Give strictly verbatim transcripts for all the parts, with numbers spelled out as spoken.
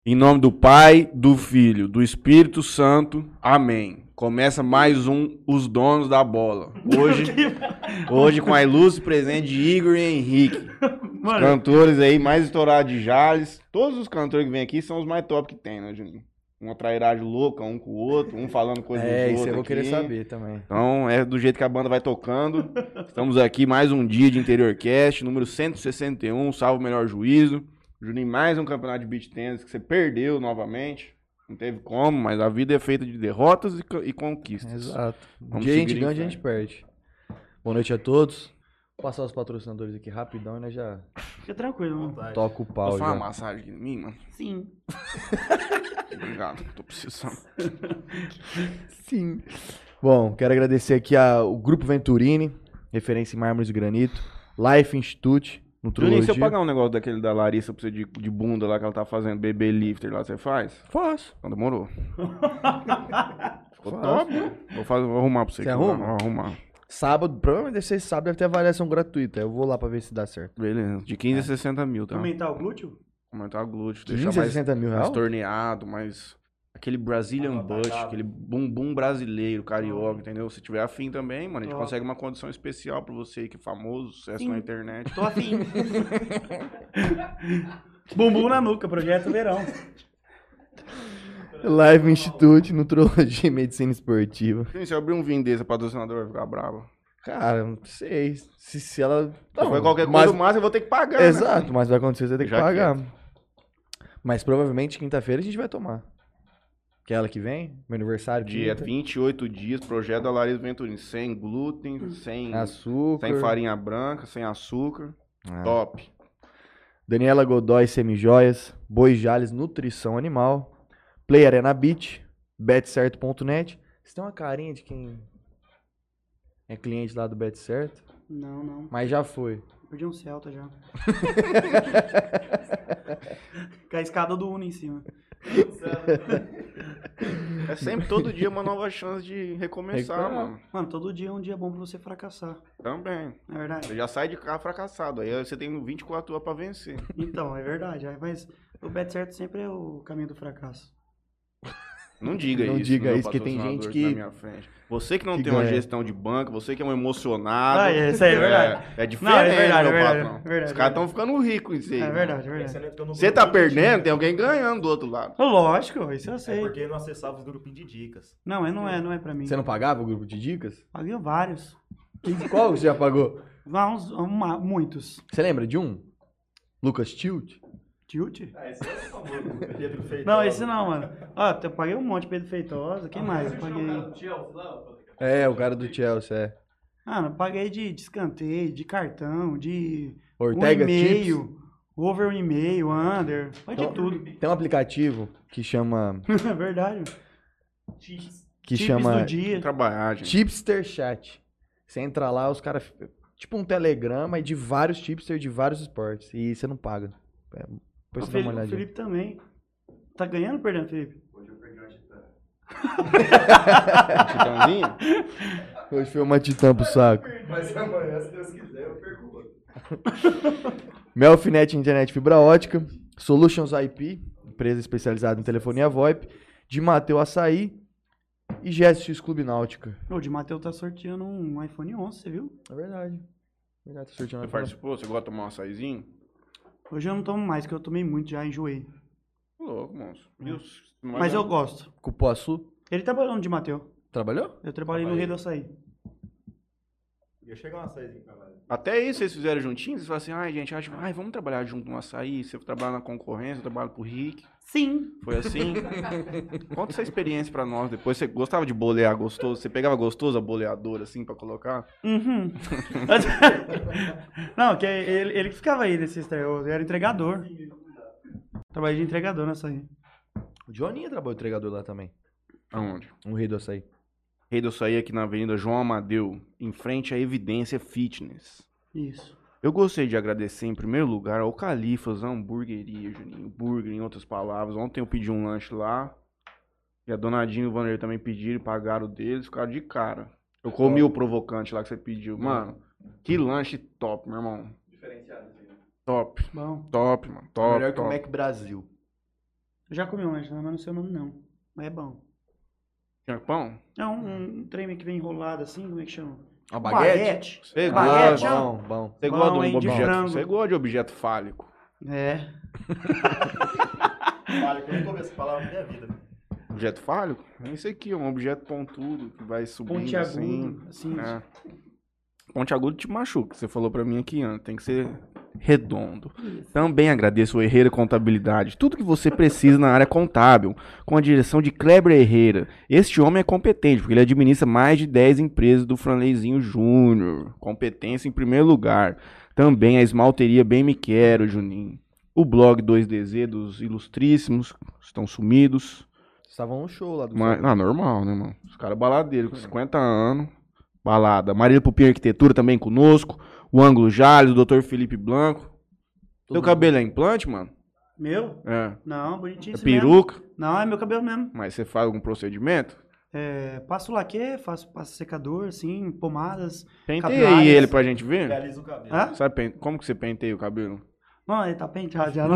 Em nome do Pai, do Filho, do Espírito Santo. Amém. Começa mais um Os Donos da Bola. Hoje, hoje com a ilustre presente de Igor e Henrique. Os Mano, cantores aí mais estourados de Jales. Todos os cantores que vêm aqui são os mais top que tem, né, Juninho? Uma trairagem louca, um com o outro, um falando coisa dos É, outros isso eu vou aqui. querer saber também. Então, é do jeito que a banda vai tocando. Estamos aqui mais um dia de Interior Cast, número cento e sessenta e um, salvo o melhor juízo. Juninho, mais um campeonato de beach tennis que você perdeu novamente. Não teve como, mas a vida é feita de derrotas e, co- e conquistas. Exato. Um Vamos dia a gente seguir em ganha, um dia a gente perde. Boa noite a todos. Vou passar os patrocinadores aqui rapidão e nós já fica tranquilo, mano. toca o pau Posso fazer já. uma massagem aqui em mim, mano? Sim. Obrigado, tô precisando. Sim. Bom, quero agradecer aqui ao Grupo Venturini, referência em mármores e granito, Life Institute, Juninho, Nutrologia. se eu pagar um negócio daquele da Larissa pra você de, de bunda lá que ela tá fazendo, bebê lifter lá, você faz? Faço. Então demorou. Ficou Faço. top, mano. Vou, fazer, vou arrumar pra você. Você aqui, arruma? Vou arrumar. Sábado, provavelmente esse sábado deve ter avaliação gratuita. Eu vou lá pra ver se dá certo. Beleza. De quinze a sessenta mil, tá? Aumentar o glúteo? Aumentar o glúteo, quinze deixar a mais, sessenta mil mais reais? torneado, mais... Aquele Brazilian Ah, Butt, tá. aquele bumbum brasileiro, carioca, entendeu? Se tiver afim também, mano, a gente Top. consegue uma condição especial pra você que é famoso, sucesso Sim. na internet. Tô afim. Bumbum na nuca, projeto verão. Life Institute, Nutrologia e Medicina Esportiva. Sim, se eu abrir um vinho desse, a patrocinadora vai ficar brava. Cara, não sei. Se, se ela. Se for qualquer mas- coisa, mas eu vou ter que pagar, né? Exato, mas vai acontecer, você vai ter que Já pagar. Mas provavelmente quinta-feira a gente vai tomar. Que é ela que vem, meu aniversário. Dia quinta. vinte e oito dias, projeto da Larissa Venturini. Sem glúten, sem, Açúcar. sem farinha branca, sem açúcar. Ah. Top. Daniela Godoy, Semijoias. Boi Jales, Nutrição Animal. Play Arena Beach. betcerto ponto net. Você tem uma carinha de quem é cliente lá do betcerto, Não, não. mas já foi. Perdi um Celta já. Com a escada do Uno em cima. É sempre, todo dia, uma nova chance de recomeçar, Recuperar. mano. Mano, todo dia é um dia bom pra você fracassar. Também. Não é verdade? Você já sai de carro fracassado. Aí você tem vinte e quatro horas pra vencer. Então, é verdade. Aí, mas o bet certo sempre é o caminho do fracasso. Não diga Não isso. diga meu isso, que tem patrocinador gente aqui na que- minha frente. Você que não que tem uma ganha. gestão de banco, você que é um emocionado. Ah, é, isso aí é verdade. É, é diferente, Não, é verdade, meu é verdade, patrão. é verdade, Os é caras estão ficando ricos em si. É verdade, é verdade. Você tá perdendo, tem alguém ganhando do outro lado. Lógico, isso eu É sei. porque não acessava os grupinhos de dicas. Não, é, não é, não é pra mim. Você não pagava o grupo de dicas? Paguei vários. Quem- Qual você já pagou? Vá uns, uma- muitos. Você lembra de um? Lucas Tilt? Tilt? Ah, esse é o famoso Pedro Feitosa. Não, esse não, mano. Ó, eu paguei um monte, Pedro Feitosa. Quem mais? Eu paguei. É, o cara do Chelsea, é. Ah, eu paguei de, de escanteio, de cartão, de Ortega um Tips. e-mail, over um e-mail, under, foi de Então, tudo. Tem um aplicativo que chama. É verdade. Que Tips chama do dia. Trabalhar, gente. Tipster Chat. Você entra lá, os caras. Tipo um telegrama e de vários tipsters de vários esportes. E você não paga. É, O depois você dá uma Felipe, o olhadinha. Felipe também. Tá ganhando ou perdendo, Felipe? Titãzinho? Hoje foi uma titã pro saco. Mas amanhã, se Deus quiser, eu perco outro. Melfinet Internet Fibra Ótica. Solutions I P, empresa especializada em telefonia VoIP. De Mateu Açaí. E G S X Clube Náutica. O de Matheus tá sorteando um iPhone onze, você viu? É verdade. Verdade, tá sorteando Você iPhone. participou? Você gosta de tomar um açaizinho? Hoje eu não tomo mais, que eu tomei muito, já enjoei. Louco, moço. E os- Mas eu gosto. Cupuaçu. Ele trabalhou no de Matheus. Trabalhou? Eu trabalhei no Trabalhei. Rei do Açaí. Ia chegar uma saizinha pra lá. Até isso vocês fizeram juntinhos? Vocês falaram assim, ai, gente, acho, ai, vamos trabalhar junto no açaí. Você trabalha na concorrência, eu trabalho pro Rick. Sim. Foi assim? Conta essa experiência pra nós. Depois você gostava de bolear gostoso? Você pegava gostoso a boleadora assim pra colocar? Uhum. Não, que ele, ele que ficava aí nesse estreio. Eu era entregador. Trabalhei de entregador nessa aí. O Joninha trabalhou entregador lá também. Aonde? Um rei do açaí. Rei do Açaí aqui na Avenida João Amadeu, em frente à Evidência Fitness. Isso. Eu gostaria de agradecer em primeiro lugar ao Califas Hamburgueria, Juninho. Burger, em outras palavras. Ontem eu pedi um lanche lá. E a Donadinha e o Vander também pediram e pagaram deles. Ficaram de cara. Eu comi o provocante lá que você pediu. Mano, que lanche top, meu irmão. Diferenciado, assim, né? Top. Bom. Top, mano. Top, Melhor que o top. Mac Brasil. Eu já comi um lanche, mas não sei o nome não. Mas é bom. Tinha pão? É um, um trem que vem enrolado assim, como é que chama? Uma baguete? Você Ah, Baguete, gosta, ó. bom, bom. você Bom, gosta de hein, um de objeto, frango. você gosta de objeto fálico. É. Olha, que eu nunca ouvi essa palavra na minha vida. Objeto fálico? É isso aqui, um objeto pontudo que vai subindo Pontiagudo, assim. assim. É. Pontiagudo te machuca, você falou pra mim aqui antes, tem que ser redondo. Também agradeço o Herrera Contabilidade, tudo que você precisa na área contábil, com a direção de Kleber Herrera. Este homem é competente, porque ele administra mais de dez empresas do Franleizinho Júnior. Competência em primeiro lugar. Também a esmalteria Bem Me Quero, Juninho. O blog dois D Z dos ilustríssimos, estão sumidos. Estavam no show lá do Mas, ah, normal, né, mano? Os caras baladeiros, com cinquenta anos. Balada. Marília Pupim Arquitetura também conosco. O Ângulo Jales, o doutor Felipe Blanco. Todo Teu mundo. cabelo é implante, mano? Meu? É. Não, bonitinho É esse mesmo. peruca? Não, é meu cabelo mesmo. Mas você faz algum procedimento? É, passo laque, faço passo secador, assim, pomadas. Penteia aí Capilares. ele pra gente ver. Realiza o cabelo. Hã? Sabe pen- como que você penteia o cabelo? Não, ele tá penteado já, não.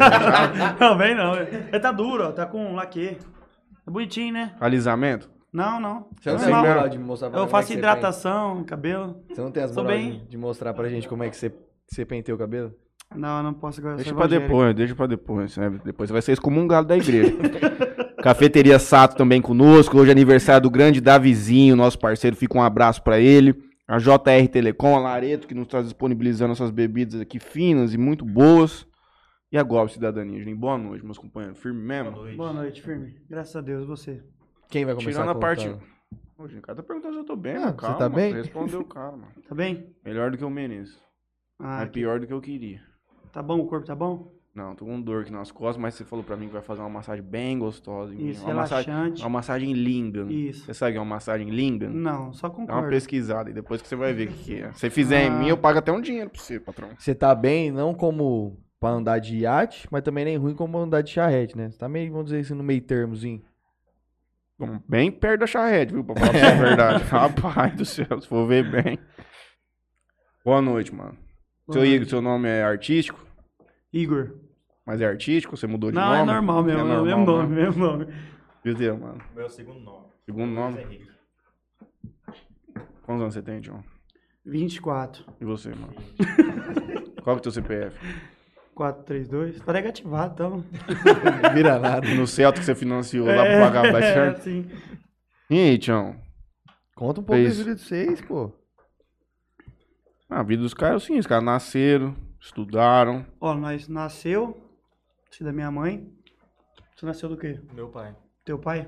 Não, vem não. Ele tá duro, ó, tá com laque. É bonitinho, né? Alisamento? Não, não. Você não Assim tem Normal. mesmo. moral de mostrar pra Eu como faço é que hidratação, cabelo. Você, pen- você não tem as Sou moral bem- de, de mostrar pra gente como é que você, você penteia o cabelo? Não, não posso agora. Deixa sou pra evangélico. depois, deixa pra depois. Né? Depois você vai ser excomungado da igreja. Cafeteria Sato também conosco. Hoje é aniversário do grande Davizinho, nosso parceiro. Fica um abraço pra ele. A J R Telecom, a Lareto, que nos está disponibilizando essas bebidas aqui finas e muito boas. E a Golpe Cidadania, Juninho. Boa noite, meus companheiros. Firme mesmo? Boa noite. Boa noite, firme. Graças a Deus, você. Quem vai começar Tirando a parte. contando? Ô, gente, o cara tá perguntando se eu tô bem, Ah, mano. você Calma, tá bem? você respondeu o cara, mano. Tá bem? Melhor do que eu mereço. Ah, Mas pior do que eu queria. tá bom, o corpo tá bom? Não, tô com dor aqui nas costas, mas você falou pra mim que vai fazer uma massagem bem gostosa em mim. Isso, Uma massagem, relaxante. uma massagem Lingam. Isso. Você sabe o que é uma massagem Lingam? Não, só Dá uma concordo. pesquisada e depois que você vai ver o que, que é. Se você fizer em Ah. mim, eu pago até um dinheiro pra você, patrão. Você tá bem, não como pra andar de iate, mas também nem ruim como andar de charrete, né? Você tá meio, vamos dizer assim, no meio termozinho. Tamo bem perto da charrete, viu? Pra falar pra você a verdade. Rapaz do céu, se for ver bem. Boa noite, mano. Boa Seu noite. Igor, seu nome é artístico? Igor. Mas é artístico? Você mudou de Não, nome? é normal mesmo, é o normal mesmo nome, mesmo. mesmo nome. Meu Deus, mano. O meu segundo nome. Segundo nome? Luiz Henrique. Quantos anos você tem, John? vinte e quatro. E você, mano? Qual que é o teu C P F? quatro três dois. Tá negativado, então. Vira nada. No Celta que você financiou lá pra pagar, vai É, certo? sim. E aí, Tião? Conta um pouco da Fez. vida de vocês, pô. Ah, a vida dos caras é assim, os caras nasceram, estudaram. Ó, nós nasceu, filho da minha mãe. Você nasceu do quê? Meu pai. Teu pai?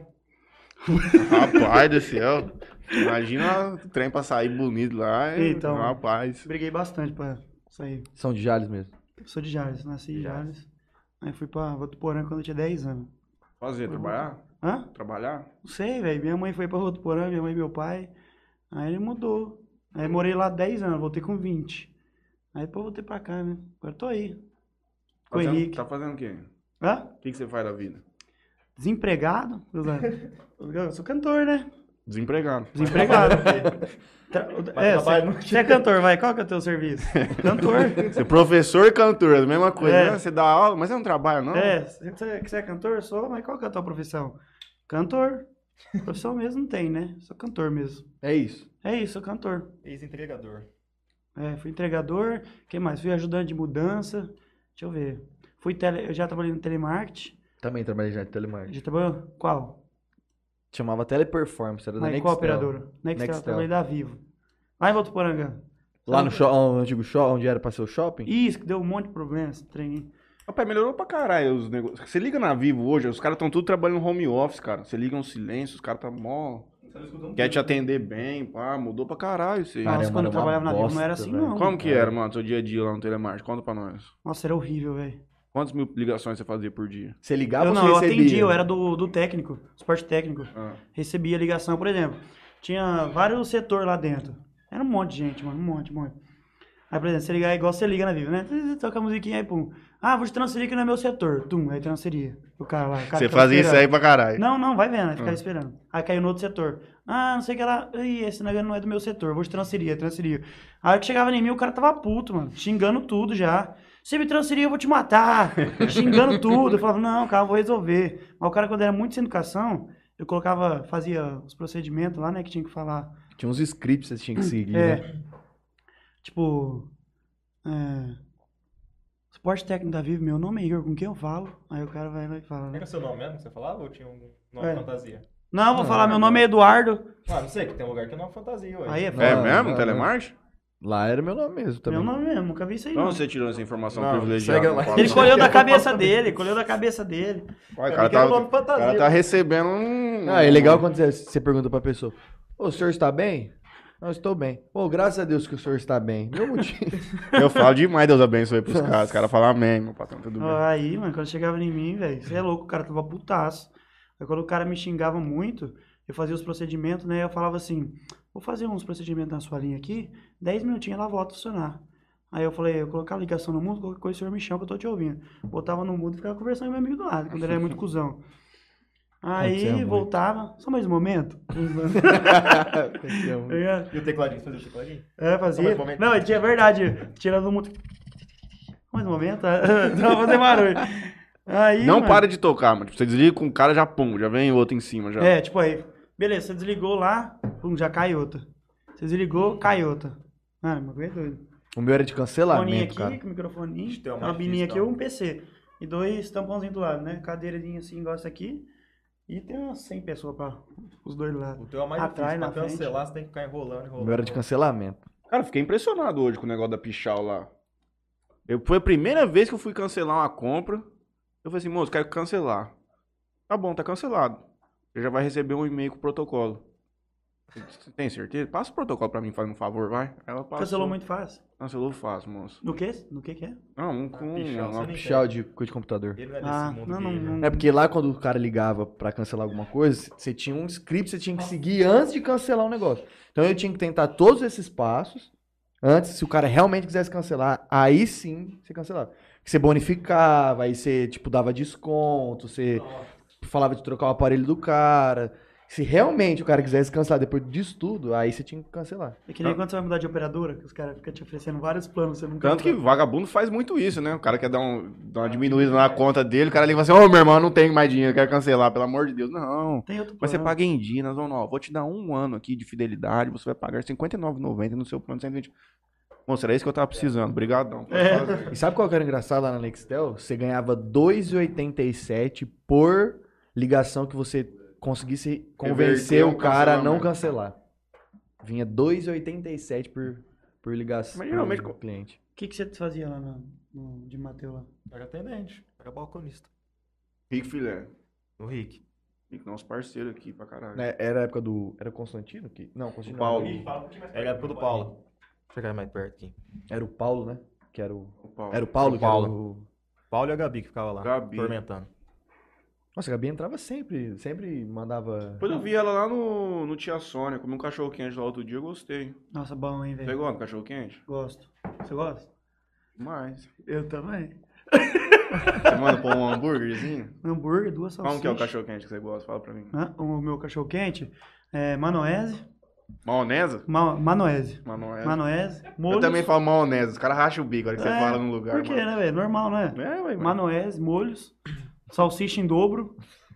Rapaz do céu. Imagina o trem pra sair bonito lá. e- Então. Rapaz. Briguei bastante pra sair. São de Jales mesmo. Eu sou de Jales, nasci em Jales. Aí fui pra Votuporã quando eu tinha dez anos. Fazer, trabalhar? Hã? Trabalhar? Não sei, velho. Minha mãe foi pra Votuporã, minha mãe e meu pai. Aí ele mudou. Aí morei lá dez anos, voltei com vinte. Aí depois voltei pra cá, né? Agora tô aí. Com o Fazendo- Henrique. Tá fazendo o quê? Hã? O que, que você faz da vida? Desempregado? Eu sou cantor, né? Desempregado. Desempregado. Tra- Vai É, trabalhar você no quê? você é cantor, vai. Qual que é o teu serviço? Cantor. Você é professor e cantor, é a mesma coisa, É. né? Você dá aula, mas você não trabalha, não? É, você, você é cantor? Sou, mas qual que é a tua profissão? Cantor. Profissão mesmo não tem, né? Sou cantor mesmo. É isso. É isso, sou cantor. Ex-entregador. É, fui entregador. Quem mais? Fui ajudante de mudança. Deixa eu ver. Fui tele, eu já trabalhei no telemarketing. Também trabalhei já de telemarketing. Já trabalhou? Qual? Chamava Teleperformance, era da Mas Nextel. qual operadora? Nextel, Nextel. trabalhei da Vivo. Lá em Votuporanga. Lá no, show, no antigo shopping, onde era pra ser o shopping? Isso, que deu um monte de problema esse trem aí. Rapaz, melhorou pra caralho os negócios. Você liga na Vivo hoje, os caras estão tudo trabalhando home office, cara. Você liga um silêncio, os caras tá mó... Quer te atender bem, pá, mudou pra caralho isso aí. Caramba, Nossa, quando eu era uma trabalhava na Vivo não bosta, era assim, velho. não. Como que era, mano, seu dia a dia lá no telemarketing? Conta pra nós. Nossa, era horrível, velho. Quantas mil ligações você fazia por dia? Você ligava Eu ou não, você eu recebia? atendia, eu era do, do técnico, suporte técnico. Ah. Recebia ligação, por exemplo. Tinha vários setores lá dentro. Era um monte de gente, mano, um monte, um monte. Aí, por exemplo, você ligar igual você liga na Vivo, né? Toca a musiquinha aí, pum. Ah, vou te transferir aqui no meu setor. Tum, aí transferia. O cara lá. O cara Você ficava fazia isso esperando. aí pra caralho. Não, não, vai vendo, aí ficava Ah. esperando. Aí caiu no outro setor. Ah, não sei o que lá. Ih, esse negócio não é do meu setor, vou te transferir, aí transferia. Aí que chegava em mim, o cara tava puto, mano, xingando tudo já. Se me transferir, eu vou te matar. Xingando tudo. Eu falava, não, cara, eu vou resolver. Mas o cara, quando era muito sem educação, eu colocava, fazia os procedimentos lá, né, que tinha que falar. Tinha uns scripts que você tinha que seguir, É. né? Tipo, é, suporte técnico da Vivo, meu nome é Igor, com quem eu falo? Aí o cara vai lá e fala, né? Era seu nome mesmo que você falava ou tinha um nome É. fantasia? Não, vou Não, falar, meu não. nome é Eduardo. Ah, não sei, que tem um lugar que é nome fantasia, ué. Aí é Não, foda. É não, mesmo? não. Telemarketing? Lá era meu nome mesmo também. Meu nome mesmo, nunca vi isso aí Então não. você tirou essa informação Não, privilegiada. segue lá. não fala Ele não. colheu da cabeça dele, colheu da cabeça dele. Uai, o Pra cara mim que era tá, nome o cara fantasia. tá recebendo um... Ah, é legal quando você, você pergunta pra pessoa, ô, o senhor está bem? Não, estou bem. Pô, graças a Deus que o senhor está bem. Meu motivo. Eu falo demais, Deus abençoe pros caras. Os caras falam amém, meu patrão, tudo bem. Aí, mano, quando chegava em mim, velho, você é louco, o cara tava putaço. Aí quando o cara me xingava muito, eu fazia os procedimentos, né? Eu falava assim, vou fazer uns procedimentos na sua linha aqui, dez minutinhos ela volta a funcionar. Aí eu falei, eu colocava a ligação no mudo, qualquer coisa o senhor me chama que eu tô te ouvindo. Botava no mudo e ficava conversando com meu amigo do lado, quando ele era muito cuzão. Aí Aconteceu muito. voltava, só mais um momento. E o tecladinho, você fazia o tecladinho? É, Só fazia. mais um momento. Não, é tinha verdade, tirando do mundo. Mais um momento, não vou fazer barulho. Aí, Não mano, para de tocar, mano. Tipo, você desliga com um cara, já pum, já vem outro em cima, já. É, tipo aí, beleza, você desligou lá, pum, já cai outra. Você desligou, cai outra. Mano, meu é doido. O meu era de Foninho cancelamento, aqui, cara. com o microfoninho, Ixi, tem uma uma mais bininha difícil, aqui, então. um P C. E dois tampãozinhos do lado, né? Cadeiradinha assim, igual essa aqui. E tem umas cem pessoas pra os dois lados. O teu é mais Atrás, difícil. na Pra frente. cancelar, você tem que ficar enrolando, O enrolando. meu era de cancelamento. Cara, eu fiquei impressionado hoje com o negócio da Pichal lá. Eu, foi a primeira vez que eu fui cancelar uma compra. Eu falei assim, moço, quero cancelar. Tá bom, tá cancelado. Você já vai receber um e-mail com o protocolo. Você tem certeza? Passa o protocolo pra mim, faz um favor, vai. Ela passou. Cancelou muito fácil. Cancelou fácil, moço. No que? No que que é? Não, um com... Pichal, uma- você nem Pichal de coisa de computador. Ele não é desse Ah, mundo não, não, gay, né? não. É porque lá quando o cara ligava pra cancelar alguma coisa, você tinha um script que você tinha que seguir antes de cancelar o negócio. Então eu tinha que tentar todos esses passos antes, se o cara realmente quisesse cancelar, aí sim você cancelava. Você bonificava, aí você tipo dava desconto, você falava de trocar o aparelho do cara. Se realmente o cara quisesse cancelar depois disso tudo, aí você tinha que cancelar. É que nem quando você vai mudar de operadora, que os caras ficam te oferecendo vários planos, você nunca... Tanto que vagabundo faz muito isso, né? O cara quer dar, um, dar uma diminuída na conta dele, o cara liga e fala assim, ô meu irmão, eu não tenho mais dinheiro, eu quero cancelar, pelo amor de Deus. Não. Tem outro plano. Mas você paga em dia, nós vamos, ó, vou te dar um ano aqui de fidelidade, você vai pagar cinquenta e nove reais e noventa centavos no seu plano de cento e vinte. Moço, era isso que eu tava precisando, obrigadão. Pode É. fazer. E sabe qual que era engraçado lá na Nextel? Você ganhava dois reais e oitenta e sete centavos por ligação que você conseguisse convencer Reverter o um cara a não cancelamento. cancelar. Vinha dois reais e oitenta e sete centavos por, por ligação Mas geralmente por co- cliente. O que, que você fazia lá no, no, de Mateu lá? Era atendente, era balconista. Rico Filé. No Rick. Rico, nosso parceiro aqui pra caralho. Né, Era a época do... Era o Constantino? Que... Não, Constantino O Paulo. não, Era a época do Paulo. Vou chegar mais perto aqui. Era o Paulo, né? Que era o... O Paulo. Era o Paulo Era o que era Paulo. o... Paulo e a Gabi que ficava lá, Gabi. tormentando. Nossa, a Gabi entrava sempre, sempre mandava... Depois eu vi ela lá no, no Tia Sônia, comi um cachorro quente lá outro dia, eu gostei. Nossa, bom, hein, Você velho? gosta do cachorro quente? Gosto. Você gosta? Demais. Eu também. Você manda pôr um hambúrguerzinho? Hambúrguer, duas salsichas. Como que é o cachorro quente que você gosta? Fala pra mim. Hã? O meu cachorro quente é manoese. Maionese? Ma manoese. Manoese. Manoese. Eu Molhos. também falo maionese, os caras racham o bico, olha que você É, fala num lugar. Por quê, mano. né, velho? Normal, né? É, ué, mano. Manoese, molhos. Salsicha em dobro.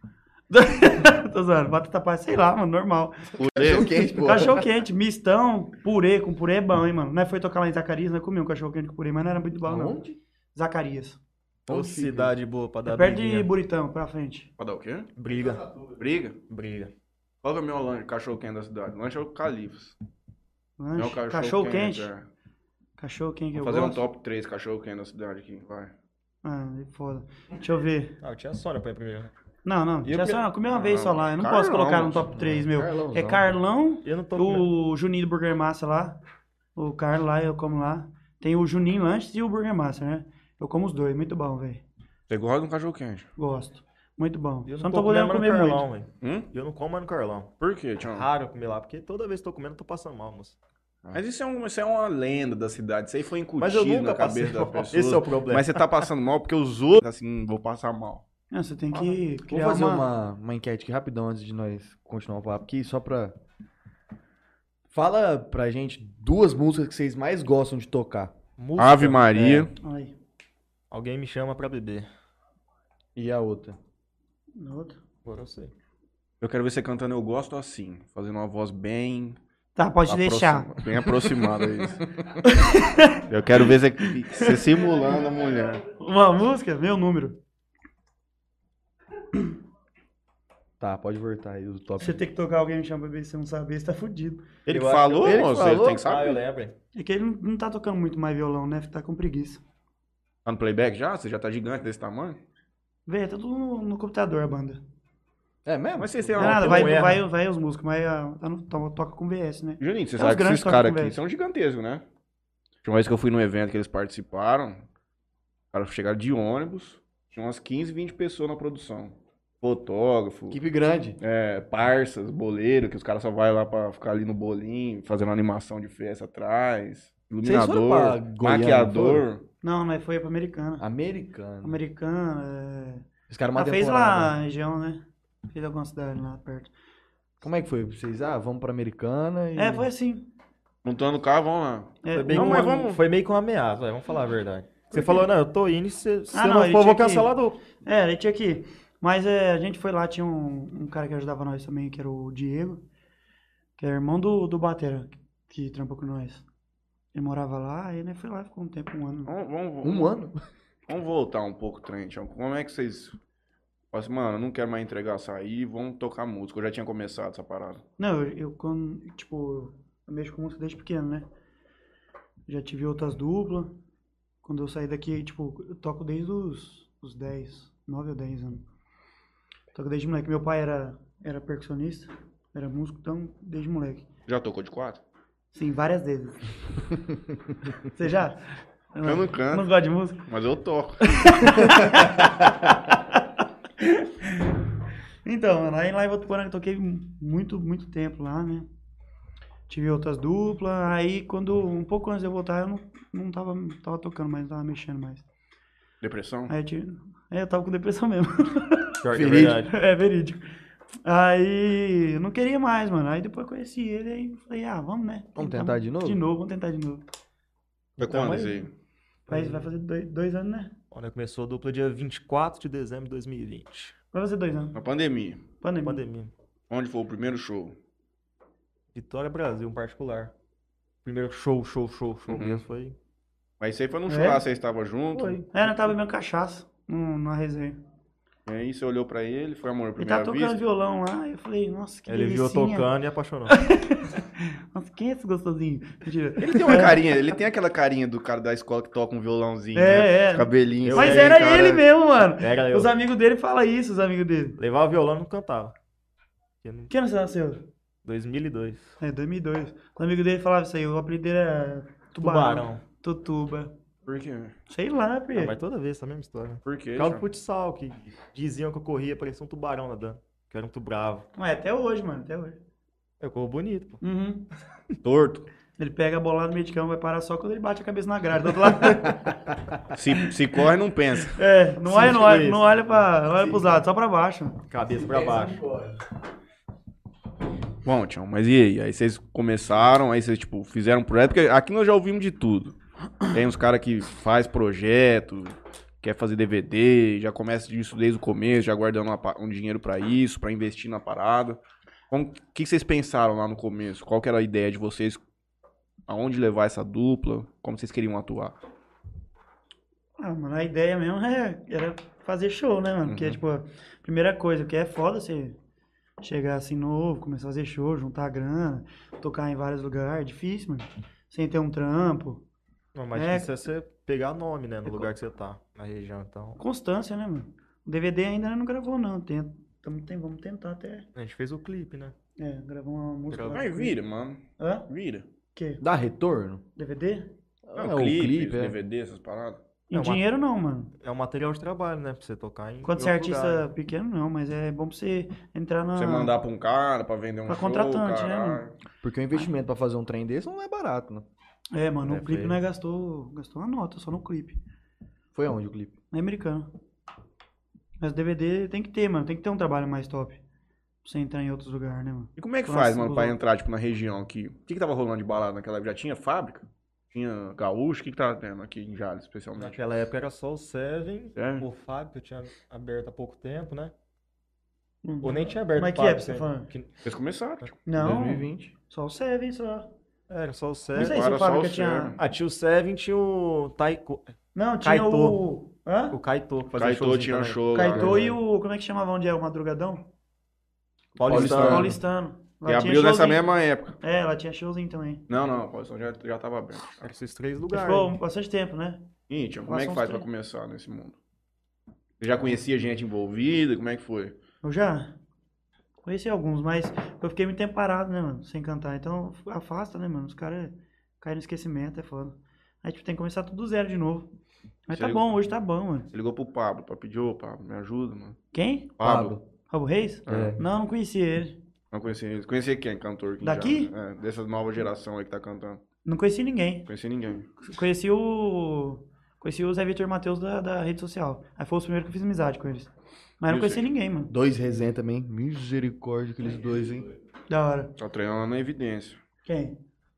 Tô zoando, batata palha, sei lá, mano, normal. Cachorro quente, pô. Cachorro quente, mistão, purê, com purê é bom, hein, mano. Nós foi tocar lá em Zacarias, nós comemos um cachorro quente com purê, mas não era muito bom, não. Onde? Zacarias. Ô, Onde fica? cidade boa pra É dar perto de briguinha. Buritão, pra frente. Pra dar o quê? Briga, Briga? briga. Qual que é o meu lanche, cachorro quente da cidade? Lanche é o Califas. Não é Lanche. o cachorro, Cachorro quente. é. Cachorro quente que eu Vou fazer um gosto. top três cachorro quente da cidade aqui, vai. Ah, é foda. Deixa eu ver. Ah, eu tinha a Sônia pra ir primeiro. Não, não, E tinha eu só, não, comi uma vez só lá. Eu não Carlão, posso colocar no moço. top três, meu. Carlãozão. É Carlão, Eu não tô comendo. o Juninho do Burger Master lá. O Carlos lá, eu como lá. Tem o Juninho Lanches e o Burger Master, né? Eu como os dois, muito bom, velho. Você gosta de um cachorro quente? Gosto. Muito bom. Eu Só não não tô podendo comendo comer no muito. Carlão, velho. Hum? Eu não como mais no Carlão. Por quê, Tião? Raro comer lá, porque toda vez que tô comendo, eu tô passando mal, moço. Mas isso é, um, isso é uma lenda da cidade. Isso aí foi incutido Mas eu nunca na passei cabeça das mal. pessoas. Esse é o problema. Mas você tá passando mal porque os outros, assim, vão passar mal. Não, você tem que Vamos criar fazer uma... uma, uma enquete aqui rapidão antes de nós continuar o papo aqui, só pra... Fala pra gente duas músicas que vocês mais gostam de tocar. Música, Ave Maria. Olha aí. Alguém me chama pra beber. E a outra? Outra. Agora eu sei. Eu quero ver você cantando Eu Gosto Assim, fazendo uma voz bem... Tá, pode deixar. aproxima- Bem aproximada isso. Eu quero ver você, você simulando a mulher. Uma música? Meu número. Tá, pode voltar aí o top. Você tem que tocar alguém me chama pra beber, se você não saber, você tá fudido. Ele Eu que acho- falou, ele que moço? falou? Ele tem que Ah, eu saber. lembro. É que ele não, não tá tocando muito mais violão, né? Tá com preguiça. Tá no playback já? Você já tá gigante desse tamanho? Vê, é tudo no, no computador a banda. É mesmo? Mas vocês têm Não uma... é nada, tem vai, um erro. vai, vai os músicos, mas ah, tá no- to- toca com V S, né? Juninho, você É, sabe os que grandes esses tocam caras com aqui velho. são gigantescos, né? Tinha uma vez que eu fui num evento que eles participaram, os caras chegaram de ônibus, tinha umas quinze, vinte pessoas na produção. Fotógrafo, Equipe grande. é, parças, boleiro, que os caras só vai lá pra ficar ali no bolinho, fazendo animação de festa atrás, foram iluminador, pra Goiânia, maquiador. Não, nós foi pra Americana. Americano. Americana, é... Os caras uma Ah, fez temporada. lá a região, né? Fez alguma cidade lá perto. Como é que foi? Vocês, ah, vamos pra Americana e... É, foi assim. Montando o carro, vamos lá. É, Foi, bem Não, com mas uma- vamos- foi meio que uma ameaça, vai, vamos falar a verdade. Você falou, não, eu tô indo e se, se Ah, eu não, não ele for, eu vou tinha que- cancelar do... É, ele tinha que ir. Mas é, a gente foi lá, tinha um, um cara que ajudava nós também, que era o Diego, que era irmão do, do Batera, que trampou com nós. Ele morava lá, e né, foi lá, ficou um tempo, um ano. Vamos, vamos, Um ano? Vamos voltar um pouco, Trent. Como é que vocês... Fala assim, mano, eu não quero mais entregar açaí, vamos tocar música. Eu já tinha começado essa parada. Não, eu, eu quando, tipo, eu mexo com música desde pequeno, né? Já tive outras duplas. Quando eu saí daqui, tipo, eu toco desde os, os dez, nove ou dez anos. Toco desde moleque. Meu pai era, era percussionista, era músico, então, desde moleque. Já tocou de quatro? Sim, várias vezes. Você já? Eu não canto. Não gosta de música? Mas eu toco. Então, mano, aí lá em Votuporanga eu toquei muito, muito tempo lá, né? Tive outras duplas, aí quando, um pouco antes de eu voltar, eu não, não tava, tava tocando mais, não tava mexendo mais. Depressão? Aí eu tive, é, eu tava com depressão mesmo. Pior que é Verídico. verdade. É verídico. Aí eu não queria mais, mano. Aí depois eu conheci ele aí falei, ah, vamos, né? Vamos tentar de novo? De novo, vamos tentar de novo. Foi Então, quando mas- isso aí? Vai, vai fazer dois, dois anos, né? Olha, começou a dupla dia vinte e quatro de dezembro de dois mil e vinte. Vai fazer dois anos. Na pandemia. Pandemia. Pandemia. Onde foi o primeiro show? Vitória Brasil, em particular. Primeiro show, show, show, show Uhum. mesmo foi... Mas isso aí foi num É? churrasco, vocês estavam juntos. Foi. É, nós tava bebendo cachaça num- numa resenha. E aí você olhou pra ele, foi amor à Ele primeira tava tocando vista. violão lá, e eu falei, nossa, que Ele viu eu delicinha. tocando e apaixonou. Nossa, quem é esse gostosinho? Mentira. Ele tem uma carinha, ele tem aquela carinha do cara da escola que toca um violãozinho, É, né? é. Cabelinho. Eu- Mas assim, era cara. ele mesmo, mano. Era eu. Os amigos dele falam isso, os amigos dele. Levava violão e não cantava. Porque não- Que ano você nasceu? dois mil e dois. É, dois mil e dois. Os amigos dele falavam isso aí, o apelido dele era Tubarão. Tubarão. Tutuba. Por quê? Sei lá, Pê. Ah, mas toda vez, essa mesma história. Por quê? Por causa do João? futsal, que diziam que eu corria, parecia um tubarão nadando. Que eu era muito bravo. Mas até hoje, mano, até hoje. Eu corro bonito, pô. Uhum. Torto. Ele pega a bola lá no meio de campo, vai parar só quando ele bate a cabeça na grade do outro lado. Se, se corre, não pensa. É, não Sim, olha, não tipo olha, isso. não olha, pra, não olha pros lados, só pra baixo. Cabeça pra baixo. Bom, Tião, mas e aí? Aí vocês começaram, aí vocês, tipo, fizeram um projeto, porque aqui nós já ouvimos de tudo. Tem uns caras que faz projeto, quer fazer D V D, já começa disso desde o começo, já guardando uma pa- um dinheiro pra isso, pra investir na parada. O que, que vocês pensaram lá no começo? Qual que era a ideia de vocês? Aonde levar essa dupla? Como vocês queriam atuar? Ah, mano, a ideia mesmo é, era fazer show, né, mano? Porque, tipo, a primeira coisa, que é foda você chegar assim novo, começar a fazer show, juntar grana, tocar em vários lugares, difícil, mano. Sem ter um trampo. Não, mas É. difícil é você pegar nome, né? No É lugar que você tá, na região. Então, Constância, né, mano? O D V D ainda não gravou, não. Tem, tamo, tem, vamos tentar até. a gente fez o clipe, né? É, gravar uma música. Gravou. lá. Mas vira, mano. Hã? Vira. Que? Dá retorno? D V D? Não, É, o clipe, clipe, é. D V D, essas paradas. Em É uma- dinheiro não, mano. É um material de trabalho, né? Pra você tocar em. Quando em você é outro artista lugar, né? pequeno, não, mas é bom pra você entrar na. Você mandar pra um cara, pra vender um Pra show, contratante, né, caralho. Porque o investimento pra fazer um trem desse não é barato, né? É, mano, É, o clipe foi- nós gastou, gastou uma nota só no clipe. Foi aonde o clipe? É americano. Mas D V D tem que ter, mano. Tem que ter um trabalho mais top. Pra você entrar em outros lugares, né, mano? E como é que Nossa, faz, mano, os pra outros. entrar, tipo, na região aqui? O que que tava rolando de balada naquela época? Já tinha fábrica? Tinha gaúcho, o que que tava tendo aqui em Jales, especialmente? Naquela época era só o Seven, É? o Fábio, que eu tinha aberto há pouco tempo, né? Hum. Ou nem tinha aberto Mas o que Fábio. época você tá sempre, falando? que- Eles começaram, tipo. Não, dois mil e vinte. só o Seven, só. Era só o Não Seven. sei se Para o só Fábio o que tinha... Seven. Ah, tinha o Seven, tinha o Taiko, Não, tinha Kaito. o... Hã? o Kaito, que fazia Kaito showzinho tinha também. show lá. Kaito né? e o... Como é que chamava onde é? O Madrugadão? Paulistano. Paulistano. Que Lá tinha abriu nessa showzinho. mesma época. É, lá tinha showzinho também. Não, não, o Paulistão já, já tava aberto. Eram esses três Mas lugares. ficou bastante tempo, né? Ih, tio, como é que Passam faz uns pra três. começar nesse mundo? Você já conhecia gente envolvida? Como é que foi? Eu já conheci alguns, mas eu fiquei muito tempo parado, né, mano? Sem cantar. Então afasta, né, mano? Os caras caem no esquecimento, é foda. Aí tipo, tem que começar tudo do zero de novo. Mas Você tá ligou- bom, hoje tá bom, mano. Você ligou pro Pablo pra pedir, ô Pablo, me ajuda, mano. Quem? Pablo. Rabo Reis? É. Não, não conhecia ele. Não conhecia ele. Conhecia quem? Cantor aqui em Daqui? Jales? É, dessa nova geração aí que tá cantando. Não conheci ninguém. Não conhecia ninguém. Conheci o. Conheci o Zé Vitor Matheus da, da rede social. Aí foi o primeiro que eu fiz amizade com eles. Mas não Eu conheci sei. ninguém, mano. Dois resenha também. Misericórdia, aqueles dois, hein? Da hora. Tá treinando lá na evidência. Quem?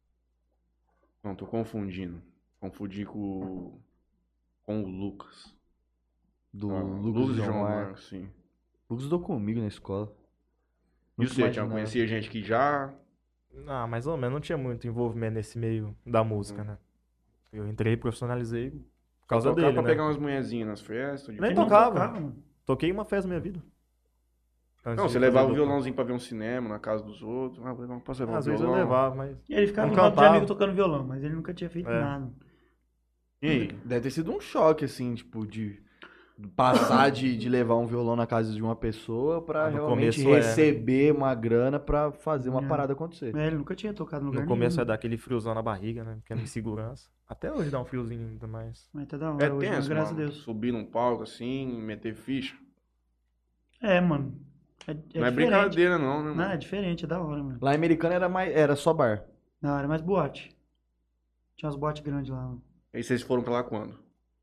Não, tô confundindo. Confundi com, o- com o Lucas. Do Ah, Lucas e e João Marcos, Marcos. sim. Lucas estudou comigo na escola. E Nunca você, já imaginava. conhecia gente que já... Ah, mais ou menos. Não tinha muito envolvimento nesse meio da música, né? Eu entrei, profissionalizei por causa Tocar dele, pra né? pegar umas mulherzinhas nas festas. de Nem Ele fundo. não tocava. mano. Toquei uma festa na minha vida. Antes Não, de você fazer levava o dupla. violãozinho pra ver um cinema na casa dos outros. Ah, vou levar- posso levar Às o vezes eu violão? levava, mas... E ele ficava Não no campo de cantava. amigo tocando violão, mas ele nunca tinha feito É. nada. E aí? Deve ter sido um choque, assim, tipo, de passar de, de levar um violão na casa de uma pessoa pra Ah, no realmente começo é. receber uma grana pra fazer uma É. parada acontecer. É, ele nunca tinha tocado no lugar No começo é nenhum. dar aquele friozão na barriga, né? Aquela insegurança. Até hoje dá um friozinho ainda mais. Mas tá da hora É hoje, mas tenso, graças mano. a Deus. Subir num palco assim, meter ficha. É, mano. É, é não é diferente. brincadeira não, né, Não, mano? é diferente, é da hora, mano. Lá em Americana era, mais, era só bar. Da hora, é mais boate. Tinha umas boates grandes lá, mano. Aí vocês foram pra lá quando?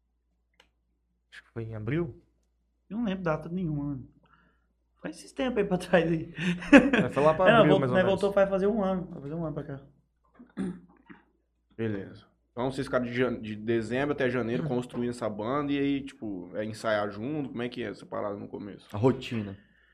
Acho que foi em abril. Eu não lembro data nenhuma, mano. Faz esses tempos aí pra trás aí. Vai falar pra É, não, abril, volt- mais ou nós menos. voltou faz fazer um ano. Vai fazer um ano pra cá. Beleza. Então vocês ficaram de, jan- de dezembro até janeiro construindo essa banda e aí, tipo, é ensaiar junto? Como é que é essa parada no começo? A rotina.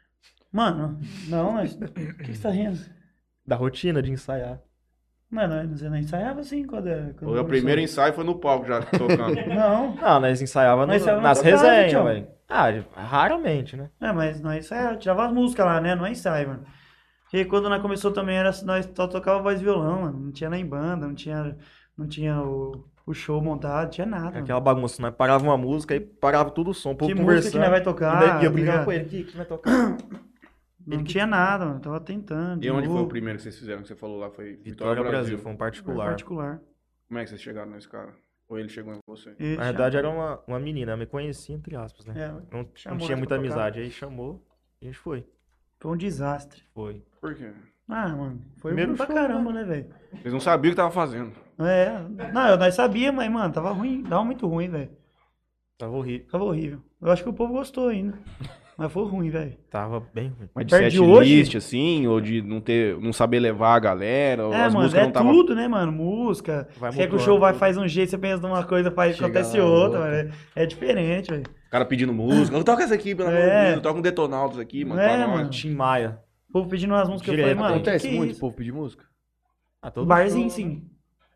Mano, não, mas. O que que você tá rindo? Da rotina de ensaiar. Mano, você não ensaiava assim quando. é- quando O começou? primeiro ensaio foi no palco já tocando. Não. Não, nós ensaiava no- Nós ensaiava na nas tua casa, resenhas, tio. velho. Ah, raramente, né? É, mas nós ensaiava, tirava as músicas lá, né? Não é ensaio, mano. Porque quando nós começou também, era, nós só tocava voz e violão, mano. Não tinha nem banda, não tinha, não tinha o, o show montado, não tinha nada. mano. Aquela bagunça, nós parava uma música e parava tudo o som, o povo Que música conversando. que nós vai E tocar? daí ia tá brigar ligado? com ele, que, que vai tocar? Não tinha nada, mano. Tava tentando. de E onde foi o novo. primeiro que vocês fizeram que você falou lá? Foi Vitória Brasil, foi um Foi particular. particular. Como é que vocês chegaram nesse cara? Ou ele chegou em você? Ele Na verdade era uma, uma menina, ela me conhecia, entre aspas, né? É, Não, não chamou tinha nós muita pra tocar. amizade, aí chamou e a gente foi. foi um desastre. Foi. Por quê? Ah, mano. Foi Primeiro ruim pra show, caramba, né, velho? Eles não sabiam o que tava fazendo. É. Não, eu- nós sabíamos, mas, mano, tava ruim. Tava muito ruim, velho. Tava horrível. Tava horrível. Eu acho que o povo gostou ainda. Mas foi ruim, velho. Tava bem ruim. Mas de Perto de set hoje? list, assim, ou de não ter, não saber levar a galera, ou É, as mano, músicas é não estavam... tudo, né, mano? Música. Vai Você quer que o mudando show vai, tudo. faz um jeito, você pensa numa coisa, faz, Chega acontece lá, outra, outra. mano. É, é diferente, velho. O cara pedindo música, toca essa aqui, pelo amor de É. Deus, toca um Detonautas aqui, mano, É, pra nós. mano. Tim Maia. O povo pedindo umas músicas, eu falei, Direto, mano, que Acontece que é muito o isso? povo pedir música? Ah, todo Barzinho, show, né? sim.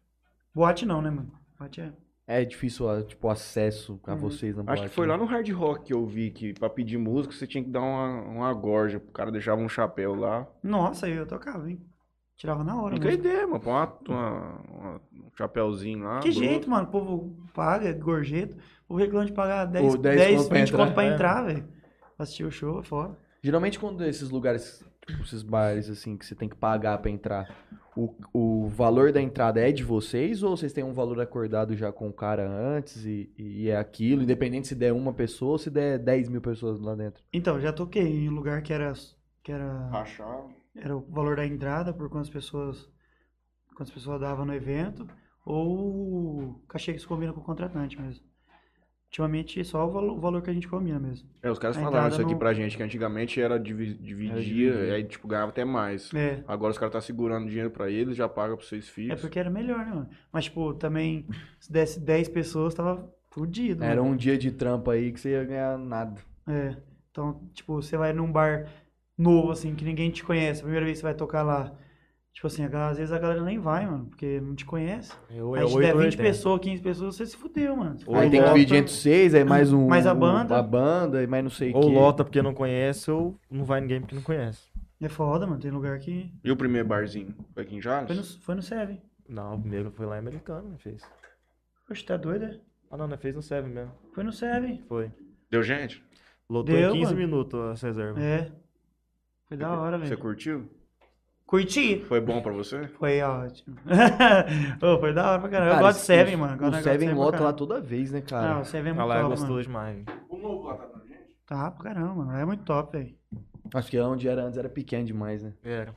Boate não, né, mano? Boate é... É difícil, ó, tipo, o acesso a Uhum. vocês na Acho boate, que foi né? lá no Hard Rock que eu vi que pra pedir música você tinha que dar uma, uma gorja. O cara deixava um chapéu lá. Nossa, eu tocava, hein? Tirava na hora, Fica a mano. ideia, mano. Põe uma, uma- uma- um chapéuzinho lá. Que bruto. jeito, mano? O povo paga, gorjeta. O povo reclama de pagar dez, Ô, dez dez conto pra vinte entrar. conto pra É. entrar, velho. Pra assistir o show, é foda. Geralmente quando esses lugares, tipo, esses bares, assim, que você tem que pagar pra entrar, o, o valor da entrada é de vocês ou vocês têm um valor acordado já com o cara antes e, e é aquilo, independente se der uma pessoa ou se der dez mil pessoas lá dentro? Então, já toquei em um lugar que era, que era, Rachar. era o valor da entrada por quantas pessoas, quantas pessoas dava no evento, ou o cachê que se combina com o contratante mesmo. Ultimamente, só o valo- o valor que a gente combina mesmo. É, os caras A falaram entrada isso aqui no- pra gente, que antigamente era divi- dividia, dividir. e aí, tipo, ganhava até mais. É. Agora os caras tá segurando dinheiro pra eles, já paga pra vocês É fixos. porque era melhor, né, mano? Mas, tipo, também, se desse dez pessoas, tava fudido, Era mano. um dia de trampo aí que você ia ganhar nada. É. Então, tipo, você vai num bar novo, assim, que ninguém te conhece, a primeira vez que você vai tocar lá. Tipo assim, a galera- às vezes a galera nem vai, mano, porque não te conhece. Eu, Aí é se oito der ou vinte oitenta. pessoas, quinze pessoas, você se fudeu, mano. Ou aí tem que lota- dividir entre seis, aí mais um. Mais a um- banda. a banda, e mais não sei o Ou que. lota porque não conhece, ou não vai ninguém porque não conhece. É foda, mano. Tem lugar que. E o primeiro barzinho? Foi aqui em Foi no, Jales? foi no Seven. Não, o primeiro foi lá em Americano, né? Fez. Poxa, tá doido, é? Ah, não, né? Fez no Seven mesmo. Foi no Seven. Foi. Deu gente? Lotou Deu, em quinze mano. minutos as reservas. É. Foi da hora, Você velho. curtiu? Curti. Foi bom pra você? Foi ótimo. Ô, foi da hora pra caramba. Eu Cara, gosto de Seven, o- mano. Eu O gosto de Seven pra lota lá caramba. toda vez, né, cara? Não, o Seven é Ah, muito lá é top, gostoso mano. demais. O novo lá tá dando gente? Tá pra caramba, mano. Lá é muito top, velho. Acho que onde era antes era pequeno demais, né? Era.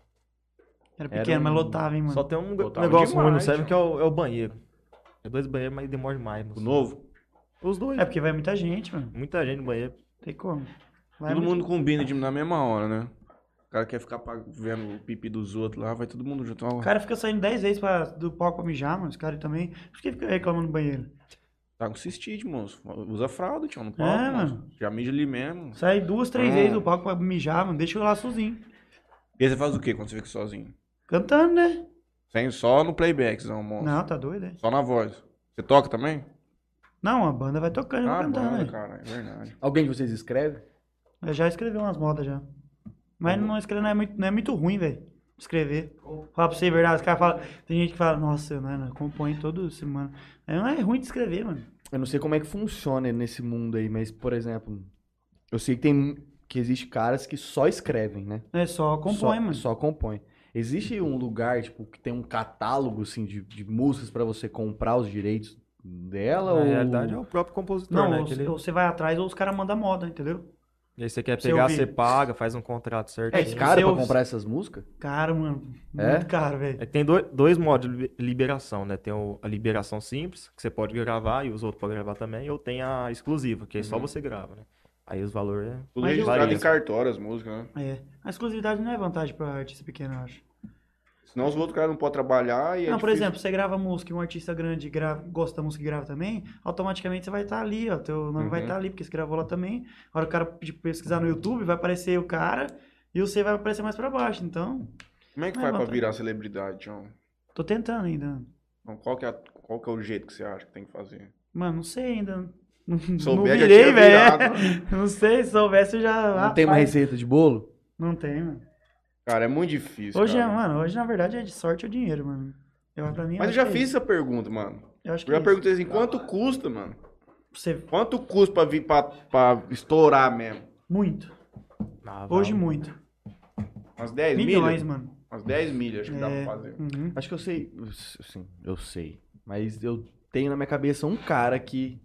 Era Era pequeno, um- mas lotava, hein, mano. Só tem um Pô, tava negócio ruim no demais, Seven tio. que é o, é o banheiro. É dois banheiros, mas demora demais. O moço. novo? Os dois. É porque vai muita gente, mano. Muita gente no banheiro. Tem como. Lá é Todo muito- mundo combina de ir na mesma hora, né? O cara quer ficar pag- vendo o pipi dos outros lá, vai todo mundo junto. O cara fica saindo dez vezes pra, do palco pra mijar, mano. Os caras também. Por que fica reclamando no banheiro? Tá com cistite, moço. Usa fralda, tio, no palco, É, moço. mano. Já mija ali mesmo. Sai duas, três Ah. vezes do palco pra mijar, mano. Deixa eu lá sozinho. E aí você faz o quê quando você fica sozinho? Cantando, né? Sem só no playback, não, moço. Não, tá doido, é? Só na voz. Você toca também? Não, a banda vai tocando e eu Ah, vou cantando, banda, né? cara, é verdade. Alguém de vocês escreve? Eu já escrevi umas modas já. Mas não escrever não é muito, não é muito ruim, velho. Escrever. Falar pra você a verdade, os caras falam. Tem gente que fala, nossa, né, compõe toda semana. Mas não é ruim de escrever, mano. Eu não sei como é que funciona nesse mundo aí, mas, por exemplo, eu sei que tem que existe caras que só escrevem, né? É só compõe, só, mano. Só compõe. Existe um lugar, tipo, que tem um catálogo, assim, de, de músicas pra você comprar os direitos dela? Na ou... realidade é o próprio compositor, Não, né? ou, que ele- ou você vai atrás ou os caras mandam moda, entendeu? E aí você quer Você pegar, ouvir. você paga, faz um contrato certinho. É caro Você pra ouve- comprar essas músicas? Caro, mano. É? Muito caro, velho. É que tem dois, dois modos de li- liberação, né? Tem o- a liberação simples, que você pode gravar e os outros podem gravar também, ou tem a exclusiva, que aí só você grava, né? Aí os valores é... Tudo Mas registrado varia. em cartório, as músicas, né? É. A exclusividade não é vantagem pra artista pequeno, eu acho. Senão os outros caras não podem trabalhar e é Não, por difícil. exemplo, você grava música e um artista grande grava, gosta da música e grava também, automaticamente você vai estar ali, ó. Teu nome vai Uhum. estar ali, porque você gravou lá também. A hora que o cara pedir pra pesquisar no YouTube, vai aparecer o cara e você vai aparecer mais pra baixo. Então, Como é que Não é faz pra vantagem. virar celebridade, Tião? tô tentando ainda. Então, qual, que é a- qual que é o jeito que você acha que tem que fazer? Mano, não sei ainda. Não, não Souber, já virei, tinha velho. virado. Não sei, se soubesse eu já. Não tem uma rapaz, receita de bolo? Não tem, mano. Cara, é muito difícil, Hoje, é, cara. mano, hoje na verdade é de sorte ou dinheiro, mano. Eu, pra mim, Mas eu acho já que é fiz isso. essa pergunta, mano. Eu acho que Eu já é isso. perguntei assim, quanto custa, mano? Você, Quanto custa pra vir pra, pra estourar mesmo? muito. Ah, Hoje, vai. muito. Umas dez Milhões, milhas? mano. Umas dez milhas, acho que dá É, pra fazer. uhum. Acho que eu sei. Sim, eu sei. Mas eu tenho na minha cabeça um cara que.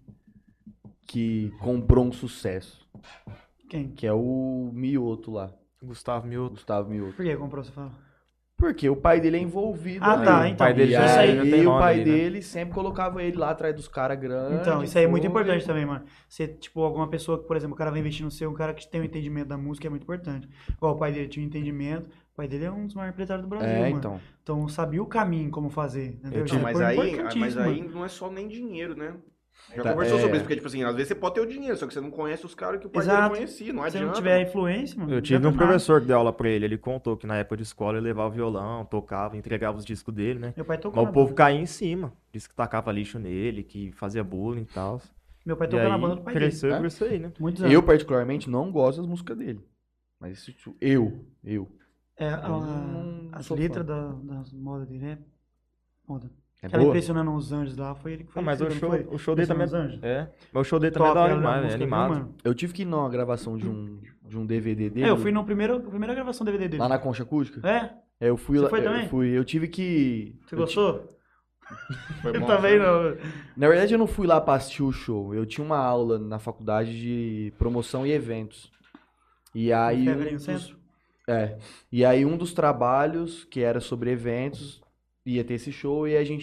que comprou um sucesso. Quem? Que é o Mioto lá. Gustavo Mioto. Gustavo Mioto. Por que comprou, você fala? Porque o pai dele é envolvido. Ah, ali. tá, O então. pai dele E já, isso aí- já aí tem o nome pai ali, né? dele sempre colocava ele lá atrás dos caras grandes. Então, isso aí é muito foi. importante também, mano. Você, tipo, alguma pessoa que, por exemplo, o cara vai investir no seu, um cara que tem um entendimento da música é muito importante. Igual o pai dele tinha um entendimento, o pai dele é um dos maiores empresários do Brasil, É, mano. então. Então, sabia o caminho como fazer, entendeu? Eu Isso Não, é mas aí, importantíssimo, mas aí mano. não é só nem dinheiro, né? Já Tá, conversou é. sobre isso, porque, tipo assim, às vezes você pode ter o dinheiro, só que você não conhece os caras que o pai Exato. dele conhecia, não Se adianta. não tiver influência, mano. Eu não tive adianta um nada. professor que deu aula pra ele, ele contou que na época de escola ele levava o violão, tocava, entregava os discos dele, né? Meu pai tocou Mas na o povo banda. caía em cima, disse que tacava lixo nele, que fazia bullying e tal. Meu pai E tocou aí na banda do pai dele. cresceu É? por isso aí, né? Muitos anos. Eu, particularmente, não gosto das músicas dele. Mas isso, eu, eu. É, a, Eu não as sou letras fã. da, das modas dele é moda. É Aquela boa? impressionando os anjos lá, foi ele que foi. Ah, mas que o fez, show, não foi? o show dele também Impressionando os é... anjos? É, mas o show dele também é da hora aquela demais, é música, viu, animado. mano? Eu tive que ir numa gravação de um, de um D V D dele. É, eu fui na primeira, primeira gravação do D V D dele. Lá na Concha Acústica. É? É, eu fui Você lá. foi eu também? fui. Eu tive que. Você eu gostou? Foi Eu bom, também né? não. ti- Na verdade, eu não fui lá pra assistir o show. Eu tinha uma aula na faculdade de promoção e eventos. E aí. Febre um no dos- centro? É. E aí um dos trabalhos, que era sobre eventos, ia ter esse show e a gente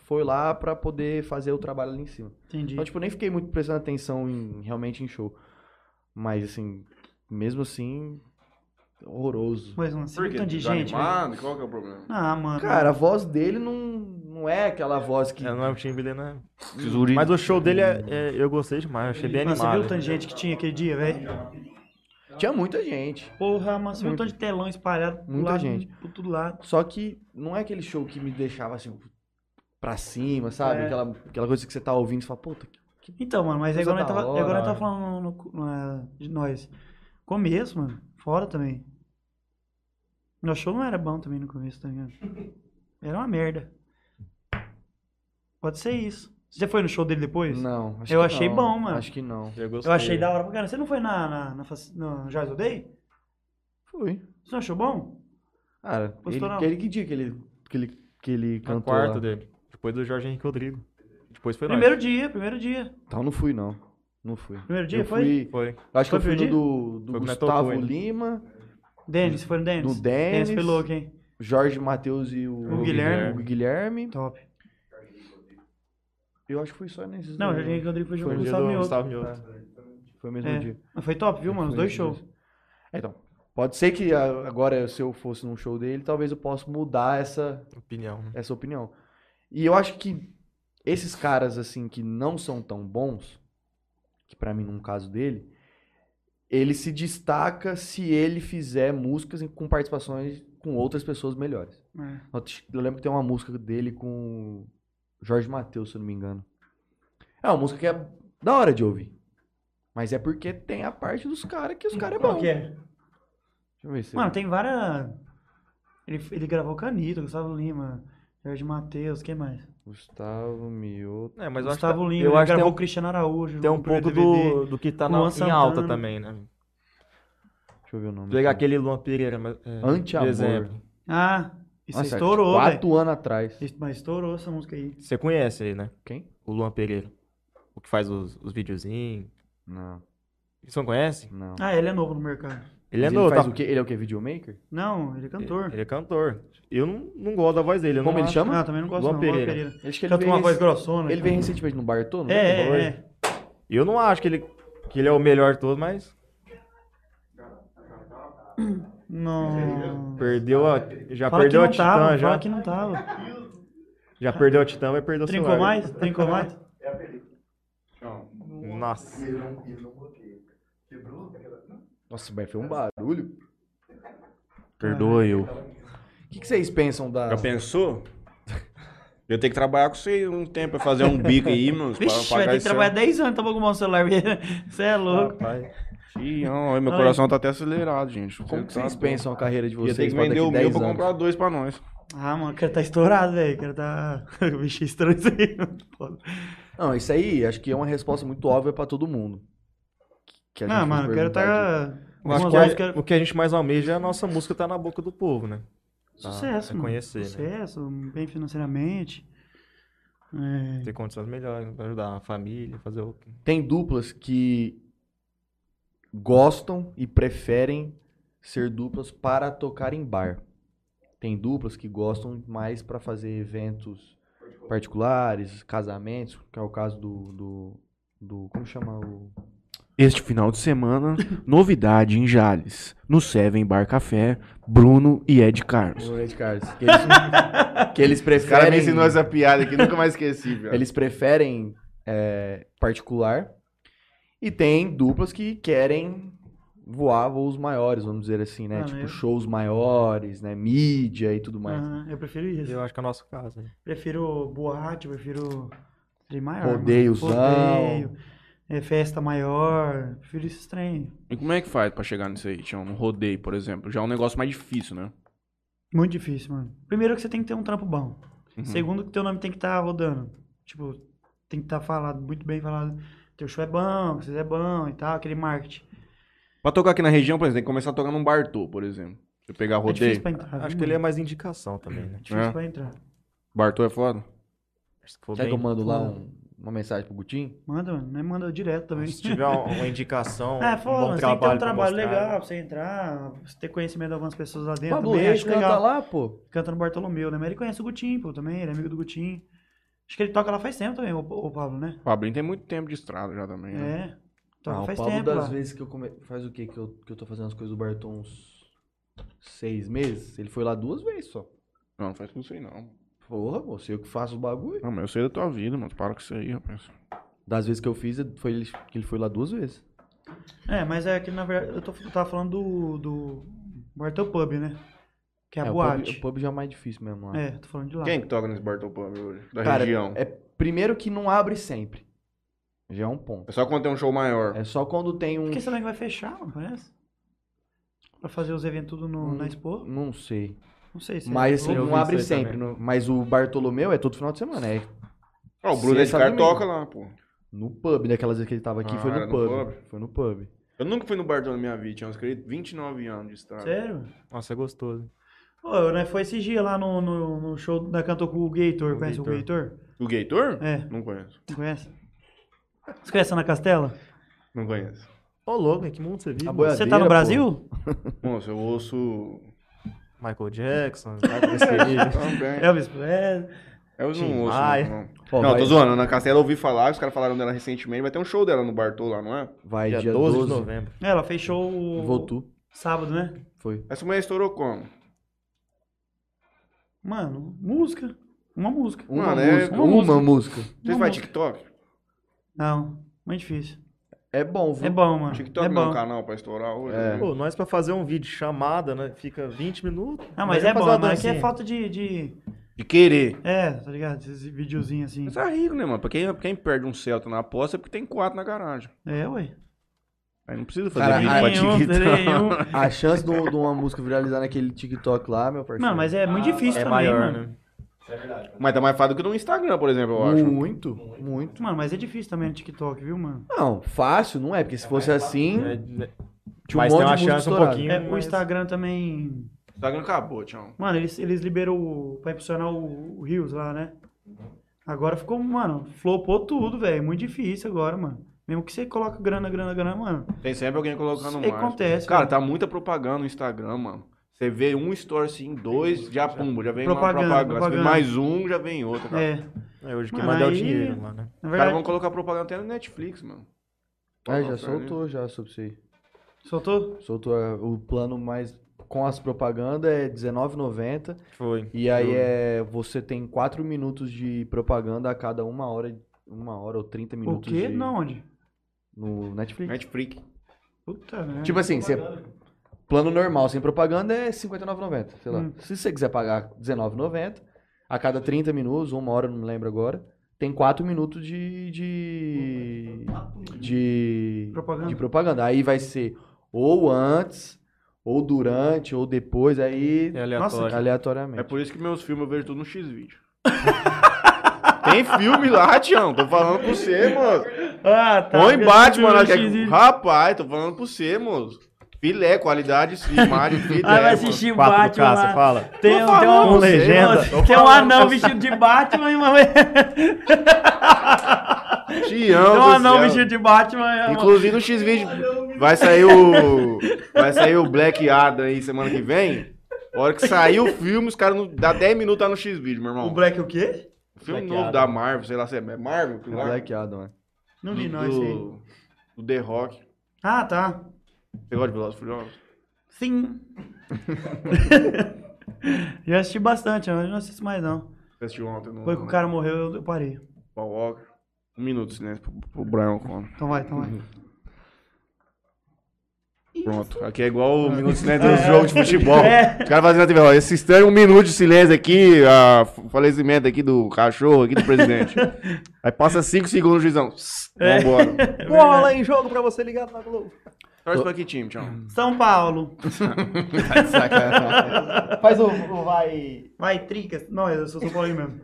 foi lá pra poder fazer o trabalho ali em cima. Entendi. Então, tipo, eu nem fiquei muito prestando atenção em, realmente em show. Mas, assim, mesmo assim, horroroso. Mas, mano, você Por viu quê? tanto de gente, velho? Desanimado? Qual que é o problema? Ah, mano. Cara, a voz dele não, não é aquela voz que... É, não é o Timberlake, né? Tesourito. Mas o show dele, é, é- eu gostei demais, eu achei bem Mano, você viu animado. o tanto de gente que tinha aquele dia, velho? Tinha muita gente. Porra, mano, você viu o Muito. tanto de telão espalhado pro Muita lado, gente. por todo lado. Só que não é aquele show que me deixava, assim, pra cima, sabe? É. Aquela, aquela coisa que você tá ouvindo e você fala, puta, que... Então, mano, mas é Coisa igual nós da tava, é hora, igual nós tava mano. falando no, no- no- de nós. Começo, mano, fora também. Nosso show não era bom também no começo, tá ligado? Era uma merda. Pode ser isso. Você já foi no show dele depois? Não, acho Eu que achei não. bom, mano. Acho que não. Eu gostei. Eu achei da hora pra caramba. Você não foi na, na, na, fac- no Joyce Day? Fui. Você não achou bom? Cara, Gostou ele, não? ele que dia que ele, que ele, que ele No cantou quarto lá? dele. Depois do Jorge Henrique Rodrigo. Depois foi Primeiro nós. dia, primeiro dia. Então não fui, não. Não fui. Primeiro dia, eu foi? fui... Foi. eu Acho que Foi eu fui no primeiro do, do Foi o Neto Gustavo Coelho. Lima, Denis, foi no Denis? do Denis, foi louco, hein? Jorge Matheus e o, O Guilherme. o Guilherme. Top. Eu acho que foi só nesses Não, o dois, Jorge Henrique Rodrigo foi junto Foi com o no Gustavo do Mioto. Gustavo Mioto. Foi o mesmo É. dia. Mas foi top, viu, mano? Os Foi dois nesses shows. dois. É, então, pode ser que a- agora, se eu fosse num show dele, talvez eu possa mudar essa, Opinião. né? essa opinião. E eu acho que esses caras, assim, que não são tão bons, que pra mim, no caso dele, ele se destaca se ele fizer músicas em- com participações com outras pessoas melhores. É. Eu lembro que tem uma música dele com Jorge Mateus, se eu não me engano. É uma música que é da hora de ouvir. Mas é porque tem a parte dos caras que os caras é bom. Qual que é? Deixa eu ver se Mano, tem várias... Ele, ele gravou com a Anitta, Gustavo Lima, Jorge Matheus, quem mais? Gustavo Mioto. É, mas eu acho, Gustavo que, Lima, eu ele acho que tem gravou um, o Cristiano Araújo. tem um no primeiro pouco D V D. do, do que tá na, Luan em Santana. alta também, né? Deixa eu ver o nome. Pegar aqui. aquele Luan Pereira, mas, é, Anti-amor. de exemplo. Ah, isso Nossa, estourou, velho. Quatro anos atrás. Isso- Mas estourou essa música aí. Você conhece ele, né? Quem? O Luan Pereira. O que faz os, os videozinhos. Não, Você não conhece? não. Ah, ele é novo no mercado. Ele Mas é novo. faz tá- o quê? Ele é o quê? Videomaker? Não, ele é cantor. Ele é cantor. Eu não, não gosto da voz dele. eu Como não ele acho- chama? Ah, também não gosto Luan não, Luan Pereira. Pereira. Acho que ele Canta veio, uma voz rec- grossona. ele veio recentemente no Bartô, não É, veio? é, é. Eu não acho que ele, que ele é o melhor de todos, mas Não. perdeu a, já Fala que perdeu a não Titã, tava, já. fala que não tava. Já perdeu a Titã, vai perder o Trincou celular. mais? Trincou mais? Nossa. Nossa, mas foi um barulho. Perdoa eu. O que, que vocês pensam da... Já pensou? Eu tenho que trabalhar com você um tempo pra fazer um bico aí, mano. pra Vixe, vai pagar ter que esse- trabalhar dez anos, tá bom com o celular. Você é louco. Rapaz. Ih, ó, meu coração tá até acelerado, gente. Como que Você vocês tá pensam a carreira de doido. Ia vocês ter que pra vender daqui o dez meu pra anos? comprar dois pra nós. Ah, mano, o cara tá estourado, velho. O cara tá... Bicho estranho isso aí. Foda. Não, isso aí acho que é uma resposta muito óbvia pra todo mundo. Que a gente Não, foi mano, o cara perguntar aqui. tá... Eu acho Algumas que a- músicas- o que a gente mais almeja é a nossa música tá na boca do povo, né? Tá, Sucesso, é mano. conhecer, né? Sucesso, bem financeiramente. É... Ter condições melhores pra ajudar a família, fazer o... Tem duplas que gostam e preferem ser duplas para tocar em bar. Tem duplas que gostam mais para fazer eventos particulares, casamentos, que é o caso do... do, do como chama o... Este final de semana, novidade em Jales. No Seven Bar Café, Bruno e Ed Carlos. o Red Carlos. Que eles, que eles Esse cara me preferem... ensinou essa piada aqui, nunca mais esqueci, velho. Eles preferem é, particular. E tem duplas que querem voar voos maiores, vamos dizer assim, né? Ah, tipo, eu- shows maiores, né? Mídia e tudo mais. aham, eu prefiro isso. Eu acho que é o nosso caso. né? Prefiro boate, prefiro trem maior. Rodeiozão. mano. Rodeio, é, festa maior. Prefiro esses trem. E como é que faz pra chegar nisso aí, Tião? No rodeio, por exemplo. Já é um negócio mais difícil, né? Muito difícil, mano. Primeiro que você tem que ter um trampo bom. Uhum. Segundo que teu nome tem que estar rodando. Tipo, tem que estar falado, muito bem falado. Teu show é bom, vocês é bom e tal, aquele marketing. Pra tocar aqui na região, por exemplo, tem que começar a tocar num Bartô, por exemplo. Você pegar É rodeio. difícil pra entrar. Acho viu, que ele é mano? mais indicação também, né? Difícil É. pra entrar. Bartô é foda? Se for Quer que eu bem- mando lá um- uma mensagem pro Gutinho? Manda, mano. Nem manda direto também. Se tiver uma, uma indicação, É, um foda, bom você tem que ter um trabalho pra trabalho mostrar, legal pra você entrar, você ter conhecimento de algumas pessoas lá dentro. Pablo também, Reis acho canta legal. lá, pô. Canta no Bartolomeu, né? Mas ele conhece o Gutinho, pô, também, ele é amigo do Gutinho. Acho que ele toca lá faz tempo também, o, o Pablo, né? O Fabrinho tem muito tempo de estrada já também, né? É. Toca Ah, o faz Pablo tempo das lá. vezes que eu come... Faz o quê? Que eu, que eu tô fazendo as coisas do Barton uns seis meses? Ele foi lá duas vezes só. Não, não faz tudo isso aí, não. Porra, você eu que faço os bagulho. Não, mas eu sei da tua vida, mano. Para com isso aí, rapaz. Das vezes que eu fiz, foi ele, que ele foi lá duas vezes. É, mas é que na verdade eu, tô, eu tava falando do, do Bartol Pub, né? Que é a É, o boate. pub, o pub já é mais difícil mesmo lá. É, tô falando de lá. Quem que toca nesse Bartol Pub hoje? Da Cara, região? é primeiro que não abre sempre. Já é um ponto. É só quando tem um show maior. É só quando tem um... Por que será que vai fechar, mano? Parece? Pra fazer os eventos tudo no, Hum, na Expo? Não sei. Não sei se Mas assim, é. eu não vi abre isso aí sempre. também. no- Mas o Bartolomeu é todo final de semana. É Ah, o Bruno Sexta, Edgar domingo. toca lá, pô. no pub. Daquelas vezes que ele tava aqui, Ah, foi era no no pub. pub? Foi no pub. Eu nunca fui no Bartol na minha vida, tinha uns queridos vinte e nove anos de estrada. Sério? Nossa, é gostoso. Pô, né, foi esse dia lá no, no, no show da cantou com o Gator. O Conhece o Gator. Gator? O Gator? É. Não conheço. Não conhece? Você conhece a Ana Castela? Não conheço. Ô, louco, em que mundo você vive? A mano? boiadeira, Você tá no pô. Brasil? Moço, eu ouço... Michael Jackson, Michael Jackson. Também. Elvis Presley. Eu Tim não ouço, Maia. não. não. Ó, não, vai, tô zoando. Ana Castela eu ouvi falar, os caras falaram dela recentemente. Vai ter um show dela no Bartol lá, não é? Vai Dia dia doze doze. de novembro. Ela fechou o Voltou. sábado, né? Foi. Essa mulher estourou como? Mano, música. Uma música. Uma Mano, é- música. uma Uma, música. música. Você Uma faz música. TikTok? Não, muito difícil. É bom, viu? É bom, mano. TikTok é não é bom. um canal pra estourar hoje? É. né? Pô, nós pra fazer um vídeo chamada, né? Fica vinte minutos. Ah, mas Imagina é bom, fazer uma mas aqui é dancinha. falta de, de... De querer. É, tá ligado? Esses videozinhos assim. Mas é rico, né, mano? Pra quem, pra quem perde um Celta na aposta é porque tem quatro na garagem. É, ué. Aí não precisa fazer Cara, vídeo aí pra Nenhum, TikTok. nenhum. A chance de um- de uma música viralizar naquele TikTok lá, meu parceiro. Mano, mas é muito difícil É também, maior, mano. né? Mas tá mais fácil do que no Instagram, por exemplo, eu acho. Muito, muito. Mano, mas é difícil também no TikTok, viu, mano? Não, fácil não é, porque se fosse assim, É, tinha um mas monte tem uma de música chance um estourada. pouquinho. É, o mas- Instagram também... O Instagram acabou, tchau. Mano, eles, eles liberou o, pra impulsionar o, o Reels lá, né? Agora ficou, mano, flopou tudo, velho. Muito difícil agora, mano. Mesmo que você coloca grana, grana, grana, mano. Tem sempre alguém colocando Isso aí mais. acontece, Cara, velho. tá muita propaganda no Instagram, mano. Você vê um story assim, dois, já pumba, já vem Propaganda, uma propaganda. Você vê propaganda. mais um, já vem outro. Cara. É. É hoje quem Mano, manda é o aí- dinheiro lá, né? Na Os caras verdade, vão colocar propaganda até no Netflix, mano. Ah, já Nossa, soltou já sobre isso aí. soltou? Soltou é, o plano mais com as propagandas é dezenove reais e noventa centavos. Foi. E aí Eu- é você tem quatro minutos de propaganda a cada uma hora, uma hora ou trinta O minutos quê? de- Não, onde? no Netflix. Netflix. Puta, né? Tipo assim, você plano normal sem propaganda é cinquenta e nove reais e noventa centavos, sei lá. Hum. Se você quiser pagar dezenove reais e noventa centavos, a cada trinta minutos, uma hora, não me lembro agora, tem quatro minutos de de de Propaganda. de propaganda. Aí vai ser ou antes, ou durante, ou depois, aí É aleatório. aleatoriamente. É por isso que meus filmes eu vejo tudo no X-Vídeo. Tem filme lá, Tião. Tô falando pra você, moço. Ah, tá. Põe Batman lá. X Que é... vídeo. Rapaz, tô falando pra você, moço. Filé, qualidade de imagem, filé. Ah, vai mano. assistir quatro Batman K, você lá. fala? Tem, Tô tem, falando um, pra você, legenda. mano. Tô Tem um falando anão pra vestido de Batman e uma... Tião Tem um do anão céu. vestido de Batman e uma... Inclusive no X-Vídeo vai sair o. Vai sair o Black Adam aí semana que vem. A hora que sair o filme, os caras não dá dez minutos tá no X-Vídeo, meu irmão. O Black o quê? Filme Black novo Adam. da Marvel, sei lá se é Marvel, que É lá? Black Adam, né? Não vi, do, não, esse aí. do, do The Rock. Ah, tá. Você gosta de Velozes e Furiosos? Sim. Já assisti bastante, mas não assisto mais, não. Você assistiu ontem no Depois que o cara morreu, eu- eu parei. Paul Walker. Um minuto de silêncio pro, pro Brian O'Connor. Então vai, então vai. Pronto. Aqui é igual o minuto de silêncio dos jogos de futebol. É. Os caras fazendo na T V, ó, esse instante, um minuto de silêncio aqui, a falecimento aqui do cachorro, aqui do presidente. Aí passa cinco segundos o juizão. É. Vambora. Bola em jogo pra você ligado na Globo. Torce pra que time, tchau. São Paulo. Faz o, o vai. Vai, Tricas. Não, eu sou São Paulo mesmo.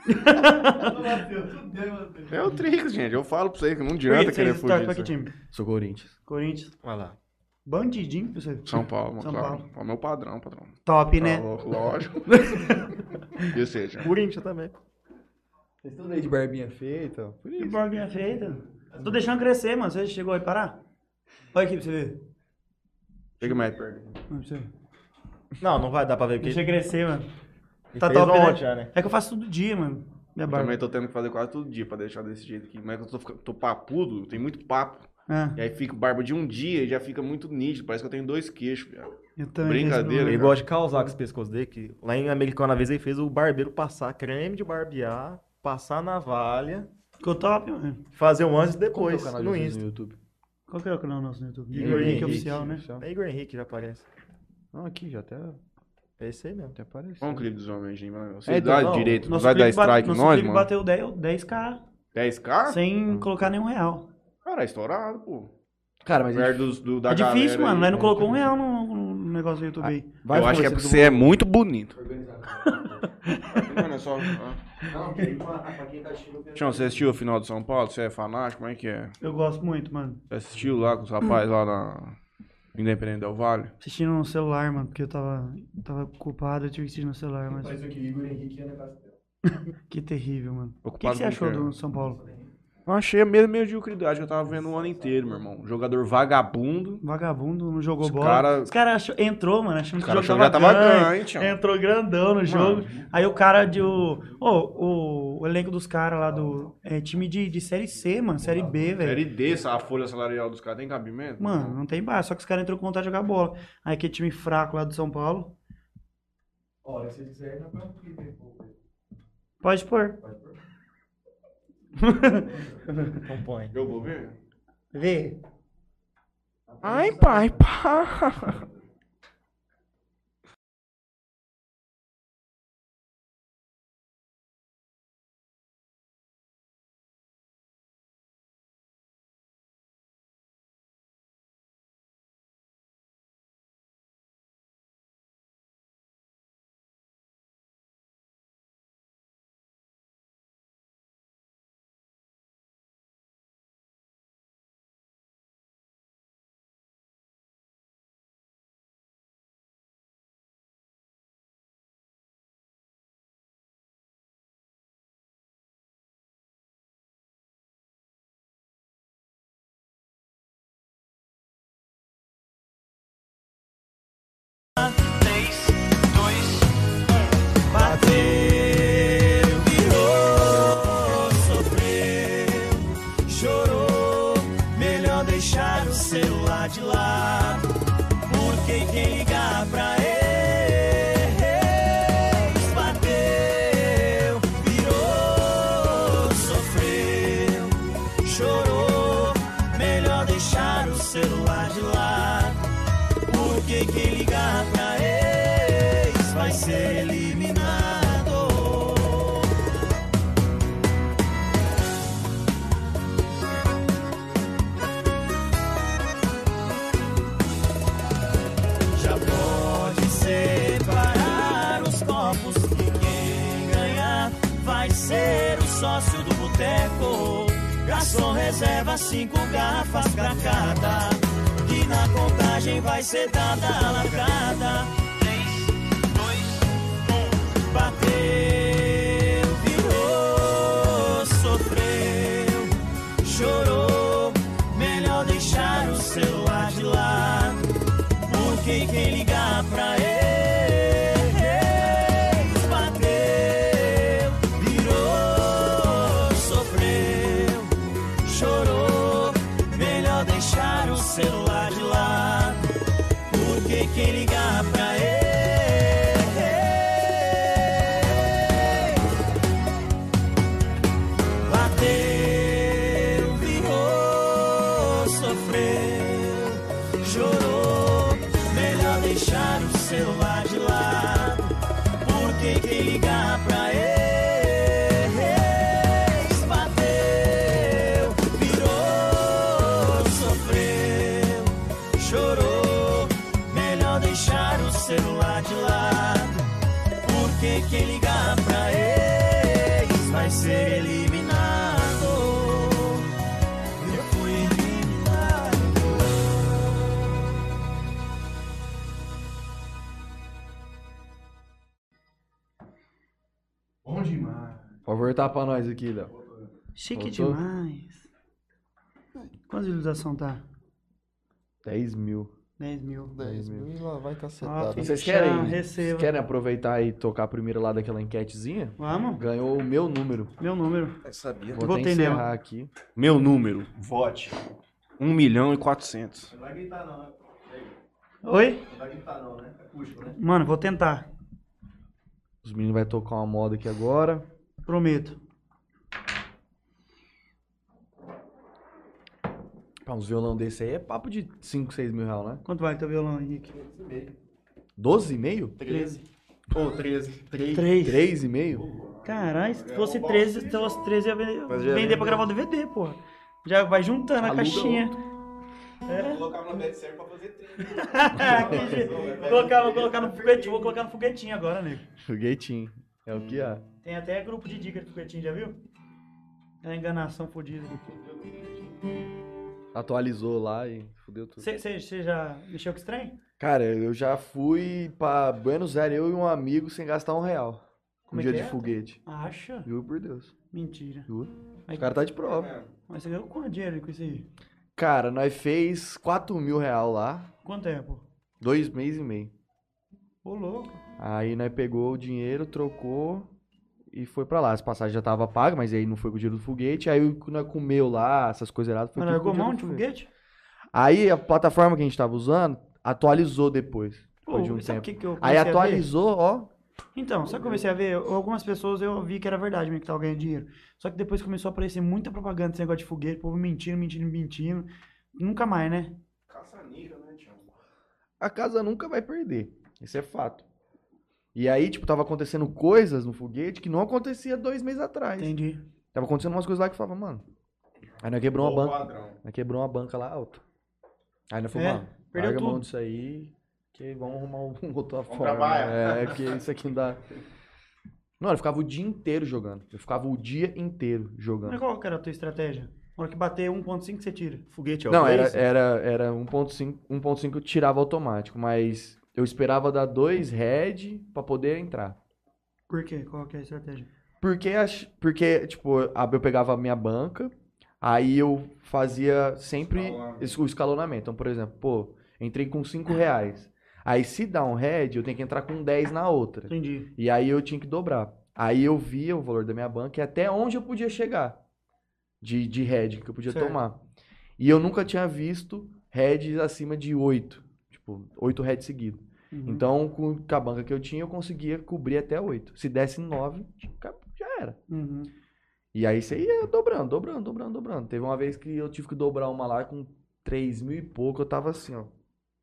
É o Trix, gente. Eu falo pra você que não Por adianta que querer você fugir. torce pra que disso aí. time? Sou Corinthians. Corinthians. Vai lá. Bandidinho pra você. São Paulo, São claro. Paulo. É o meu padrão, padrão. Top, né? Tá, lógico. E você, tchau. Corinthians também. Vocês estão aí de barbinha feita? Por Que isso. borguinha feita. Tô deixando crescer, mano. Você chegou aí parar? Olha aqui pra você ver. Chega mais perto. Olha pra você ver. Não, não vai dar pra ver porque Deixa crescer, mano. ele Tá fez top, né? ontem já, né? É que eu faço todo dia, mano. Minha Eu barba. também tô tendo que fazer quase todo dia pra deixar desse jeito aqui. Mas eu tô, fica- tô papudo, tem muito papo. Ah, E aí fica barba de um dia e já fica muito nítido. Parece que eu tenho dois queixos, viado. eu também. Brincadeira, Ele cara. gosta de causar com esse pescoço dele, que lá em Americana, uma vez ele fez o barbeiro passar creme de barbear, passar navalha, Ficou top, mano. fazer um antes e Qual que é depois o canal de no vocês Insta. no YouTube? Qual que é o canal nosso no YouTube? Igor Igor Henrique Henrique. Oficial, né? É Igor Henrique, já aparece. Não, aqui já até, É esse aí mesmo. até apareceu. Qual o clipe dos homens, gente? mano? Você É, então, dá não, direito, não Nosso vai dar clipe, bate- strike em nosso nós, clipe mano? bateu dez k dez K? sem colocar nenhum real. Cara, é estourado, pô. Cara, mas a Perto gente dos- do, da É difícil, galera mano. aí. Nós não colocou um real no, no negócio do YouTube aí. vai Eu acho que é porque fortalecendo você é muito bonito. o- Mano, é só... ah. Tião, você assistiu o final de São Paulo? Você é fanático? Como é que é? Eu gosto muito, mano. Você assistiu lá com os rapazes lá na Independente Del Vale? Assistindo no celular, mano, porque eu tava, tava ocupado, eu tive que assistir no celular, mas aqui, Igor Henrique é negócio dela. que terrível, mano. O que, que Ocupado você com achou o quê? do São Paulo? Eu achei a mesma mediocridade que eu tava vendo o ano inteiro, meu irmão. Jogador vagabundo. Vagabundo, não jogou Os bola. cara- Os caras achou- entrou, mano, achando Os que o caras jogo achou que já tava tava ganho. ganho, tchau. Entrou grandão no jogo. Aí o cara de o, ô, o, o elenco dos caras lá do é, time de, de série C, mano, série B, velho. Série D, a folha salarial dos caras tem cabimento? Mano, não tem base, só que os caras entrou com vontade de jogar bola. Aí aquele time fraco lá do São Paulo, Olha, se vocês quiserem, dá pra um clipe aí, pô. pode pôr. Pode pôr. Então põe. Eu vou ver? Vê. Ai, pai, pá. Bateu, virou, sofreu, chorou. Melhor deixar o celular de lado, porque quem ligar pra eles bateu, virou, sofreu, chorou. Melhor deixar o celular de lado, porque quem ligar pra eles vai ser eliminado. Já pode separar os copos, que quem ganhar vai ser o sócio do boteco. Garçom reserva cinco garrafas pra cada, que na contagem vai ser dada a largada. Três, dois, um. Bateu, virou, sofreu, chorou. Melhor deixar o celular de lado, porque quem ligar pra eles bateu, virou, sofreu, chorou. Melhor deixar o celular de lado, porque quem ligar pra eles bateu, virou, sofreu, chorou. Melhor deixar o celular de lado, porque quem ligar pra eles bateu, virou, sofreu, chorou. Melhor deixar o celular de lado, porque quem ligar pra eles vai ser eliminado. Eu fui eliminado. Bom demais. Pode voltar pra nós aqui, Léo. Chique Voltou? demais. Quantas visualizações tá? dez mil. dez mil. dez mil e lá vai Ah, cacetado. filho. Vocês Tchau, querem, receba. vocês querem aproveitar e tocar primeiro lá daquela enquetezinha? Vamos? Ganhou o meu número. Meu número. Eu sabia. Vou Botei até nela. encerrar aqui. Meu número, vote. um milhão e quatrocentos. Não vai gritar não, né? Oi? Não vai gritar não, né? É acústico, né? Mano, vou tentar. Os meninos vão tocar uma moda aqui agora. Prometo. Pá, uns violão desse aí é papo de cinco, seis mil reais, né? Quanto vale teu violão, Henrique? doze e meio? treze. Ô, treze. três. três. três e meio? Caralho, se fosse treze, se fosse treze, eu ia vender, Fazia vender venda. pra gravar o D V D, porra. Já vai juntando a Aluga caixinha. Eu colocava na bed serve pra fazer treino. Que jeito. Vou colocar, vou colocar no foguetinho, vou colocar no foguetinho agora, nego. Foguetinho. É o que há. Tem até grupo de dica de foguetinho, já viu? É uma enganação fodida. Atualizou lá e fudeu tudo. Você já mexeu com esse trem? Cara, eu já fui pra Buenos Aires, eu e um amigo, sem gastar um real. Como um é dia que de é? foguete. Acha? Juro por Deus. Mentira. Juro. Mas, O cara tá de prova. mas você ganhou quanto dinheiro com isso aí? Cara, nós fez quatro mil real lá, Quanto tempo? dois meses e meio. Ô, louco. Aí nós pegou o dinheiro, trocou e foi pra lá. As passagens já tava pagas, mas aí não foi com o dinheiro do foguete. Aí o que nós comeu lá, essas coisas erradas, foi Mas tudo com largou o mão dinheiro de do foguete. foguete? Aí a plataforma que a gente tava usando atualizou depois. Pô, Depois de um sabe o tempo. que, que eu Aí comecei a ver? atualizou, ó. Então, sabe o que eu comecei a ver? Eu- Algumas pessoas eu vi que era verdade mesmo que tava ganhando dinheiro. Só que depois começou a aparecer muita propaganda desse negócio de foguete, o povo mentindo, mentindo, mentindo. Nunca mais, né? Caça-níquel, né, Tiago? A casa nunca vai perder. Isso é fato. E aí, tipo, tava acontecendo coisas no foguete que não acontecia dois meses atrás. Entendi. Tava acontecendo umas coisas lá que falava, mano. Aí nós quebrou uma Bom banca. padrão. Nós quebrou uma banca lá alta. Aí nós falou, É, mano, perdeu larga a mão tudo. disso aí, que vamos arrumar um outra forma. trabalhar. É, que isso aqui não dá. Mano, eu ficava o dia inteiro jogando. Eu ficava o dia inteiro Mas jogando. qual que era a tua estratégia? Na hora que bater um ponto cinco, você tira. Foguete é o Não, era, Blaze? era, era um ponto cinco, um ponto cinco eu tirava automático, mas eu esperava dar dois head pra poder entrar. Por quê? Qual que é a estratégia? Porque, ach- porque tipo, a- eu pegava a minha banca, aí eu fazia sempre Escalonamento. esse- o escalonamento. Então, por exemplo, pô, entrei com cinco reais. Aí se dá um head, eu tenho que entrar com dez na outra. Entendi. E aí eu tinha que dobrar. Aí eu via o valor da minha banca e até onde eu podia chegar de, de head que eu podia Certo. tomar. E eu nunca tinha visto heads acima de oito. Tipo, oito heads seguidos. Uhum. Então, com com a banca que eu tinha, eu conseguia cobrir até oito. Se desse nove, já era. Uhum. E aí você ia dobrando, dobrando, dobrando, dobrando. Teve uma vez que eu tive que dobrar uma lá com três mil e pouco, eu tava assim, ó.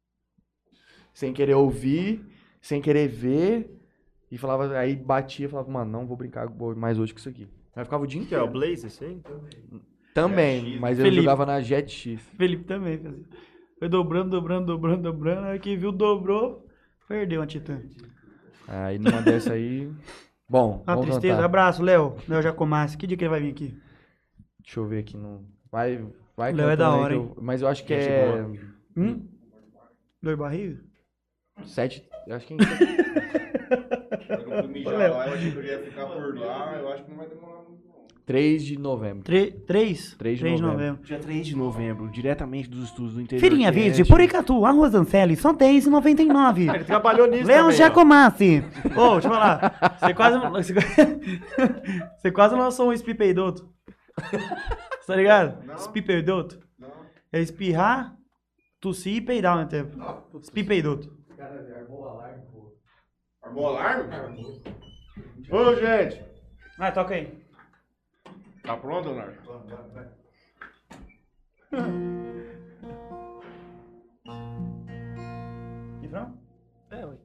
Sem querer ouvir, sem querer ver. E falava, aí batia e falava, mano, não vou brincar mais hoje com isso aqui. Aí ficava o dia Que é o inteiro. Blaze, esse aí? Também, mas eu Felipe. jogava na Jet X. Felipe também fazia. Foi dobrando, dobrando, dobrando, dobrando. Aí quem viu, dobrou, perdeu a Titã. Aí numa dessa aí. Bom, Ah, vamos tristeza. cantar. Abraço, Léo. Léo Jacomassi. Que dia que ele vai vir aqui? Deixa eu ver aqui. No... Vai, vai Léo é cantando da aí hora, que eu- Mas eu acho que Gente é. Hum? Dor de barriga? Sete. Eu acho que é Quando eu fui mijar Léo. lá, eu achei que eu ia ficar por lá. Eu acho que não vai demorar muito, não. três de novembro. Tre- três? três de Três de novembro. novembro. Dia três de novembro, diretamente dos estudos do interior. Filhinha Cast. Verde, por Icatu, arroz Ancelli, só dez e noventa e nove. Ele trabalhou nisso Léo também, ó. Jacomassi. Ô, deixa eu falar. Você quase, você, você quase lançou um espipeidoto. Tá ligado? Não. Espipeidoto. Não. É espirrar, tossir e peidar ao mesmo tempo. Espipeidoto. Armou alarme? Ô, gente. Vai, toca aí. Tá pronto, Leonardo? Refrão? É, ué.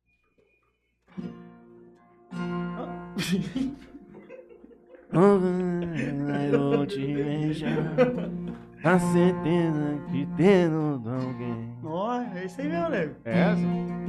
Eu te vejo. A certeza que tendo alguém. Ó, é isso aí mesmo, nego. É essa?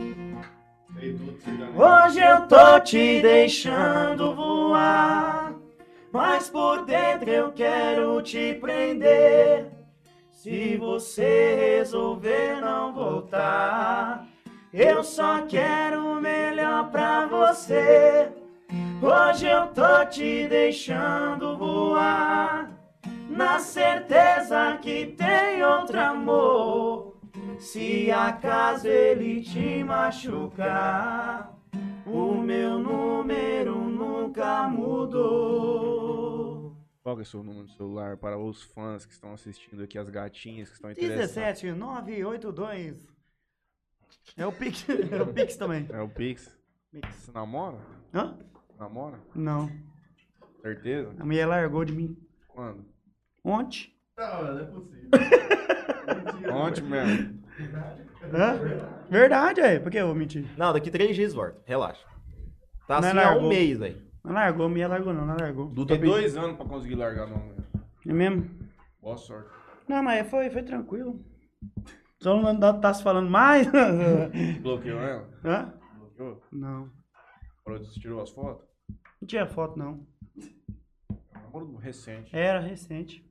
Hoje eu tô te deixando voar, mas por dentro eu quero te prender. Se você resolver não voltar, eu só quero o melhor pra você. Hoje eu tô te deixando voar, na certeza que tem outro amor. Se acaso ele te machucar, o meu número nunca mudou. Qual que é o seu número de celular para os fãs que estão assistindo aqui, as gatinhas que estão interessadas? dezessete nove oito dois. É o Pix, é o Pix também. É o Pix. Pix. Você namora? Hã? Namora? Não. Certeza? A mulher largou de mim. Quando? Ontem. Não, não é possível. Ontem mesmo. Hã? Verdade, é. Por que eu vou mentir? Não, daqui três dias volta. Relaxa. Tá Não assim é há um largou. mês, velho. Não largou, a minha largou não, não largou. Tem dois anos pra conseguir largar não. Né? É mesmo? Boa sorte. Não, mas foi, foi tranquilo. Só não tá, tá se falando mais. Bloqueou ela? Hã? Bloqueou? Não. Falou que você tirou as fotos? Não tinha foto, não. Namoro recente. Era recente.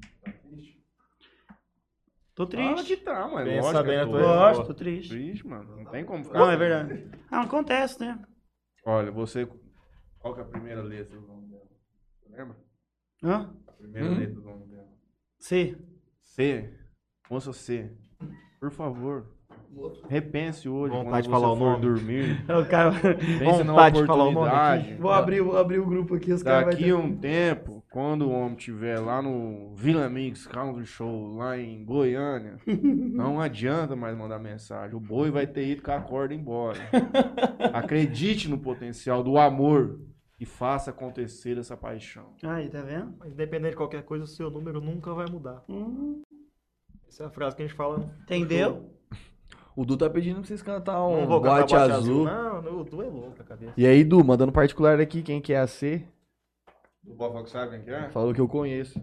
Tô Claro triste. que tá, mano. Pensa Lógico que bem eu na tô. tua Gosto, tô triste. Triste, mano. Não tem como ficar. Não, é verdade. Ah, acontece, né? Olha, você. Qual que é a primeira letra do nome dela? Você lembra? Hã? A primeira Hum? letra do nome dela. C. C. Moça C. Por favor. Repense hoje. Vontade quando de falar você o for nome. dormir. É o cara. Pense na Vontade de falar o nome oportunidade. Vou abrir, vou abrir o grupo aqui, os caras Daqui vão a um tempo, quando o homem estiver lá no Vila Mix Country Show, lá em Goiânia, não adianta mais mandar mensagem. O boi vai ter ido com a corda embora. Acredite no potencial do amor e faça acontecer essa paixão. Aí, tá vendo? Independente de qualquer coisa, o seu número nunca vai mudar. Hum, Essa é a frase que a gente fala. no entendeu? O Du tá pedindo pra vocês cantar Não um vou cantar boate Boate azul. Não, não, o Du é louco a cabeça. E aí, Du, mandando particular aqui, quem que é a C? O Bofox sabe quem que é? Falou que eu conheço.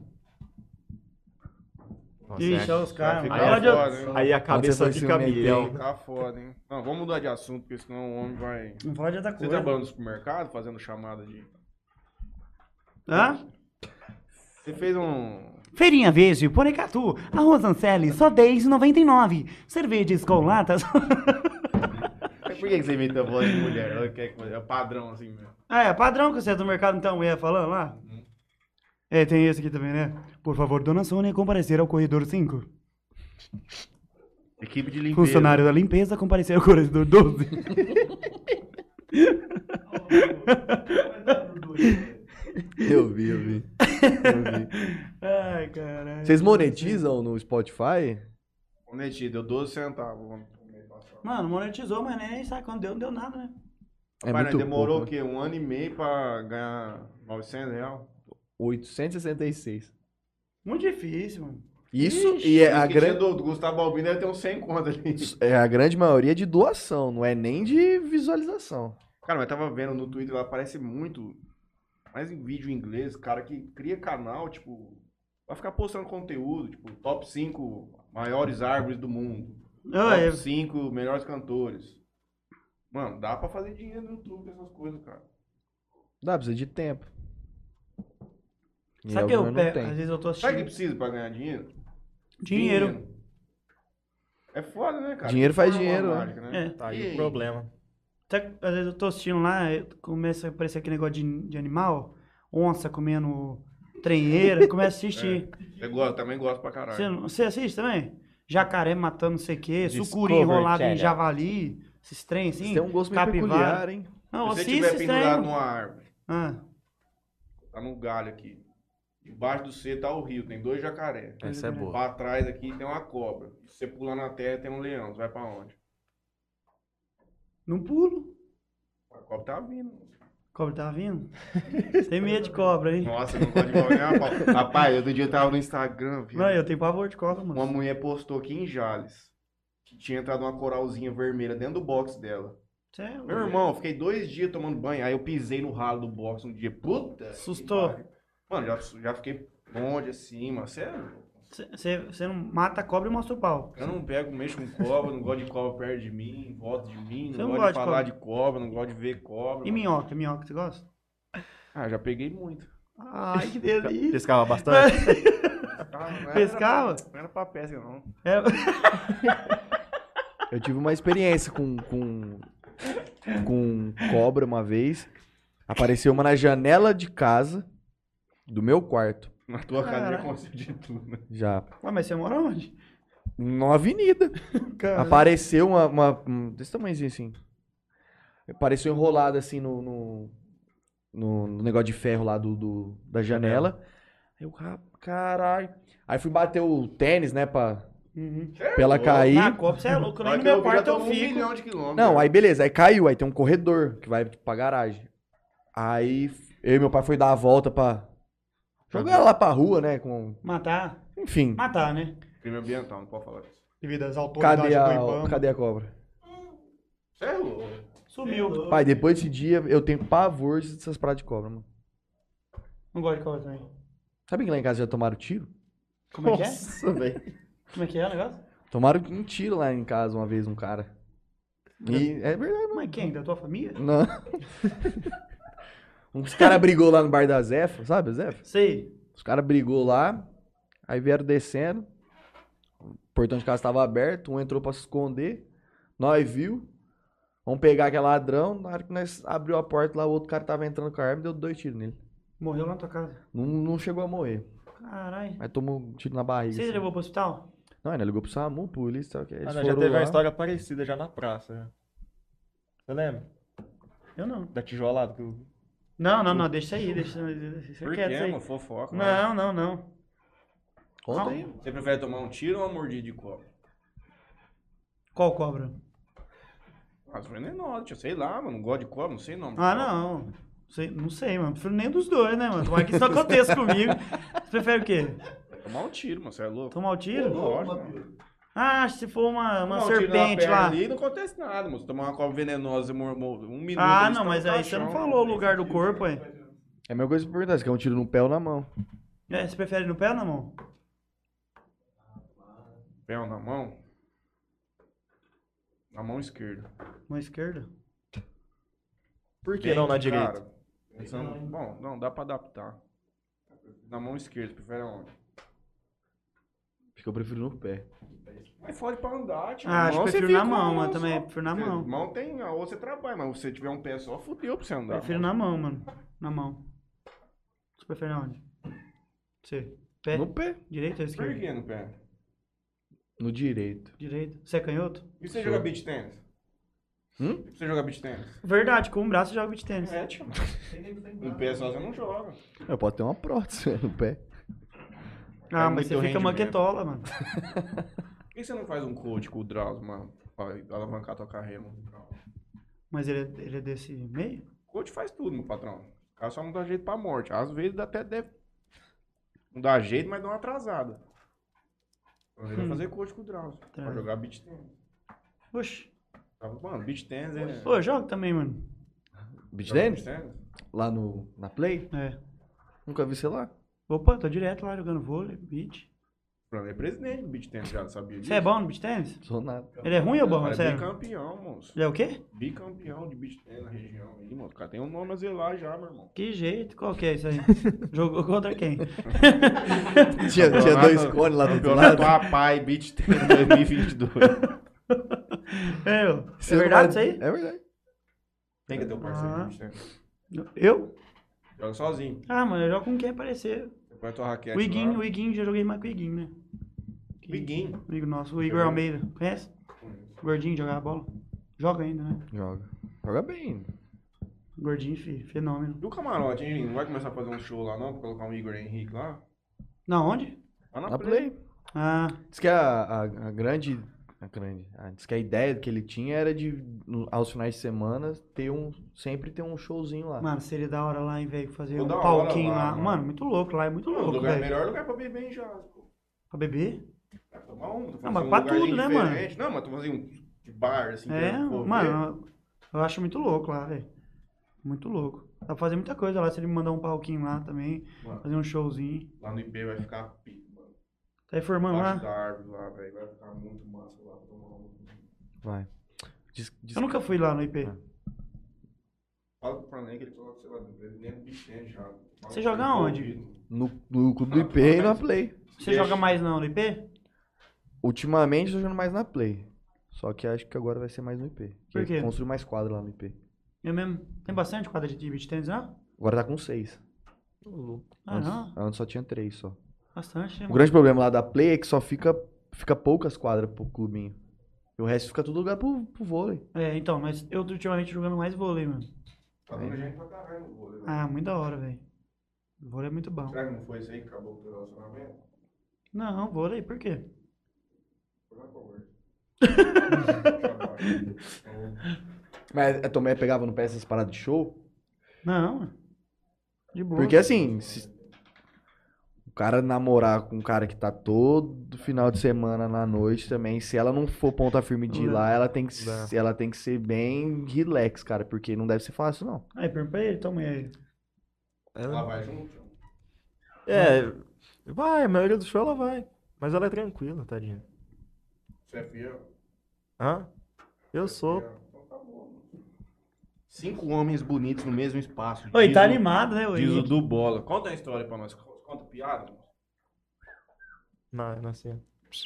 Nossa, Ixi, é. olha os caras. Fica mano. Olha, foda, hein? Aí a cabeça foi de ciumento, caminhão. hein? Ficar foda, hein? Não, vamos mudar de assunto, porque senão o homem vai... Não fala de outra Você coisa. trabalha no supermercado fazendo chamada de... Hã? Você fez um... Feirinha Verde, Porecatu, arroz Ancelli, só dez reais e noventa e nove centavos. Cervejas com latas. Mas por que que você imita a voz de mulher? Ela quer que- É padrão assim mesmo. Ah, é padrão que você é do mercado, então, mulher falando lá? É, tem esse aqui também, né? Por favor, dona Sônia, comparecer ao corredor cinco. Equipe de limpeza. Funcionário da limpeza, comparecer ao corredor doze. Eu vi, eu vi. Eu vi. Ai, caralho. Vocês monetizam no Spotify? Moneti, deu doze centavos. Vamos- Mano, monetizou, mas nem sabe quando deu, não deu nada, né? É Rapaz, muito nós demorou pouco, o quê? Um ano e meio pra ganhar novecentos reais? oitocentos e sessenta e seis. Muito difícil, mano. Isso e é a, Esse que tinha gran... do, do Gustavo Albino deve ter uns cem conto ali. é a grande maioria de doação, não é nem de visualização. Cara, mas tava vendo no Twitter, lá aparece muito, mais em vídeo em inglês, cara que cria canal, tipo, vai ficar postando conteúdo, tipo, top cinco maiores árvores do mundo, Ah, é. top cinco melhores cantores. Mano, dá pra fazer dinheiro no YouTube com essas coisas, cara. Dá, precisa de tempo. E Sabe é que o eu meu não pego? tem. Às vezes eu tô Sabe o que assistindo. precisa pra ganhar dinheiro? Dinheiro. É foda, né, cara? Dinheiro faz Fórmula dinheiro, né? mágica, né? É. Tá aí E- o problema. Sabe que às vezes eu tô assistindo lá, eu- começa a aparecer aquele negócio de, de animal, onça comendo trenheira, começa a assistir. Eu gosto, também gosto pra caralho. Você, você assiste também? Jacaré matando não sei o quê, sucuri Discovery enrolado em Channel. javali, esses trem assim. Você tem um gosto meio capivara. peculiar, hein? Não, Se você assiste estiver esses pendurado trem. numa árvore, Ah, tá num galho aqui. Debaixo do C tá o rio, tem dois jacaré. Essa é boa. Pra trás aqui tem uma cobra. Se você pular na terra tem um leão. Você vai pra onde? não pulo. A cobra tá vindo. Cobra tá vindo? Tem medo de cobra, hein? Nossa, não pode cobra nem a pau. Rapaz, outro dia eu tava no Instagram, viu? Não, eu tenho pavor de cobra, Uma mano. mulher postou aqui em Jales que tinha entrado uma coralzinha vermelha dentro do box dela. Sério? Meu irmão, eu fiquei dois dias tomando banho. Aí eu pisei no ralo do box um dia. Puta! que Assustou. pariu. Mano, já, já fiquei longe assim, mas sério. Você não mata a cobra e mostra o pau. Eu não pego, mexo com cobra, não gosto de cobra perto de mim, volta de mim, Você não, não gosto gosta de de falar de cobra, não gosto de ver cobra. E minhoca? Minhoca, você gosta? Ah, já peguei muito. Ai, que delícia. Pescava bastante? Ah, não era- Pescava? Não era pra pesca, não. É, Eu tive uma experiência com, com, com cobra uma vez. Apareceu uma na janela de casa do meu quarto. Na tua casa já Caraca. consigo de tudo, né? Já. Ué, mas você mora onde? numa avenida. Apareceu uma, uma- um- desse tamanhozinho assim. Apareceu enrolado assim no, no, no- no negócio de ferro lá do, do- da janela. Aí eu, "Ra- caralho. Aí fui bater o tênis, né, pra, Uhum. pra ela cair. Na Copa, você é louco. Nem Vai no que eu meu vi, já quarto eu tomou um fico. milhão de quilômetros. Não, né? aí beleza, aí caiu, aí tem um corredor que vai tipo, pra garagem. Aí eu e meu pai foi dar a volta pra jogar ela lá pra rua, né, com... Matar. Enfim, Matar, né? Crime ambiental, não pode falar isso. Devido às autoridades cadê do a, Ibama. cadê a cobra? Você é louco. Sumiu. Pai, depois desse dia eu tenho pavor dessas pradas de cobra, mano. Não gosto de cobra também. Sabe que lá em casa já tomaram tiro? Como é que é? Nossa, velho. Como é que é o negócio? Tomaram um tiro lá em casa uma vez, um cara. E é verdade, mano. Mas quem? Da tua família? Não. Uns caras brigou lá no bar da Zefa, sabe, Zefa? Sei. Os caras brigou lá, aí vieram descendo. O portão de casa tava aberto, um entrou pra se esconder. Nós viu. Vamos pegar aquele ladrão. Na hora que nós abriu a porta lá, o outro cara tava entrando com a arma e deu dois tiros nele. Morreu lá na tua casa. Não, não chegou a morrer. Caralho. Aí tomou um tiro na barriga. Você assim. levou pro hospital? Não, ele ligou pro SAMU, polícia, só que eles Ah, não, já foram teve lá. uma história parecida já na praça. já. Você lembra? Eu não. Da tijolada que eu... Não, não, não. Deixa aí. Deixa, deixa Por quieto quê, isso aí. mano? Fofoca. Não, não, não. Conta aí. Você prefere tomar um tiro ou uma mordida de cobra? Qual cobra? As venenosas, tio. Sei lá, mano. Não gosto de cobra, não sei o nome. de Ah, cobra. não. Sei, não sei, mano. Prefiro nenhum dos dois, né, mano? Tomara que isso não aconteça comigo. Você prefere o quê? Tomar um tiro, mano. Você é louco? Tomar o tiro? Lógico, mano. Ah, se for uma, uma Tomar um tiro na serpente perna lá. ali, não acontece nada, mano. Se tomar uma cobra venenosa e mor- mor- um minuto... Ah, eles não, tão mas no aí você não caixão. falou o lugar do corpo, hein? É a mesma coisa que perguntar, se quer um tiro no pé ou na mão. É, você prefere no pé ou na mão? Pé na mão? Na mão esquerda. Mão esquerda? Por que não na direita? Cara, pensando- bom, não, dá pra adaptar. Na mão esquerda, você prefere aonde? Acho que eu prefiro no pé. Mas fode pra andar, tio. Ah, acho que Mão, você prefiro na fica com a mão, mão mano, também. só. Prefiro na Você- mão. Mão tem, ou você trabalha, mas se você tiver um pé só, fudeu pra você andar. Prefiro na mão, mano. Na mão. Você prefere na onde? Você? Pé? No pé. Direita ou Por esquerda? que no pé? No direito. Direita. Você é canhoto? E você joga beach tênis? Hum? Você joga beach tênis? Verdade, com o braço você joga beat tênis. É, tio. No pé só você não joga. Eu posso ter uma prótese no pé. Ah, É mas muito você fica rendimento. maquetola, mano. Por que você não faz um coach com o Drauzio, mano? Pra alavancar a tua carreira, mano? Mas ele é, ele é desse meio? Coach faz tudo, meu patrão. O cara só não dá jeito pra morte. Às vezes até deve. Não dá jeito, mas dá uma atrasada. Então ele vai Hum. fazer coach com o Drauzio. Pra Tá. jogar beach tênis. Oxi. Tava, mano, beach tênis é. Pô, eu jogo também, mano. Beach Joga tênis? beach tênis? Lá no, na Play? É. Nunca vi você lá. Opa, tô direto lá jogando vôlei, beat. O Bruno é presidente do beach tênis, já sabia disso? Você é bom no beat tênis? Sou nada. Ele é ruim ou bom, Cara, é sério? bicampeão, moço. Ele é o quê? Bicampeão de beach tênis na região aí, mano. O cara tem um nome a zelar já, meu irmão. Que jeito, qual que é isso aí? Jogou contra quem? Tinha, tinha dois cones lá do outro lado. Campeonato Apai Beach Tênis dois mil e vinte e dois. É, eu. Você É não verdade vai- isso aí? É verdade. Quem que é teu parceiro Ah. de beach tênis? Eu? Joga sozinho. Ah, mano, eu jogo com quem aparecer. Você põe a tua raquete O Iguinho, lá. o Iguinho, já joguei mais com o Iguinho, né? O Iguinho. Amigo nosso, o Igor Almeida. Conhece? Gordinho, jogava bola. Joga ainda, né? Joga. Joga bem. Gordinho, filho, fenômeno. E o camarote, hein? Não vai começar a fazer um show lá não? Pra colocar um Igor Henrique lá? Na onde? Lá na, Na Play. Play. Ah, Diz que a, a, a grande. A grande. ah, diz que a ideia que ele tinha era de, no- aos finais de semana, ter um. Sempre ter um showzinho lá. mano, seria da hora lá, hein, velho, fazer Pô, um da hora palquinho lá, lá. mano. Mano, muito louco lá, é muito O louco, lugar, velho. melhor lugar pra beber em Jazz, pô. Pra beber? Pra tomar um. tô Ah, mas fazendo pra um lugarzinho tudo, né, mano? diferente. Não, mas tô fazendo um de bar, assim. É, que eu vou ver. mano, eu acho muito louco lá, velho. Muito louco. Dá pra fazer muita coisa lá, se ele me mandar um palquinho lá também, Mano, fazer um showzinho. lá no I P vai ficar pico, mano. Tá reformando Embaixo lá? da árvore lá, velho. Vai ficar muito massa lá pra tomar um. Vai. Diz, diz Eu nunca fui lá no I P. É. Fala pro Franley que ele coloca, sei lá, dentro do beach tênis já. Fala Você que joga ele onde? envolvido. no, no clube do I P e na Play. Você Deixa. joga mais não no I P? Ultimamente tô jogando mais na Play. Só que acho que agora vai ser mais no I P. Por Que quê? Construir mais quadra lá no I P. Eu mesmo. Tem bastante quadra de beach tênis, não? Agora tá com seis. Ah, Antes, não. antes só tinha três só. Bastante, né, O mano? grande problema lá da Play é que só fica fica poucas quadras pro clubinho. E o resto fica tudo lugar pro, pro vôlei. É, então, mas eu tô ultimamente jogando mais vôlei, mano. Tá dando gente pra caralho no vôlei, né? Ah, muito da hora, velho. Vôlei é muito bom. Será que não foi isso aí que acabou com o relacionamento? Não, vôlei, por quê? Foi na conversa. Mas a Tomé pegava no pé essas paradas de show? Não, mano. De boa. Porque assim, se o cara namorar com um cara que tá todo final de semana na noite também, se ela não for ponta firme de ir lá, ela tem que, Não. ela tem que ser bem relax, cara, porque não deve ser fácil, não. Aí, pergunta pra ele, toma aí. Ela vai junto? É, vai, a maioria do show ela vai. Mas ela é tranquila, tadinha. Você é fiel? Hã? Eu sou. Então tá bom. Cinco homens bonitos no mesmo espaço. Oi, Diz tá o- animado, né, Diz o Henrique? do Bola. Conta a história pra nós. Conta piada. moço. Não, não assim.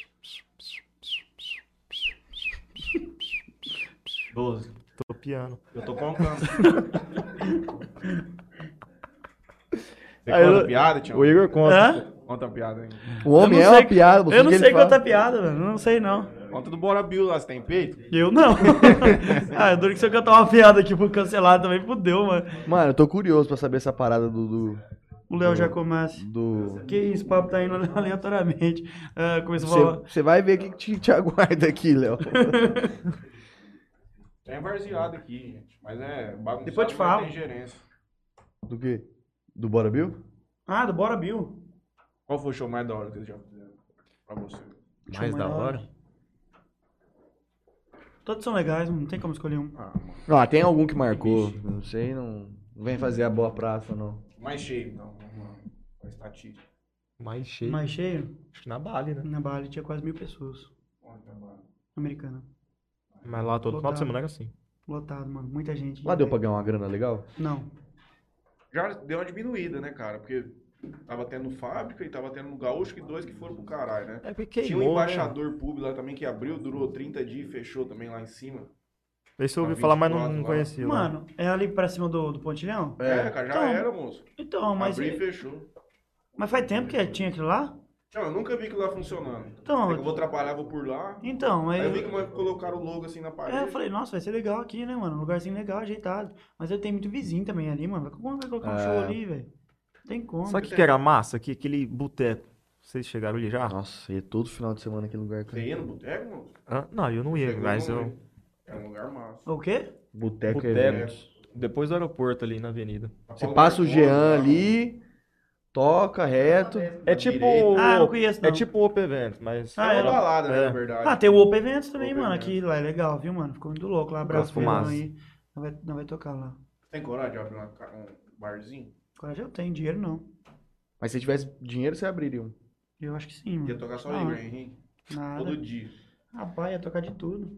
Doze. Tô piano. Eu tô contando. Você Aí conta eu- piada, Tião? O Igor conta. Hã? Conta a piada aí. O homem Eu é não uma sei- piada, você Eu não que ele sei fala. contar piada, mano. Não sei, não. Conta do Bora Bill lá, você tem peito? Eu não. Ah, eu duro que se eu cantar uma piada aqui pro cancelado também, fudeu, mano. Mano, eu tô curioso pra saber essa parada do... do, O Léo já começa. do... Que isso, o papo tá indo aleatoriamente. Ah, começou a falar. Você vai ver o que que te, te aguarda aqui, Léo. Tem varzeado aqui, gente. Mas é bagunçado. Depois eu te mas falo. Tem gerência. Do quê? Do Bora Bill? Ah, do Bora Bill. Qual foi o show mais da hora que eles já fizeram? Pra você. Mais da hora? Todos são legais, não tem como escolher um. Ah, mano. Ah, tem algum que marcou. Não sei, não, não vem fazer a boa praça, não. Mais cheio, então. Vamos lá. A estatística. Mais cheio. Mais cheio? Acho que na Bali, né? Na Bali tinha quase mil pessoas. Onde tá bom? Americana. Mas lá todo final Lotado. de semana era assim. Lotado, mano. Muita gente. Lá deu pra ganhar uma grana legal? Não. Já deu uma diminuída, né, cara? Porque tava tendo fábrica e tava tendo no Gaúcho que dois que foram pro caralho, né? É porque Tinha um queimou, né? embaixador público lá também que abriu, durou trinta dias e fechou também lá em cima. Esse eu ouvi Tá falar, mas não, vinte e quatro não lá. conhecia. lá. Mano, é ali pra cima do, do Pontilhão? É, cara, já Então, era, moço. Então, mas. Abriu e fechou. Mas faz tempo que tinha aquilo lá? Não, eu nunca vi aquilo lá funcionando. Então, É que eu vou trabalhar, vou por lá. Então, aí. Aí eu vi que mano, colocaram o logo assim na parede. É, eu falei, nossa, vai ser legal aqui, né, mano? Um lugarzinho legal, ajeitado. Mas eu tenho muito vizinho também ali, mano. Como vai colocar um É. show ali, velho? Não tem como. Sabe o que, que era massa? Que, aquele boteco. Vocês chegaram ali já? Nossa, ia todo final de semana aquele lugar. Você Cara. ia no boteco, moço? Hã? Não, eu não ia, Chegou mas no- eu. É um lugar massa. O quê? Boteco, Boteco. eventos. Depois do aeroporto ali na avenida. Você passa o Jean ali, toca reto. É tipo. Ah, eu não conheço, não. É tipo o Open Event, mas. Ah, É é. uma balada, né, É. na verdade. Ah, tem o Open Eventos também, Open mano. Events. Aqui lá é legal, viu, mano? Ficou muito louco lá. Abraço pro Fumaça. aí. Não vai, não vai tocar lá. Tem coragem de abrir uma ca- um barzinho? Coragem eu tenho, dinheiro não. Mas se tivesse dinheiro, você abriria um. Eu acho que sim, mano. Ia tocar só Ah, Igor Henrique. Nada. Todo dia. Rapaz, ia tocar de tudo.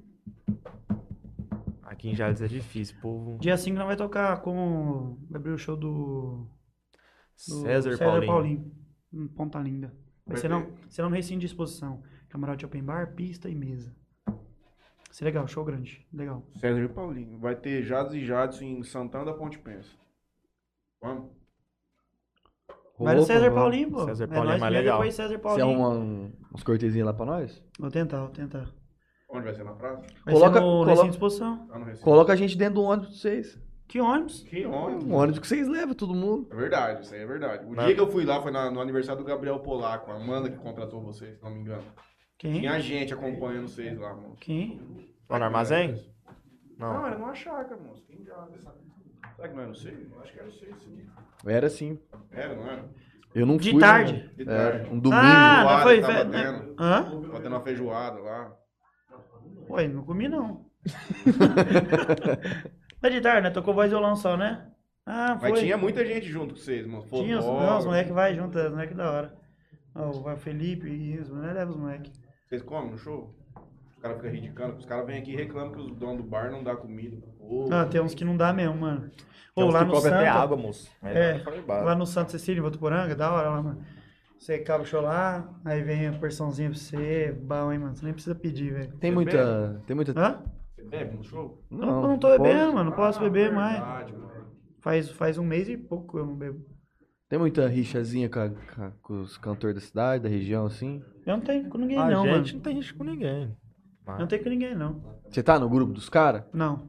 Aqui em Jales é difícil, povo. Dia cinco não vai tocar com. Vai abrir o show do. do César, Paulinho. Em Ponta Linda. Vai Vai ser ter? não, será no recinto de exposição. Camarote open bar, pista e mesa. Vai ser legal, show grande. Legal. César e Paulinho. Vai ter Jades e Jadson em Santana da Ponte Pensa. Vamos? Vai no Opa, César vamos. Paulinho, pô. César Paulinho é nós mais primeiro, legal. Depois César Você Paulinho. arruma um, uns cortesinhos lá pra nós? Vou tentar, vou tentar. Onde vai ser na praça? Vai Coloca- ser no coloca- recinto de exposição. Lá no Recife. Coloca a gente dentro do ônibus de vocês. Que ônibus? Que ônibus? Um ônibus que vocês levam, todo mundo. É verdade, isso aí é verdade. O Mas- dia que eu fui lá foi na- no aniversário do Gabriel Polaco, a Amanda que contratou vocês, se não me engano. Quem? Tinha gente acompanhando vocês lá, moço. Quem? Lá no armazém? Não, Não. era numa chácara, moço. Quem já... Será que não era você? Eu acho que era você esse aqui. Era assim. Era, não era? Eu não De fui. tarde. né? De Era, tarde. um domingo. Ah, Feijoada não foi. tava fe- tendo. Hã? Tava tendo uma feijoada lá. Ué, não comi não. Mas de tarde, né? Tocou voz e violão só, né? Ah, foi. Mas tinha muita gente junto com vocês, mano. Tinha, os, Fotógrafo. não, os moleques vai junto, os moleques da hora. Ó, o Felipe e os moleques levam os moleques. Vocês comem no show? Os caras ficam ridicando. Os caras vêm aqui e reclamam que os donos do bar não dão comida pro povo. Ah, tem uns que não dá mesmo, mano. Tem Ou uns lá que no cobra Santa. até água, moço. Mas É, lá fora de bar. lá no Santa Cecília, em Votuporanga, da hora lá, mano. Você acaba o show lá, aí vem a porçãozinha pra você, bom, hein, mano. Você nem precisa pedir, velho. Tem Você muita. Tem muita. Hã? Você bebe no show? Eu não, não tô bebendo, pode. mano. Não posso beber mais. Verdade, mano. Faz, faz um mês e pouco eu não bebo. Tem muita rixazinha com, a- com a- com os cantores da cidade, da região, assim? Eu não tenho com ninguém, A não, gente mano. não tem risco com ninguém. Eu não tenho com ninguém, não. Você tá no grupo dos caras? Não.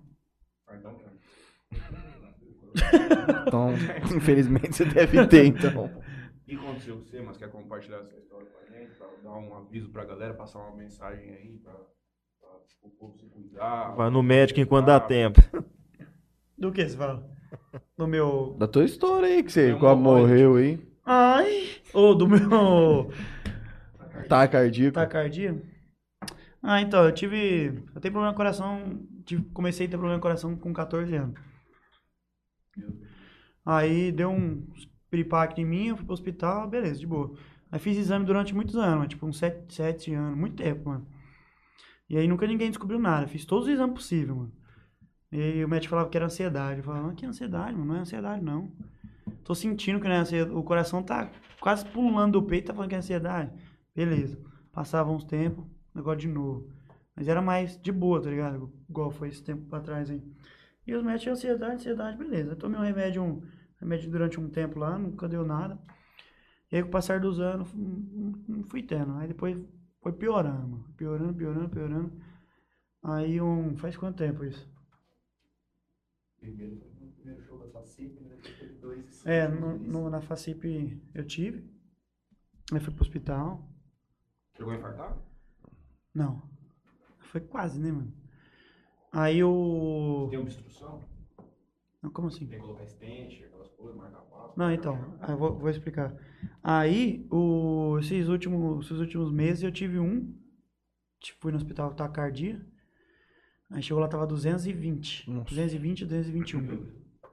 Então, infelizmente, você deve ter, então. O que aconteceu com você, mas quer compartilhar essa história com a gente? Pra dar um aviso pra galera, passar uma mensagem aí pra, pra o povo se cuidar. Vai no médico enquanto dá Ah, tempo. Do que você fala? Do meu... Da tua história aí, que você Tem um quase hemorroide. morreu aí. Ai! Ou do meu... Tá cardíaco. Taquicardia? Ah, então, eu tive... Eu tenho problema no coração... Tive, comecei a ter problema no coração com catorze anos. Aí deu um piripaque em mim, eu fui pro hospital, beleza, de boa. Aí fiz exame durante muitos anos, tipo uns sete, sete anos, muito tempo, mano. E aí nunca ninguém descobriu nada, fiz todos os exames possíveis, mano. E aí o médico falava que era ansiedade. Eu falava, não, que ansiedade, mano, não é ansiedade, não. Tô sentindo que não é ansiedade, o coração tá quase pulando do peito, tá falando que é ansiedade. Beleza, passava uns tempos, negócio de novo. Mas era mais de boa, tá ligado? Igual foi esse tempo pra trás aí. E os médicos, ansiedade, ansiedade, beleza. Eu tomei um remédio, um remédio durante um tempo lá, nunca deu nada. E aí, com o passar dos anos, não não fui tendo. Aí depois foi piorando, mano. Piorando, piorando, piorando. Aí, um... faz quanto tempo isso? Primeiro foi no primeiro show da Facip, né? Depois teve dois. É, no, no- na Facip eu tive. Aí fui pro hospital. Chegou a infartar? Não. Foi quase, né, mano? Aí o... Tem obstrução? Não, como assim? Tem que colocar stent, aquelas coisas, marcar passo. Não, então, eu vou, vou explicar. Aí, o, esses, últimos, esses últimos meses eu tive um, tipo, fui no hospital taquicardia, aí chegou lá, tava duzentos e vinte, Nossa. duzentos e vinte, duzentos e vinte e um.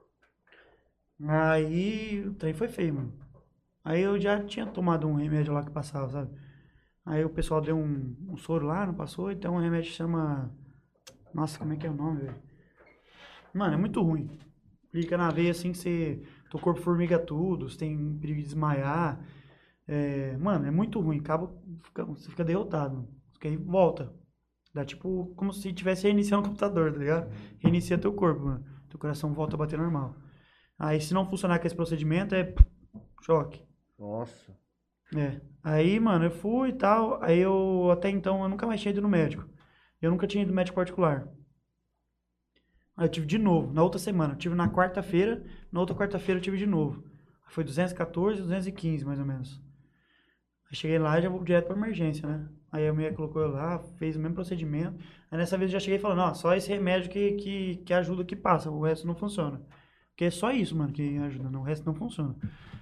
Aí, o trem foi feio, mano. Aí eu já tinha tomado um remédio lá que passava, sabe? Aí o pessoal deu um, um soro lá, não passou, então um remédio que chama... Nossa, como é que é o nome, velho? Mano, é muito ruim. Clica na veia assim que você... Teu corpo formiga tudo, você tem perigo de desmaiar. É, mano, é muito ruim. Acaba, fica- você fica derrotado. Mano. Porque aí volta. Dá tipo como se tivesse reiniciando o computador, tá ligado? Reinicia teu corpo, mano. Teu coração volta a bater normal. Aí se não funcionar com esse procedimento, é choque. Nossa. É. Aí, mano, eu fui e tal. Aí eu, até então, eu nunca mais tinha ido no médico. Eu nunca tinha ido no médico particular. Aí eu tive de novo, na outra semana. Eu tive na quarta-feira, na outra quarta-feira eu tive de novo. Foi duzentos e quatorze, duzentos e quinze, mais ou menos. Aí cheguei lá e já vou direto pra emergência, né? Aí a mulher colocou eu lá, fez o mesmo procedimento. Aí nessa vez eu já cheguei falando, ó, só esse remédio que, que, que ajuda, que passa, o resto não funciona. Porque é só isso, mano, que ajuda, não, o resto não funciona.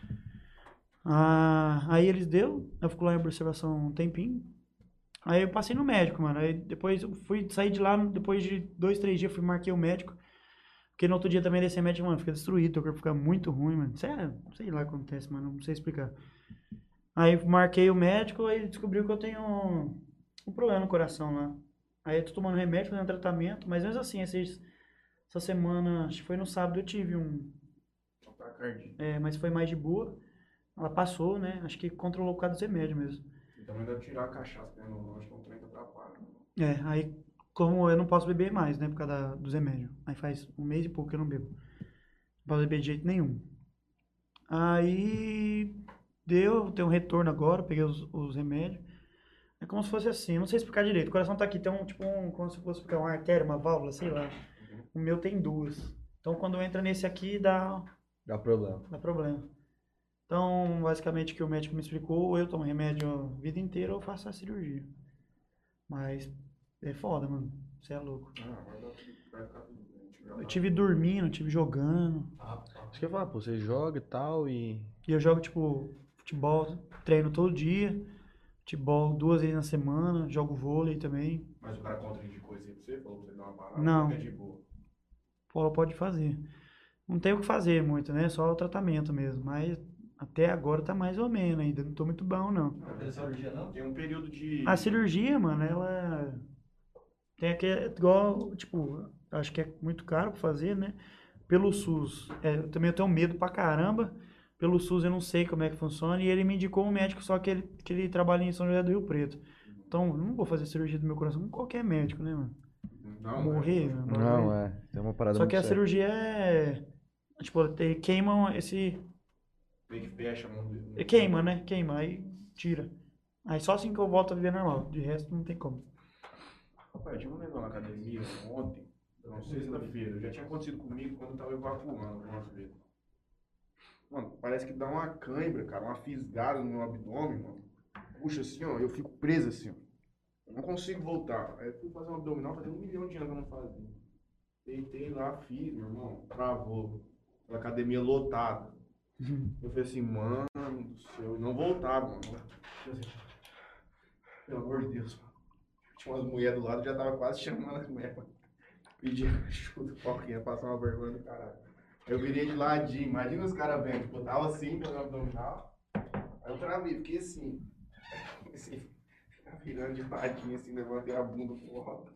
Ah, aí eles deu, eu fico lá em observação um tempinho. Aí eu passei no médico, mano. Aí depois eu fui sair de lá, depois de dois, três dias, fui marquei o médico. Porque no outro dia também desse remédio, mano, fica destruído, teu corpo fica muito ruim, mano. Sério, sei lá o que acontece, mano, não sei explicar. Aí marquei o médico, aí descobriu que eu tenho um, um problema no coração lá. Aí eu tô tomando remédio, fazendo tratamento, mas mesmo assim, esses, essa semana, acho que foi no sábado, eu tive um. Taquicardia. É, mas foi mais de boa. Ela passou, né? Acho que controlou por causa dos remédios mesmo. E também deve tirar a cachaça, né? Não, acho que é um trem que atrapalha. É, aí como eu não posso beber mais, né, por causa da- dos remédios. Aí faz um mês e pouco que eu não bebo. Não posso beber de jeito nenhum. Aí deu, tem um retorno agora, peguei os, os remédios. É como se fosse assim, eu não sei explicar direito. O coração tá aqui, tem um, tipo, um, como se fosse uma artéria, uma válvula, sei lá. O meu tem duas. Então quando entra nesse aqui, dá, Dá problema. dá problema. Então, basicamente, o que o médico me explicou, ou eu tomo remédio a vida inteira ou eu faço a cirurgia. Mas é foda, mano. Você é louco. Ah, agora vai ficar tudo bem. A gente grava. Eu tive dormindo, tive jogando. Isso que eu ia falar, pô, você joga e tal e... E eu jogo, tipo, futebol, treino todo dia. Futebol duas vezes na semana. Jogo vôlei também. Mas o cara conta de coisa aí pra você? Falou pra você dar uma parada? Não. É de boa. Pô, pode fazer. Não tem o que fazer muito, né? Só o tratamento mesmo. Mas até agora tá mais ou menos ainda. Não tô muito bom, não. Não tem cirurgia, não? Tem um período de... A cirurgia, mano, ela tem aquele, igual, tipo, acho que é muito caro pra fazer, né? Pelo SUS, é, eu também tenho medo pra caramba. Pelo SUS eu não sei como é que funciona. E ele me indicou um médico só que ele, que ele trabalha em São José do Rio Preto. Então, eu não vou fazer cirurgia do meu coração com qualquer médico, né, mano? Não, Morrer, é- mano. Não, é. Tem uma parada Só muito que a séria. cirurgia é, tipo, te- queimam esse, Meio que fecha a mão dele. E queima, né? Queima, aí tira. Aí só assim que eu volto a viver normal. De resto não tem como. Rapaz, eu tive um negócio na academia ontem, não, sexta-feira. Já tinha acontecido comigo quando eu tava evacuando algumas vezes. Mano, parece que dá uma cãibra, cara, uma fisgada no meu abdômen, mano. Puxa assim, ó, eu fico preso assim, ó. Eu não consigo voltar. Aí eu fui fazer um abdominal, fazia um milhão de anos que eu não fazia. Deitei lá, fiz, meu irmão, travou. Aquela academia lotada. Eu falei assim, mano do céu, e não voltava, mano. Pelo amor de Deus, mano. Tinha umas mulheres do lado, já tava quase chamando as mulheres pra pedir ajuda, qualquer, passar uma vergonha do caralho. Aí eu virei de ladinho, imagina os caras vendo, tipo, eu tava assim, fazendo abdominal. Aí eu travei, fiquei assim. Assim, virando de ladinho, assim, levantei a bunda pro alto.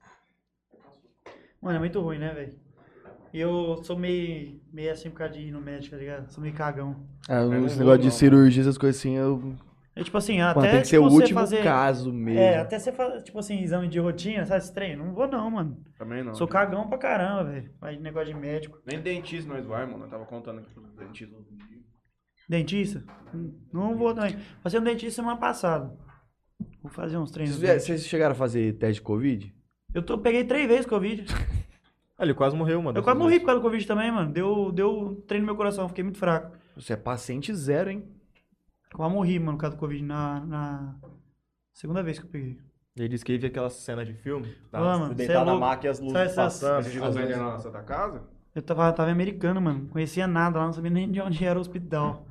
Mano, é muito ruim, né, velho? E eu sou meio, meio assim por causa de ir no médico, tá ligado? Sou meio cagão. Ah, não esse vou negócio de não, cirurgia, essas coisas assim, eu... É tipo assim, Mano, até tem que ser o tipo, você último fazer... caso mesmo. É, até você fazer, tipo assim, exame de rotina, sabe, esse treino? Não vou não, mano. Também não. Sou né? cagão pra caramba, velho. Vai de negócio de médico. Nem dentista nós vai, mano. Eu tava contando aqui pros dentistas outro dia. Dentista? Não vou também. Passei um dentista semana passada. Vou fazer uns treinos. Vocês, vieram- vocês chegaram a fazer teste de Covid? Eu tô, peguei três vezes Covid. Ah, ele quase morreu, mano. Eu quase morri por causa do Covid também, mano. Deu, deu treino no meu coração, fiquei muito fraco. Você é paciente zero, hein? Quase morri, mano, por causa do Covid na, na segunda vez que eu peguei. Ele disse que ele viu aquela cena de filme. Tá? Ah, mano, Deitar cê é na louco. maca e as luzes Sabe essas- passando. Você chegou as a luzes- velha na Santa Casa? Eu tava, tava em americano, mano. Não conhecia nada lá, não sabia nem de onde era o hospital.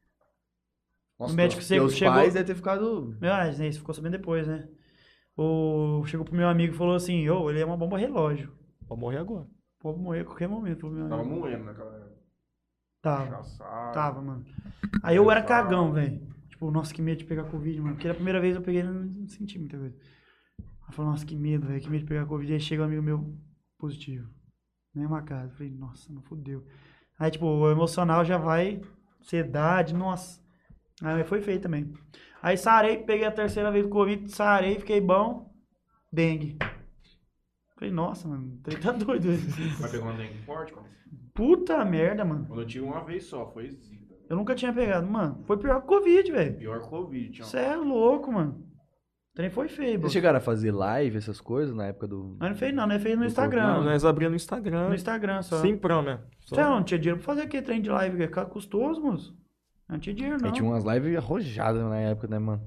Nossa, O médico teus- chegou- teus chegou- pais devem ter ficado... Meu, ah, isso ficou sabendo depois, né? O, chegou pro meu amigo e falou assim, ô, ele é uma bomba relógio. Pode morrer agora. Pode morrer a qualquer momento, pro meu Tava amigo. moendo naquela época. Tava, Cachaçado. tava, mano. Aí eu era cagão, velho. Tipo, nossa, que medo de pegar Covid, mano. Porque a primeira vez eu peguei e não senti muita coisa. Aí falou, nossa, que medo, velho, que medo de pegar Covid. Aí chega um amigo meu positivo. Mesma casa. Eu falei, nossa, não fodeu. Aí, tipo, o emocional já vai, ansiedade, nossa. Aí foi feio também. Aí sarei, peguei a terceira vez do Covid, sarei, fiquei bom. Dengue. Falei, nossa, mano, o trem tá doido. Vai pegar uma dengue forte, mano? Puta merda, mano. Quando eu tive uma vez só, foi zika. Eu nunca tinha pegado, mano. Foi pior que Covid, velho. Pior que Covid, tinha. Você é louco, mano. O trem foi feio, bro. Vocês chegaram a fazer live, essas coisas, na época do... Mas não fez não, nós fez no Do Instagram. Não, mano. nós abrimos no Instagram. No Instagram só. Sim, prão, né? Só- Você não tinha dinheiro pra fazer aquele trem de live, que ia ficar custoso, moço. Não tinha dinheiro, não. Aí tinha umas lives arrojadas na época, né, mano?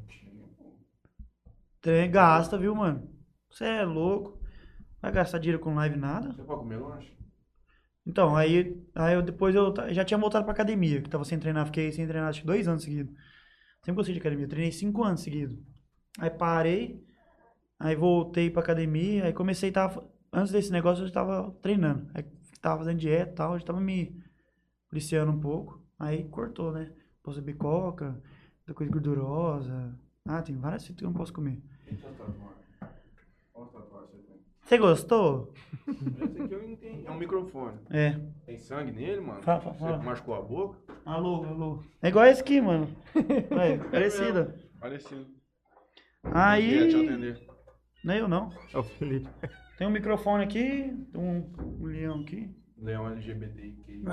Trem gasta, viu, mano? Você é louco. Vai gastar dinheiro com live nada. Você pode comer lanche? Então, aí, aí eu depois eu ta- já tinha voltado pra academia, que tava sem treinar, fiquei sem treinar acho que dois anos seguidos. Sempre gostei de academia, treinei cinco anos seguidos. Aí parei, aí voltei pra academia, aí comecei, tava, antes desse negócio eu já tava treinando. Aí tava fazendo dieta e tal, já tava me policiando um pouco. Aí cortou, né? Posso beber coca, muita coisa gordurosa. Ah, tem várias coisas que eu não posso comer. Tem suas tatuagens. Qual tatuagem você tem? Você gostou? Esse aqui eu entendi. É um microfone. É. Tem sangue nele, mano? Fala, fala, Você fala. machucou a boca? Alô, alô. É igual esse aqui, mano. É, parecida. Parecido. Aí. Queria te atender. Nem eu não. É o Felipe. Tem um microfone aqui, tem um, um leão aqui. Leão L G B T I.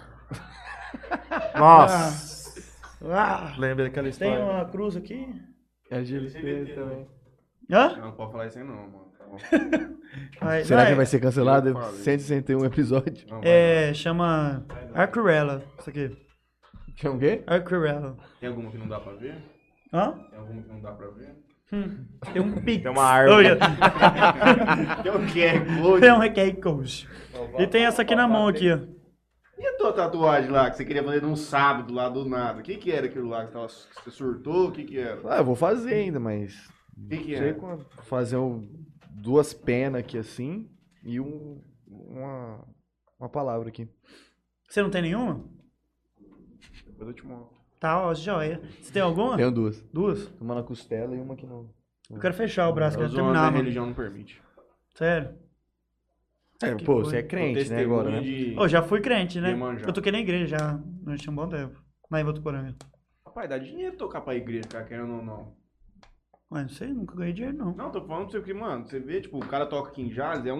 Nossa! Ah, Lembra daquela tem história? uma cruz aqui. L G B T também. Hã? Não, não pode falar isso aí não, mano. Tá bom. Aí, Será não, que é- vai ser cancelado? Eu falei. cento e sessenta e um episódio. Não, vai É, chama Arcurella, isso aqui. Tinha um quê? Arcurella. não. Tem alguma que não dá pra ver? Hã? Tem alguma que não dá pra ver? Hum, tem um pix. Tem uma árvore. Olha, Tem o Q R Code. tem um requer coach. E tem essa aqui na mão aqui, ó. E a tua tatuagem lá que você queria fazer num sábado lá do nada? O que que era aquilo lá que você, tava, você surtou? O que que era? Ah, eu vou fazer ainda, mas... O que que Não sei era? como fazer um- duas penas aqui assim e um, uma, uma palavra aqui. Você não tem nenhuma? Depois eu te mostro. Tá, ó, joia. Você tem alguma? Tenho duas. Duas? Uma na costela e uma aqui no... Eu quero fechar o braço, Eu quero sou uma terminar, da mano. religião não permite. Sério. É, Que pô, coisa. você é crente, né, agora, né? De... Ô, já fui crente, né? Iemanjá. Eu toquei na igreja já, durante um bom tempo. Lá em Votuporanga. Rapaz, dá dinheiro tocar pra igreja, cara, querendo ou não. Mas não sei, nunca ganhei dinheiro, não. Não, tô falando pra você que, mano, você vê, tipo, o cara toca aqui em Jales, é um...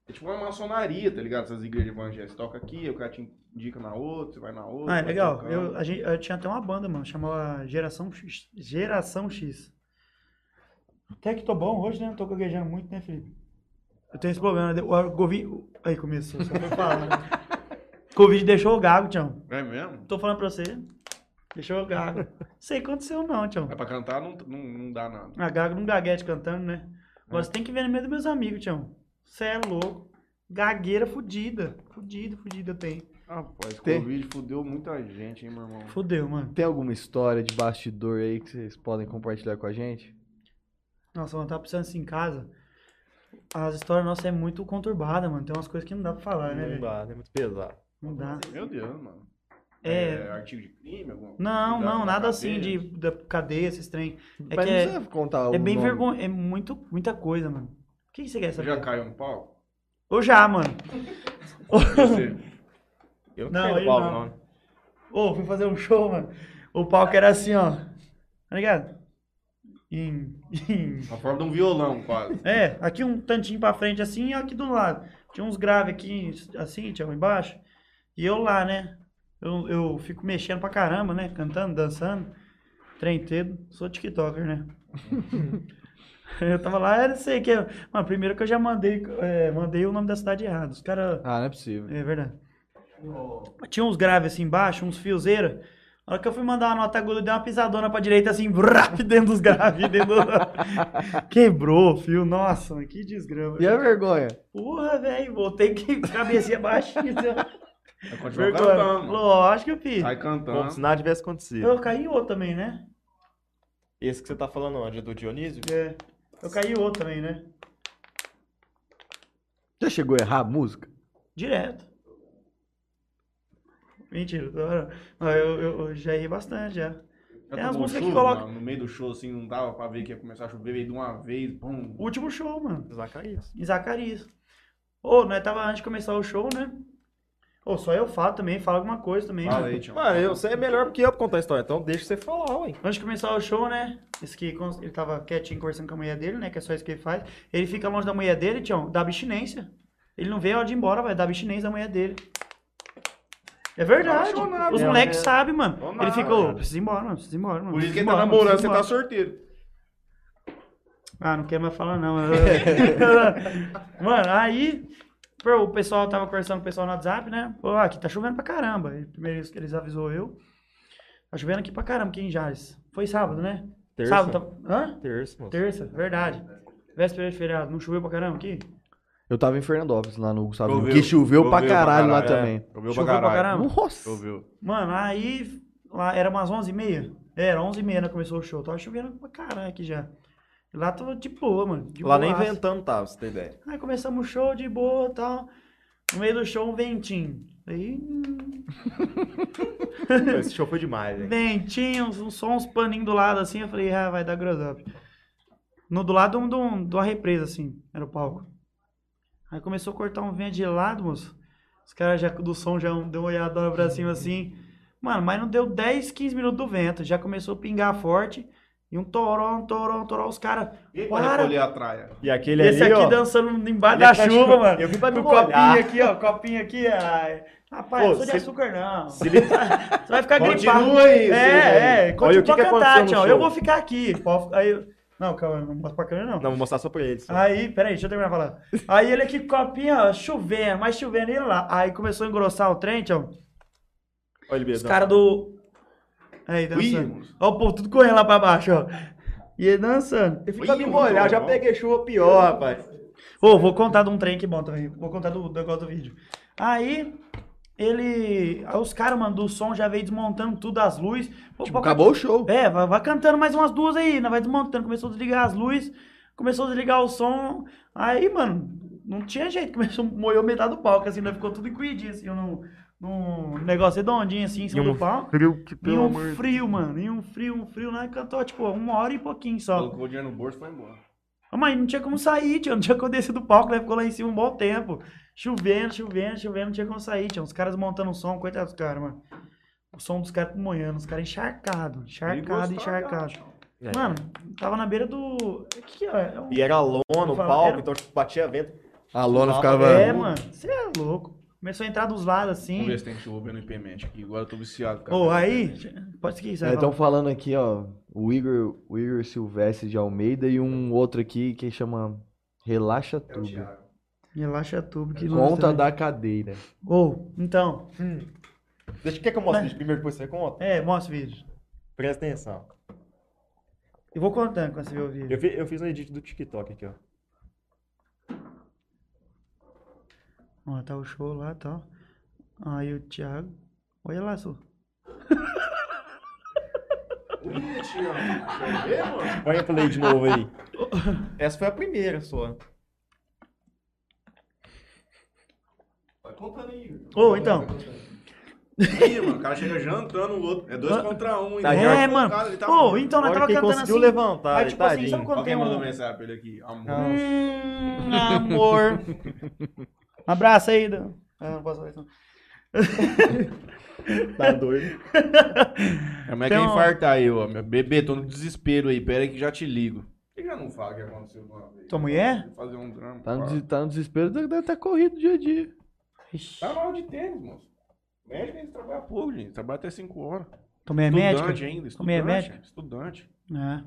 É tipo uma maçonaria, tá ligado? Essas igrejas evangélicas. Você toca aqui, o cara te indica na outra, você vai na outra. Ah, é vai legal. tocando. Eu, a gente, eu tinha até uma banda, mano, chamava Geração X. Geração X. Até que tô bom hoje, né? Não tô gaguejando muito, né, Felipe? Eu tenho esse problema, né? O Covid... Aí, começou, só pra falar, né? Covid deixou o gago, Tião. É mesmo? Tô falando pra você. Deixou o gago. Sei o que aconteceu não, Tião. É pra cantar, não, não, não dá nada. A gago não gaguete cantando, né? Agora você tem que ver no meio dos meus amigos, Tião. Você é louco. Gagueira fudida. Fudida, fudida eu tenho. Rapaz, Tem. Covid fudeu muita gente, hein, meu irmão? Fudeu, mano. Tem alguma história de bastidor aí que vocês podem compartilhar com a gente? Nossa, mano, tava pensando assim em casa. As histórias nossas é muito conturbada, mano. Tem umas coisas que não dá pra falar, né, Não velho? dá, é muito pesado. Não dá. Meu Deus, mano. É. artigo de crime? Alguma Não, da- não, da nada assim cadeia? de da cadeia, esses trem. É Mas que não é, precisa contar o é bem nome. vergonha. É muito, muita coisa, mano. O que, que você quer Você saber? já caiu no pau? Ou já, mano. Você? Eu Não, não, ele quero palco, não. não. Ô, fui fazer um show, mano. O palco era assim, ó. Tá ligado? Em, em- A forma de um violão, quase. É, aqui um tantinho pra frente assim e aqui do lado. Tinha uns graves aqui, assim, tinha um embaixo. E eu lá, né? Eu, eu fico mexendo pra caramba, né? Cantando, dançando. Trem inteiro. Sou tiktoker, né? Eu tava lá, eu não sei o que. Mano, primeiro que eu já mandei, é, mandei o nome da cidade errado. Os caras. Ah, não é possível. É verdade. Tinha uns graves assim embaixo, uns fiozeiros. Na hora que eu fui mandar uma nota aguda, deu uma pisadona pra direita assim, brrr, dentro dos graves, dentro do... Quebrou o fio, nossa, mano, que desgrama. E a vergonha? Porra, velho, voltei que cabecinha baixinha. Vai continuar Vergonha. cantando. Lógico, filho. Sai Como cantando. se nada tivesse acontecido. Eu caí outro também, né? Esse que você tá falando onde? É do Dionísio? É. Eu caí outro também, né? Já chegou a errar a música? Direto. Mentira, tô- não, eu, eu, eu já errei bastante, já. Já Tem as tomou músicas que chuva, colocam- mano? No meio do show, assim, não dava pra ver que ia começar a chover, veio de uma vez, pum. Último show, mano. Zacarias. Em Zacarias. Ô, nós tava antes de começar o show, né? Ô, só eu falo também, falo alguma coisa também. Fala né? aí, tio. Mano, eu, você é melhor que eu pra contar a história, então deixa você falar, ué. Antes de começar o show, né? Esse que cons- ele tava quietinho conversando com a mulher dele, né? Que é só isso que ele faz. Ele fica longe da mulher dele, tchau, dá abstinência. Ele não vê a hora de ir embora, vai dar abstinência da mulher dele. É verdade. Não achou nada, Os né? moleques sabem, mano. Ou Ele nada, fica, ô, cara. precisa ir embora, mano. Precisa ir embora, mano. Por isso que precisa ele tá ir embora, namorando, você precisa tá ir embora. sorteiro. Ah, não quero mais falar, não. Mano, aí pô, o pessoal tava conversando com o pessoal no WhatsApp, né? Pô, aqui tá chovendo pra caramba. Aí, primeiro eles, eles avisou eu. Tá chovendo aqui pra caramba aqui em Jales. Foi sábado, né? Terça. Sábado, tá... Hã? Terça, moço. Terça, verdade. Véspera de feriado, não choveu pra caramba aqui? Eu tava em Fernandópolis, lá no Gustavo Lima, Choveu. que choveu, pra Choveu pra caralho lá caralho, também. Choveu Choveu pra pra caralho. caramba? Nossa! Choveu. Mano, aí lá era umas onze e meia. Era onze e meia, né? Começou o show. Tava chovendo pra caralho aqui já. E lá tava de boa, mano. De Lá nem boaça. inventando tava, pra você ter ideia. Aí começamos o show de boa e tal. No meio do show, um ventinho. Aí. hum, Esse show foi demais, hein? ventinho, uns- só uns paninhos do lado assim. Eu falei, ah, vai dar gross up. No, do lado de, um- de um- de uma represa, assim. Era o palco. Aí começou a cortar um vento de lado, moço. Os caras já do som já deu uma olhada pra cima assim. Mano, mas não deu dez, quinze minutos do vento. Já começou a pingar forte. E um toró, um toró, um toró. Os caras. E pra Para! recolher a traia? E aquele Esse ali, aqui ó, dançando embaixo ele da tá chuva, chu- mano. eu vim pra Com me o copinho molhar. aqui, ó. Copinho aqui. Ai. Rapaz, Pô, eu sou de se- açúcar, não. se ele- Você vai ficar gripado. Continua isso, É, é. Olha Continua o que que a cantar, aconteceu no tchau. show. Eu vou ficar aqui. Pô, Aí, eu- não, calma, não mostra pra câmera, não. Não, vou mostrar só pra eles. Aí, peraí, deixa eu terminar de falar. Aí ele aqui com o copinho, ó, chovendo, mas chovendo ele lá. Aí começou a engrossar o trem, tchau. Olha ele Os dançando. caras do... Aí, Ih, dançando. moço. Ó o povo tudo correndo lá pra baixo, ó. E ele dançando. Eu fico pra me molhar, eu já peguei chuva pior, rapaz. Ô, vou contar de um trem que bom também. Vou contar do, do negócio do vídeo. Aí, ele... Aí os caras, mano, do som já veio desmontando tudo, as luzes. Pô, Tipo, pô, acabou o show. É, vai, vai cantando mais umas duas aí, né? Vai desmontando. Começou a desligar as luzes, começou a desligar o som. Aí, mano, não tinha jeito. Começou a molhar metade do palco, assim, né? Ficou tudo encolhidinho, assim, num, num negócio redondinho, assim, em cima do palco. frio que E um frio, mano. E um frio, um frio, né? Cantou, tipo, uma hora e pouquinho só. Colocou o dinheiro no bolso e foi embora. Ah, mas não tinha como sair, tio. Não tinha como descer do palco, né? Ficou lá em cima um bom tempo. Chovendo, chovendo, chovendo, não tinha como sair, tio. Os caras montando o som, coitados dos caras, mano. O som dos caras moendo, os caras encharcados, encharcado, encharcado. É. Mano, tava na beira do. O que, que é? É um... E era lona o Fala, palco, era- então tipo, batia vento. A lona Fumava, ficava... É, mano, você é louco. Começou a entrar dos lados assim. Vamos ver se tem chuva no Ipemente aqui. Agora eu tô viciado, cara. Ô, aí, pode seguir, você vai Estão falar. falando aqui, ó, o Igor, o Igor Silvestre de Almeida e um outro aqui que chama Relaxa Tudo. Relaxa tudo que Conta da cadeira. Ô, então, Deixa, quer que eu mostre o Mas- vídeo primeiro, depois você conta? é, mostra o vídeo. Presta atenção. Eu vou contando quando você ver o vídeo. Eu, fi- eu fiz um edit do TikTok aqui, ó. Ó, tá o show lá, tá. Aí o Thiago. Olha lá, só. Põe a play de novo aí. Essa foi a primeira só. Vai contando aí. Ô, então. Aí, mano, o cara chega jantando o outro. É dois Ah. contra um. Tá, hein? já- É, O mano. cara, ele tá Ô, com- então nós Olha tava quem cantando conseguiu assim. levantar, Aí, tipo assim, tadinho. sabe quando Alguém tem mandou um... mensagem pra ele aqui. Amor. Hum, amor. Um abraço aí. Dan. Ah, não posso falar isso não. Tá doido. Como é que Tem é um- infartar aí, ó? Meu bebê, tô no desespero aí. Pera aí que já te ligo. Por que já não fala o que aconteceu uma vez? Tua mulher? Vou fazer um drama. Tá no, pá. des- tá no desespero, deve estar corrido dia a dia. Ixi. Tá mal de tênis, moço. Médico ainda trabalha pouco, gente. Trabalha até cinco horas. Tua mulher é Estudante médica? ainda. Tua mulher é Estudante. médica? Estudante. É.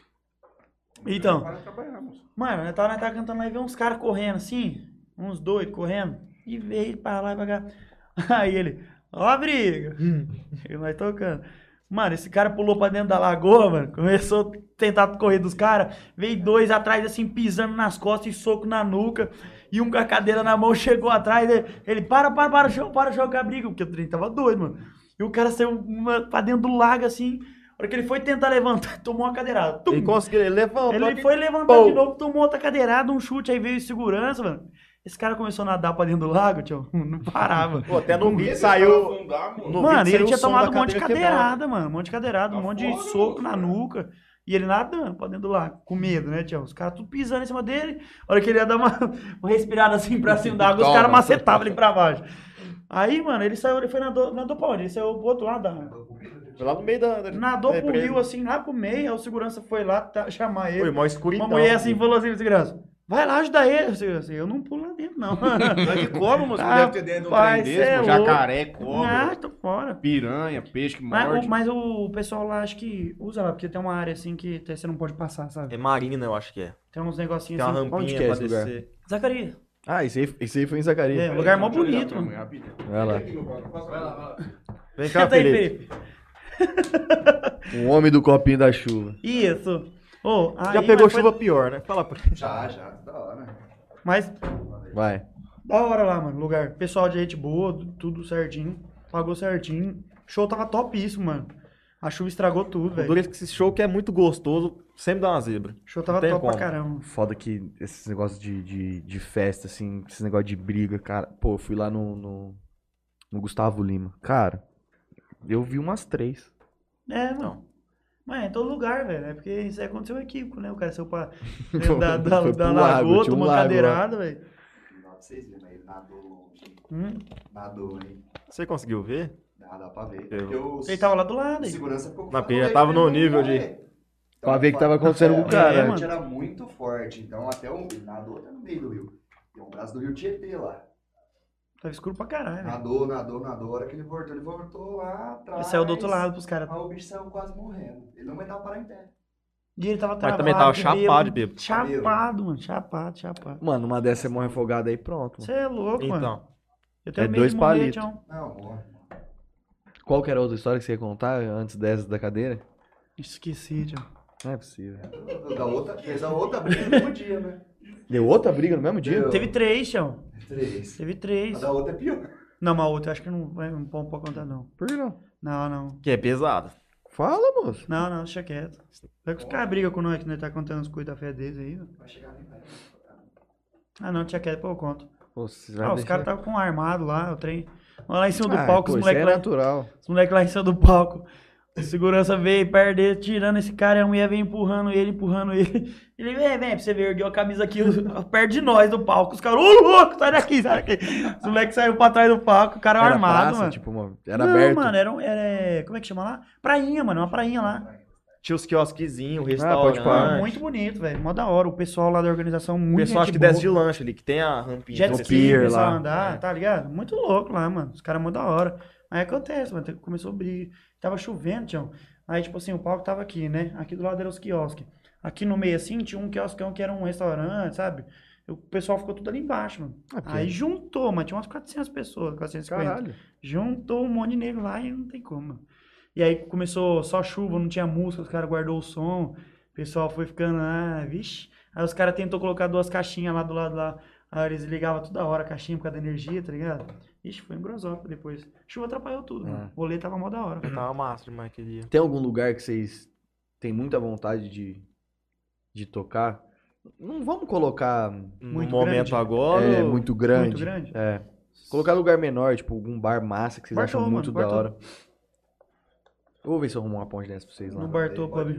Então. Para de trabalhar, moço. Mano, nós tava, nós tava cantando lá e veio uns caras correndo assim, uns doidos correndo, e veio pra lá e pra cá. Aí ele, ó a briga. E nós tocando. Mano, esse cara pulou pra dentro da lagoa, mano, começou a tentar correr dos caras, veio dois atrás assim, pisando nas costas e soco na nuca, e um com a cadeira na mão chegou atrás, ele, ele para, para, para o chão, para o chão com a briga, porque o trem tava doido, mano. E o cara saiu uma, pra dentro do lago assim, a hora que ele foi tentar levantar, tomou uma cadeirada. Tum! Ele conseguiu, ele levantou. Ele aqui. foi levantar Pô. de novo, tomou outra cadeirada, um chute, aí veio de segurança, mano. Esse cara começou a nadar pra dentro do lago, tio. Não parava. Pô, até no vídeo Esse saiu. cara afundar, moço. No Mano, vídeo e ele saiu tinha o som tomado da um monte de cadeira quebrada. cadeirada, mano. Um monte de cadeirada, um Tá monte de foda, soco moço, na cara. nuca. E ele nadando pra dentro do lago, com medo, né, tio? Os caras tudo pisando em cima dele. A hora que ele ia dar uma, uma respirada assim pra cima da água, os Toma. caras macetavam ele pra baixo. Aí, mano, ele saiu, ele foi nadou, nadou pra onde? Ele saiu pro outro lado da... Foi lá no meio da. da Nadou da pro represa. rio, assim, lá pro meio, aí o segurança foi lá tá- chamar ele. Foi mó escuridão. Uma mulher assim falou assim pro segurança, vai lá ajudar ele. Eu segurança, eu não pulo lá dentro, não. Mas que cobra, moço? Ah, Deve ter dentro de um trem pai, desse, cê é pô. louco. Jacaré, Ah, cobra, tô fora. piranha, peixe que Mas, morde. o, mas o pessoal lá acho que usa lá, porque tem uma área assim que até você não pode passar, sabe? É marina, eu acho que é. Tem uns negocinhos Tem uma assim. Onde rampinha que é pra esse lugar? descer. Zacarias. Ah, esse aí, esse aí foi em Zacarias. É, um lugar mó bonito, Vai mano. Vai lá. lá. Vem cá, Senta aí, Felipe. Felipe. O homem do copinho da chuva. Isso. Ô, Já aí, pegou mas foi- chuva pior, né? Fala pra ele. Já, já, da hora. Mas Vai. da hora lá, mano, lugar. Pessoal de gente boa, tudo certinho. Pagou certinho. Show tava topíssimo, mano. A chuva estragou tudo, O velho. duro é que esse show que é muito gostoso, sempre dá uma zebra. Show tava Não tem top pra como. caramba. Foda que esses negócios de, de, de festa, assim, esses negócios de briga, cara. Pô, eu fui lá no, no, no Gustavo Lima. Cara, eu vi umas três. É, não. Mas é em todo lugar, velho. É porque isso aí aconteceu um equívoco, né? O cara saiu pra dentro da, da, Foi da pro lagoa, lago, tinha um tomou lago lá. cadeirada, velho. Não dá pra vocês verem, mas ele nadou longe. Hum. Nadou, hein? Você conseguiu ver? Dá, dá pra ver. Eu- Porque o Ele tava lá do lado, o aí. segurança ficou com Não, porque já fome, tava ele no não nível ia de- morrer. Pra ver o que tava acontecendo com o cara, é, né? mano. era muito forte, então até o ele nadou até no meio do rio. Tem um braço do rio Tietê lá. Tava escuro pra caralho, velho. Nadou, nadou, nadou. A hora que ele voltou, ele voltou lá atrás. Ele saiu do outro lado pros caras. Aí o bicho saiu quase morrendo. Ele não aguentava parar em pé. E ele tava Mas travado. também tava de chapado de bêbado. bêbado. Chapado, mano. Chapado, chapado. Mano, uma dessa você morre afogada aí, pronto. Você é louco, mano. Então. Eu tenho É medo dois de morrer, palitos. tchau. Não, morre. Qual que era a outra história que você ia contar antes dessa da cadeira? Esqueci, tchau. Não é possível. Da outra, fez a outra briga no mesmo dia, né? Deu outra briga no mesmo dia? Deu. Teve três, tchau. Três. Teve A três. da outra é pior. Não, mas a outra eu acho que não, vai- não pode contar, não. Por que não? Não, não. Que é pesado. Fala, moço. Não, não, deixa quieto. Vai que os caras brigam com nós, que nós tá contando as coisas da fé deles aí. Ó. Vai chegar nem vai. Ah, não, deixa quieto, pô, eu conto. Pô, você vai Ah, os deixar- caras estavam com um armado lá, o trem. Lá em cima do Ah, palco, pô, os isso aí moleques é lá, natural. os moleque lá em cima do palco. A segurança veio perto dele, tirando esse cara, e a mulher veio empurrando ele, empurrando ele. Ele, vem, vem, pra você ver, ergueu a camisa aqui, perto de nós, do palco. Os caras, ô louco, sai daqui, sai daqui. Os moleques saíram pra trás do palco, o cara Era armado, praça, mano. tipo, mano, era não, aberto. mano, era, um- era, como é que chama lá? Prainha, mano, uma prainha lá. Tinha os quiosquezinhos, o pode restaurante. pá. Ah, muito bonito, velho. Mó da hora. O pessoal lá da organização, O muito pessoal acho gente que boa. desce de lanche ali, que tem a rampinha. Jet Você- ski, pier pessoal lá. andar, É. tá ligado? Muito louco lá, mano. Os caras muito da hora. Aí acontece, mano. Começou a briga. Tava chovendo, tchau. Aí, tipo assim, o palco tava aqui, né? Aqui do lado era os quiosques. Aqui no meio, assim, tinha um quioscão que era um restaurante, sabe? O pessoal ficou tudo ali embaixo, mano. Ah, porque- Aí juntou, mas tinha umas quatrocentas pessoas, quatrocentas e cinquenta. Caralho. Juntou um monte de negro lá e não tem como, mano. E aí começou só chuva, não tinha música, os caras guardou o som. O pessoal foi ficando, ah, vixe. Aí os caras tentou colocar duas caixinhas lá do lado lá. Aí eles ligavam toda hora a caixinha por causa da energia, tá ligado? Ixi, foi um grosoca depois. Chuva atrapalhou tudo, É. mano. O rolê tava mó da hora. velho. Tava massa demais aquele dia. Tem algum lugar que vocês têm muita vontade de, de tocar? Não vamos colocar No Muito momento grande. agora. é, eu- muito grande. Muito grande? É. Colocar lugar menor, tipo algum bar massa que vocês Bartô, acham muito mano, da Bartô. hora. Eu vou ver se eu arrumo uma ponte dessa pra vocês lá. No Bartô Pub.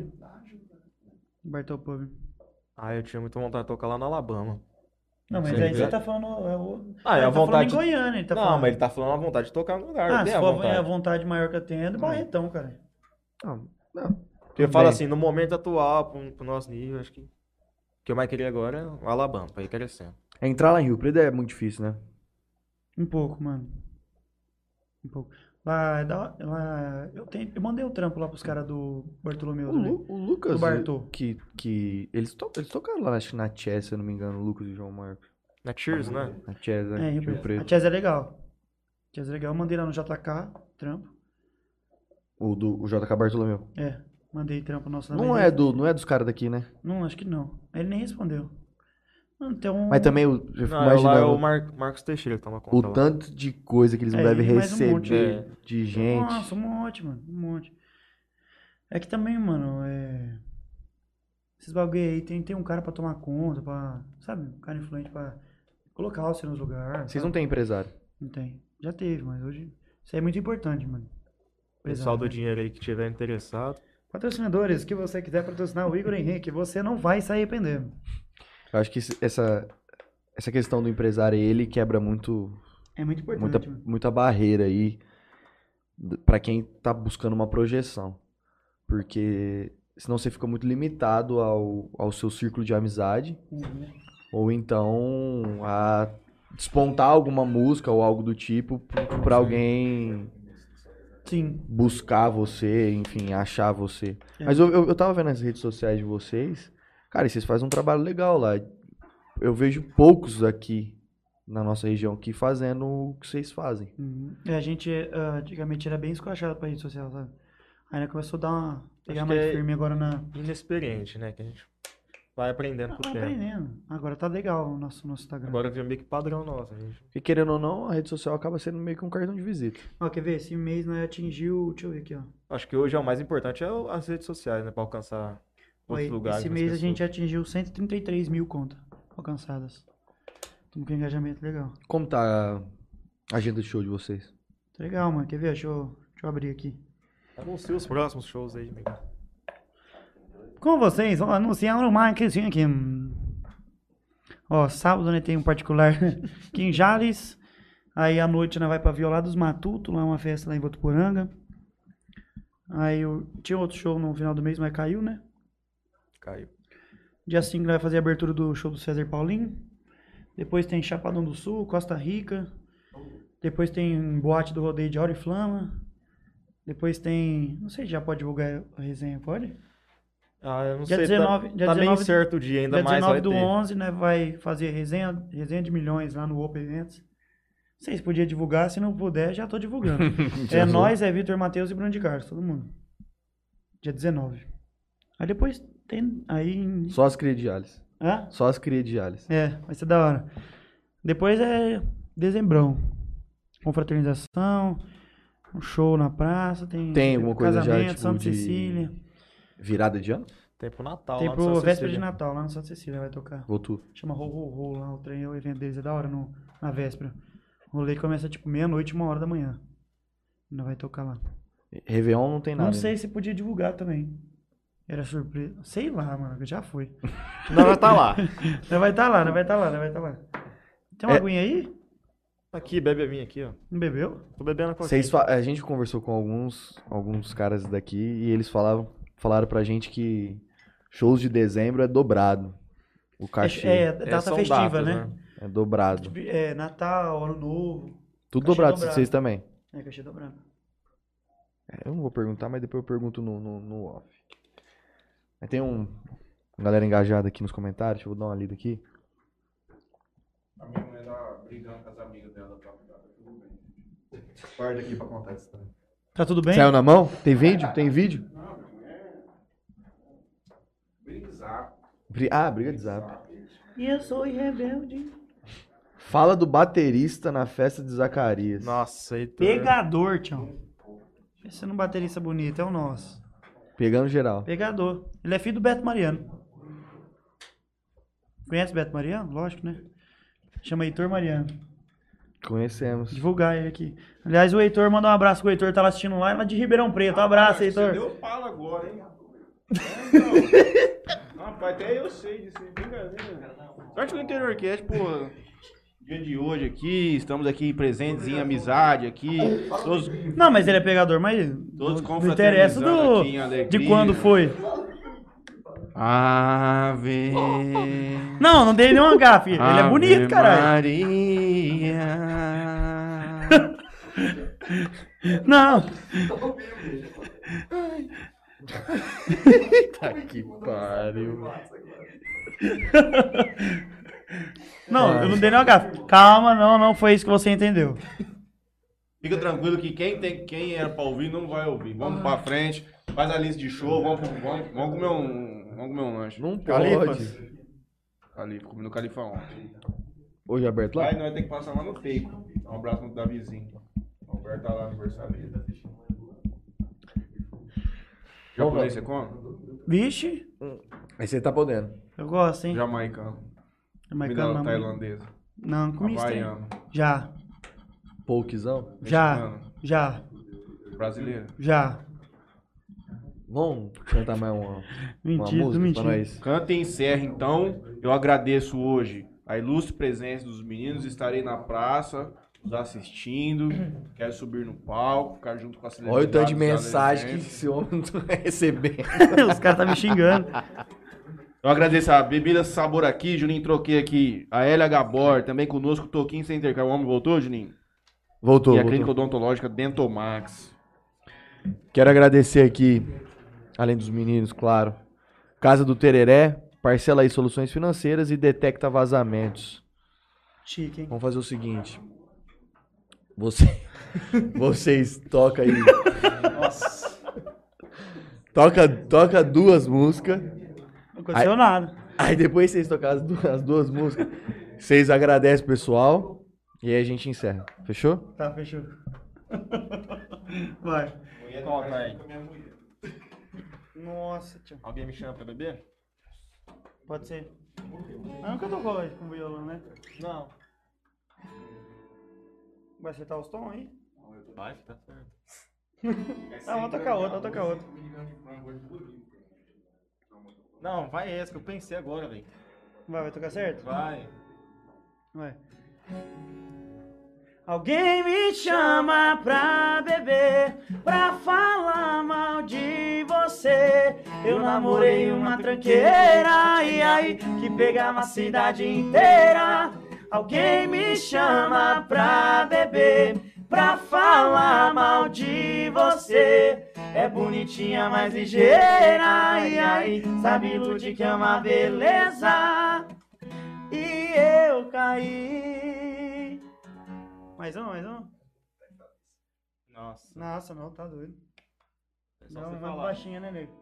Bartô Pub. Ah, eu tinha muita vontade de tocar lá no Alabama. Não, mas Sei, aí você né? tá falando. É o... Ah, é ele a tá vontade. falando em Goiânia, ele tá não, falando. mas ele tá falando a vontade de tocar no lugar. Ah, tem se a for vontade. a vontade maior que eu tenho é do Barretão, cara. Não, não. Eu Tudo falo bem. assim, no momento atual, pro, pro nosso nível, acho que o que eu mais queria agora é o Alabama, pra ir crescendo. Entrar lá em Rio Preto é muito difícil, né? Um pouco, mano. Um pouco. Lá, é da hora- lá eu, tenho, eu mandei um trampo lá pros caras do Bartolomeu O, também. Lu- o Lucas, Do Bartô. que, que eles, to, eles tocaram lá, acho que na Chess, se eu não me engano, o Lucas e o João Marcos. Na Cheers, né? Na Chess, né? É, Rio Rio Preto. A Preto. Chess é legal. A Chess é legal. Eu mandei lá no J K, trampo. O do o J K Bartolomeu. É, mandei trampo nosso lá. Não mas é, ele- do, não é dos caras daqui, né? Não, acho que não. Ele nem respondeu. Não, tem um... Mas também, eu fico Não, lá é imaginando o Mar- Marcos Teixeira que toma o conta lá. tanto de coisa que eles não É, devem e mais um monte, receber né? de gente. Nossa, um monte, mano. Um monte. É que também, mano, é... Esses bagulho aí, tem, tem um cara pra tomar conta, pra... Sabe? Um cara influente pra colocar você nos lugares. Vocês sabe? não têm empresário. Não tem. Já teve, mas hoje... Isso aí é muito importante, mano. O pessoal do né? dinheiro aí que tiver interessado. Patrocinadores, que você quiser patrocinar o Igor Henrique, você não vai sair arrependendo. Eu acho que esse- essa, essa questão do empresário, ele quebra muito, É muito importante, muita, mano. muita barreira aí d- pra quem tá buscando uma projeção. Porque senão você fica muito limitado ao, ao seu círculo de amizade. Uhum. Ou então a despontar alguma música ou algo do tipo p- pra alguém Sim. buscar você, enfim, achar você. É. Mas eu, eu, eu tava vendo as redes sociais de vocês, cara, e vocês fazem um trabalho legal lá. Eu vejo poucos aqui na nossa região aqui fazendo o que vocês fazem. Uhum. É, a gente ah, antigamente era bem esculachado pra rede social, sabe? Aí começou a dar uma. pegar Acho mais que é- firme agora na. Inexperiente, né? Que a gente vai aprendendo com o Ah, tempo. aprendendo. Agora tá legal o nosso, nosso Instagram. Agora virou meio que padrão nosso. A gente... Porque querendo ou não, a rede social acaba sendo meio que um cartão de visita. Ó, quer ver? Esse mês nós atingiu. Deixa eu ver aqui, ó. Acho que hoje é o mais importante é o- as redes sociais, né? Pra alcançar outros Ó, lugares. esse das mês a pessoas. gente atingiu cento e trinta e três mil contas alcançadas. Estamos com engajamento legal. Como tá a agenda de show de vocês? Tá legal, mano. Quer ver? Deixa eu, deixa eu abrir aqui. Anuncia os próximos shows aí, amigo. Com vocês, vou anunciar no marketing aqui. Ó, sábado, né, tem um particular aqui em Jales. Aí à noite nós vai pra Violados Matuto, lá uma festa lá em Votuporanga. Aí eu tinha outro show no final do mês, mas caiu, né? Caiu. Dia cinco nós vai fazer a abertura do show do César Paulinho. Depois tem Chapadão do Sul, Costa Rica. Depois tem Boate do Rodeio de Aura e Flama. Depois tem... Não sei se já pode divulgar a resenha, pode? Ah, eu não Dia sei. dezenove tá dia tá dezenove bem certo o dia, ainda Dia mais dezenove vai do ter. onze, né, vai fazer resenha, resenha de milhões lá no Open Eventos. Não sei se podia divulgar, se não puder, já tô divulgando. É nós, é Vitor Matheus e Bruno de Carlos, todo mundo. Dia dezenove. Aí depois tem, aí... em- Só as cria de Jales. Hã? Só as cria de Jales. É, vai ser da hora. Depois é dezembrão. Confraternização, um show na praça, tem... Tem alguma coisa já, casamento, tipo, Santa de- Cecília. Virada de ano? Tem pro Natal. Tem lá no pro Santa véspera de Cecília. Natal, lá no Santa Cecília vai tocar. Vou tu. Chama Ho Ho Ho lá, o trem, é o evento deles, é da hora no, na véspera. O rolê começa tipo meia-noite, uma hora da manhã. Ainda vai tocar lá. Réveillon não tem nada. Não né? sei se podia divulgar também. Era surpresa. Sei lá, mano, que já foi. Não, vai estar lá. Não vai estar lá, não vai estar lá, não vai estar lá. Tem uma É- aguinha aí? Aqui, bebe a minha aqui, ó. Não bebeu? Tô bebendo a coquinha. Vocês fa- A gente conversou com alguns, alguns caras daqui e eles falavam, falaram pra gente que shows de dezembro é dobrado. O cachê É, é, é data são festiva, datas, né? dobrado. Tipo, é, Natal, Ano Novo. Tudo cachê dobrado, dobrado. vocês também. É, cachê dobrado. É, eu não vou perguntar, mas depois eu pergunto no, no, no off. Aí tem um uma galera engajada aqui nos comentários, deixa eu dar uma lida aqui. A minha mulher tá brigando com as amigas dela pra cuidar, tá tudo bem. Guarda aqui pra contar essa história. Tá tudo bem? Saiu na mão? Tem vídeo? Tem vídeo? Não, minha mulher. Brisar. Bri- Ah, briga de zap. E eu sou rebelde. Fala do baterista na festa de Zacarias. Nossa, Heitor. Pegador, tchau. Esse não baterista bonito, é o nosso. Pegando geral. Pegador. Ele é filho do Beto Mariano. Conhece o Beto Mariano? Lógico, né? Chama Heitor Mariano. Conhecemos. Divulgar ele aqui. Aliás, o Heitor, manda um abraço que o Heitor tá lá assistindo lá, lá de Ribeirão Preto. Um abraço, Você Heitor. deu pala agora, hein? É, então. Rapaz, até eu sei disso. Não tem brincadeira. Sorte que o Interior Cast, pô. Dia de hoje aqui, estamos aqui presentes em amizade aqui. Todos, Não, mas ele é pegador, mas todos não interessa confraternizando do, aqui em alegria. de quando foi. Ave. Não, não dei nenhuma gafe. Ele é Ave bonito, caralho. Maria. Não. Tá que pariu. Não, eu não dei nenhuma gafe. Calma, não, não foi isso que você entendeu. Fica tranquilo que quem, tem, quem era pra ouvir não vai ouvir. Vamos pra frente, faz a lista de show, vamos, vamos, vamos comer um. Vamos comer um lanche. Não Califas. pode. Califa, comi no Califa ontem. Hoje é aberto lá? Aí nós temos que passar lá no Teico. Um abraço no Davizinho. O Alberto tá lá no aniversário dele. Japonês você come? Vixe, Aí você tá podendo. eu gosto, hein? Jamaicano. Jamaicano Comida não. tailandesa. Não, comi isso aí. Havaiano. Já, Pokezão. já, Mexicano. já, Brasileiro. já. Vamos cantar mais uma, uma Mentira, música mentira. pra nós? Canta e encerra então. Eu agradeço hoje a ilustre presença dos meninos. Estarei na praça, nos assistindo. Quero subir no palco, ficar junto com a celebridade. Olha o tanto de mensagem que esse homem não tá recebendo. Os caras tá me xingando. Eu agradeço a Bebida Sabor aqui, Juninho, troquei aqui. A Elia Gabor, também conosco, Toquinho Center. O homem voltou, Juninho? Voltou, E a voltou. Clínica Odontológica Dentomax. Quero agradecer aqui, além dos meninos, claro, Casa do Tereré, parcela aí soluções financeiras e detecta vazamentos. Chique, hein? Vamos fazer o seguinte. Você, vocês tocam aí. Toca, toca duas músicas. Não aconteceu nada. Aí depois vocês tocam as duas, as duas músicas. Vocês agradecem o pessoal. E aí a gente encerra. Fechou? Tá, fechou. Vai. Conta aí. Nossa, tio. Alguém me chama pra beber? Pode ser. Mas nunca tocou hoje com violão, né? Não. Vai acertar os tons aí? Vai, tá certo. Ah, vamos tocar outra, vamos tocar outra. Não, vai essa que eu pensei agora, velho. Vai, vai tocar certo? Vai. Vai. Alguém me chama pra beber, pra falar mal de você. Eu namorei uma tranqueira, e aí que pegava a cidade inteira. Alguém me chama pra beber, pra falar mal de você. É bonitinha, mais ligeira, e aí sabe iludir que é uma beleza. E eu caí. Mais um, mais um? Nossa. Nossa, não, tá doido. É só Não, você é mais falar. baixinha, né, nego?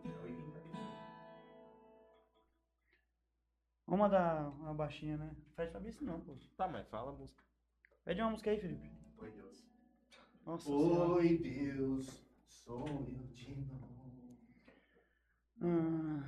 Vamos mandar uma baixinha, né? Faz pra isso não, pô. Tá, mas fala a música. Pede uma música aí, Felipe. Oi, Deus. Nossa senhora. Oi, Deus. Sou eu de novo. Ah.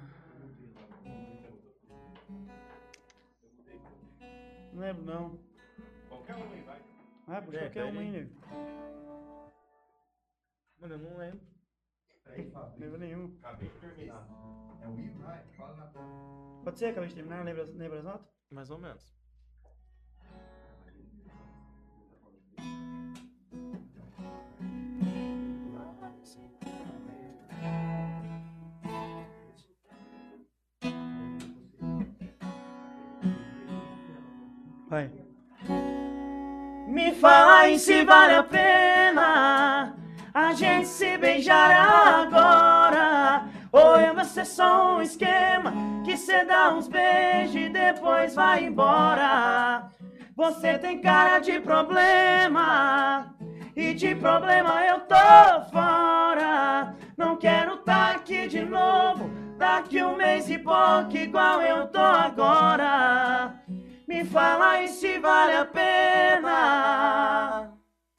Não lembro, não. Qualquer um aí, vai. Ah, puxa É, qualquer pede uma aí, aí. nego. Mano, eu não lembro. Não lembro nenhum. Acabei de terminar. É o Will? Vai, fala na Pode ser, acabei de terminar, lembra, lembra as notas? Mais ou menos. Vai. Me fala aí se vale a pena a gente se beijar agora. Ou é você só um esquema que cê dá uns beijos e depois vai embora. Você tem cara de problema e de problema eu tô fora. Não quero tá aqui de novo daqui um mês e pouco igual eu tô agora. Me fala aí se vale a pena.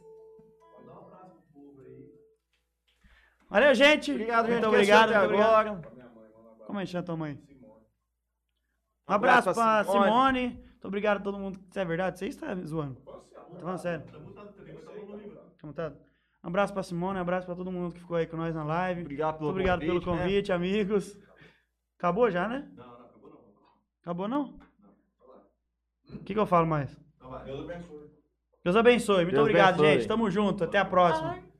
Valeu, gente. Obrigado, gente. Muito Quem obrigado. assistiu Muito até obrigado. Como é que chama tua mãe? Um abraço abraço pra pra Simone. Simone. Muito obrigado a todo mundo. Isso é verdade? Você está zoando? Tô falando sério. Tá mutado? Um abraço pra Simone, um abraço pra todo mundo que ficou aí com nós na live. Obrigado pelo Muito obrigado convite, pelo né? convite, amigos. Acabou já, né? Não, não, acabou não. Acabou não? O que, que eu falo mais? Deus abençoe. Deus abençoe. Muito Deus obrigado, abençoe. gente. Tamo junto. Até a próxima.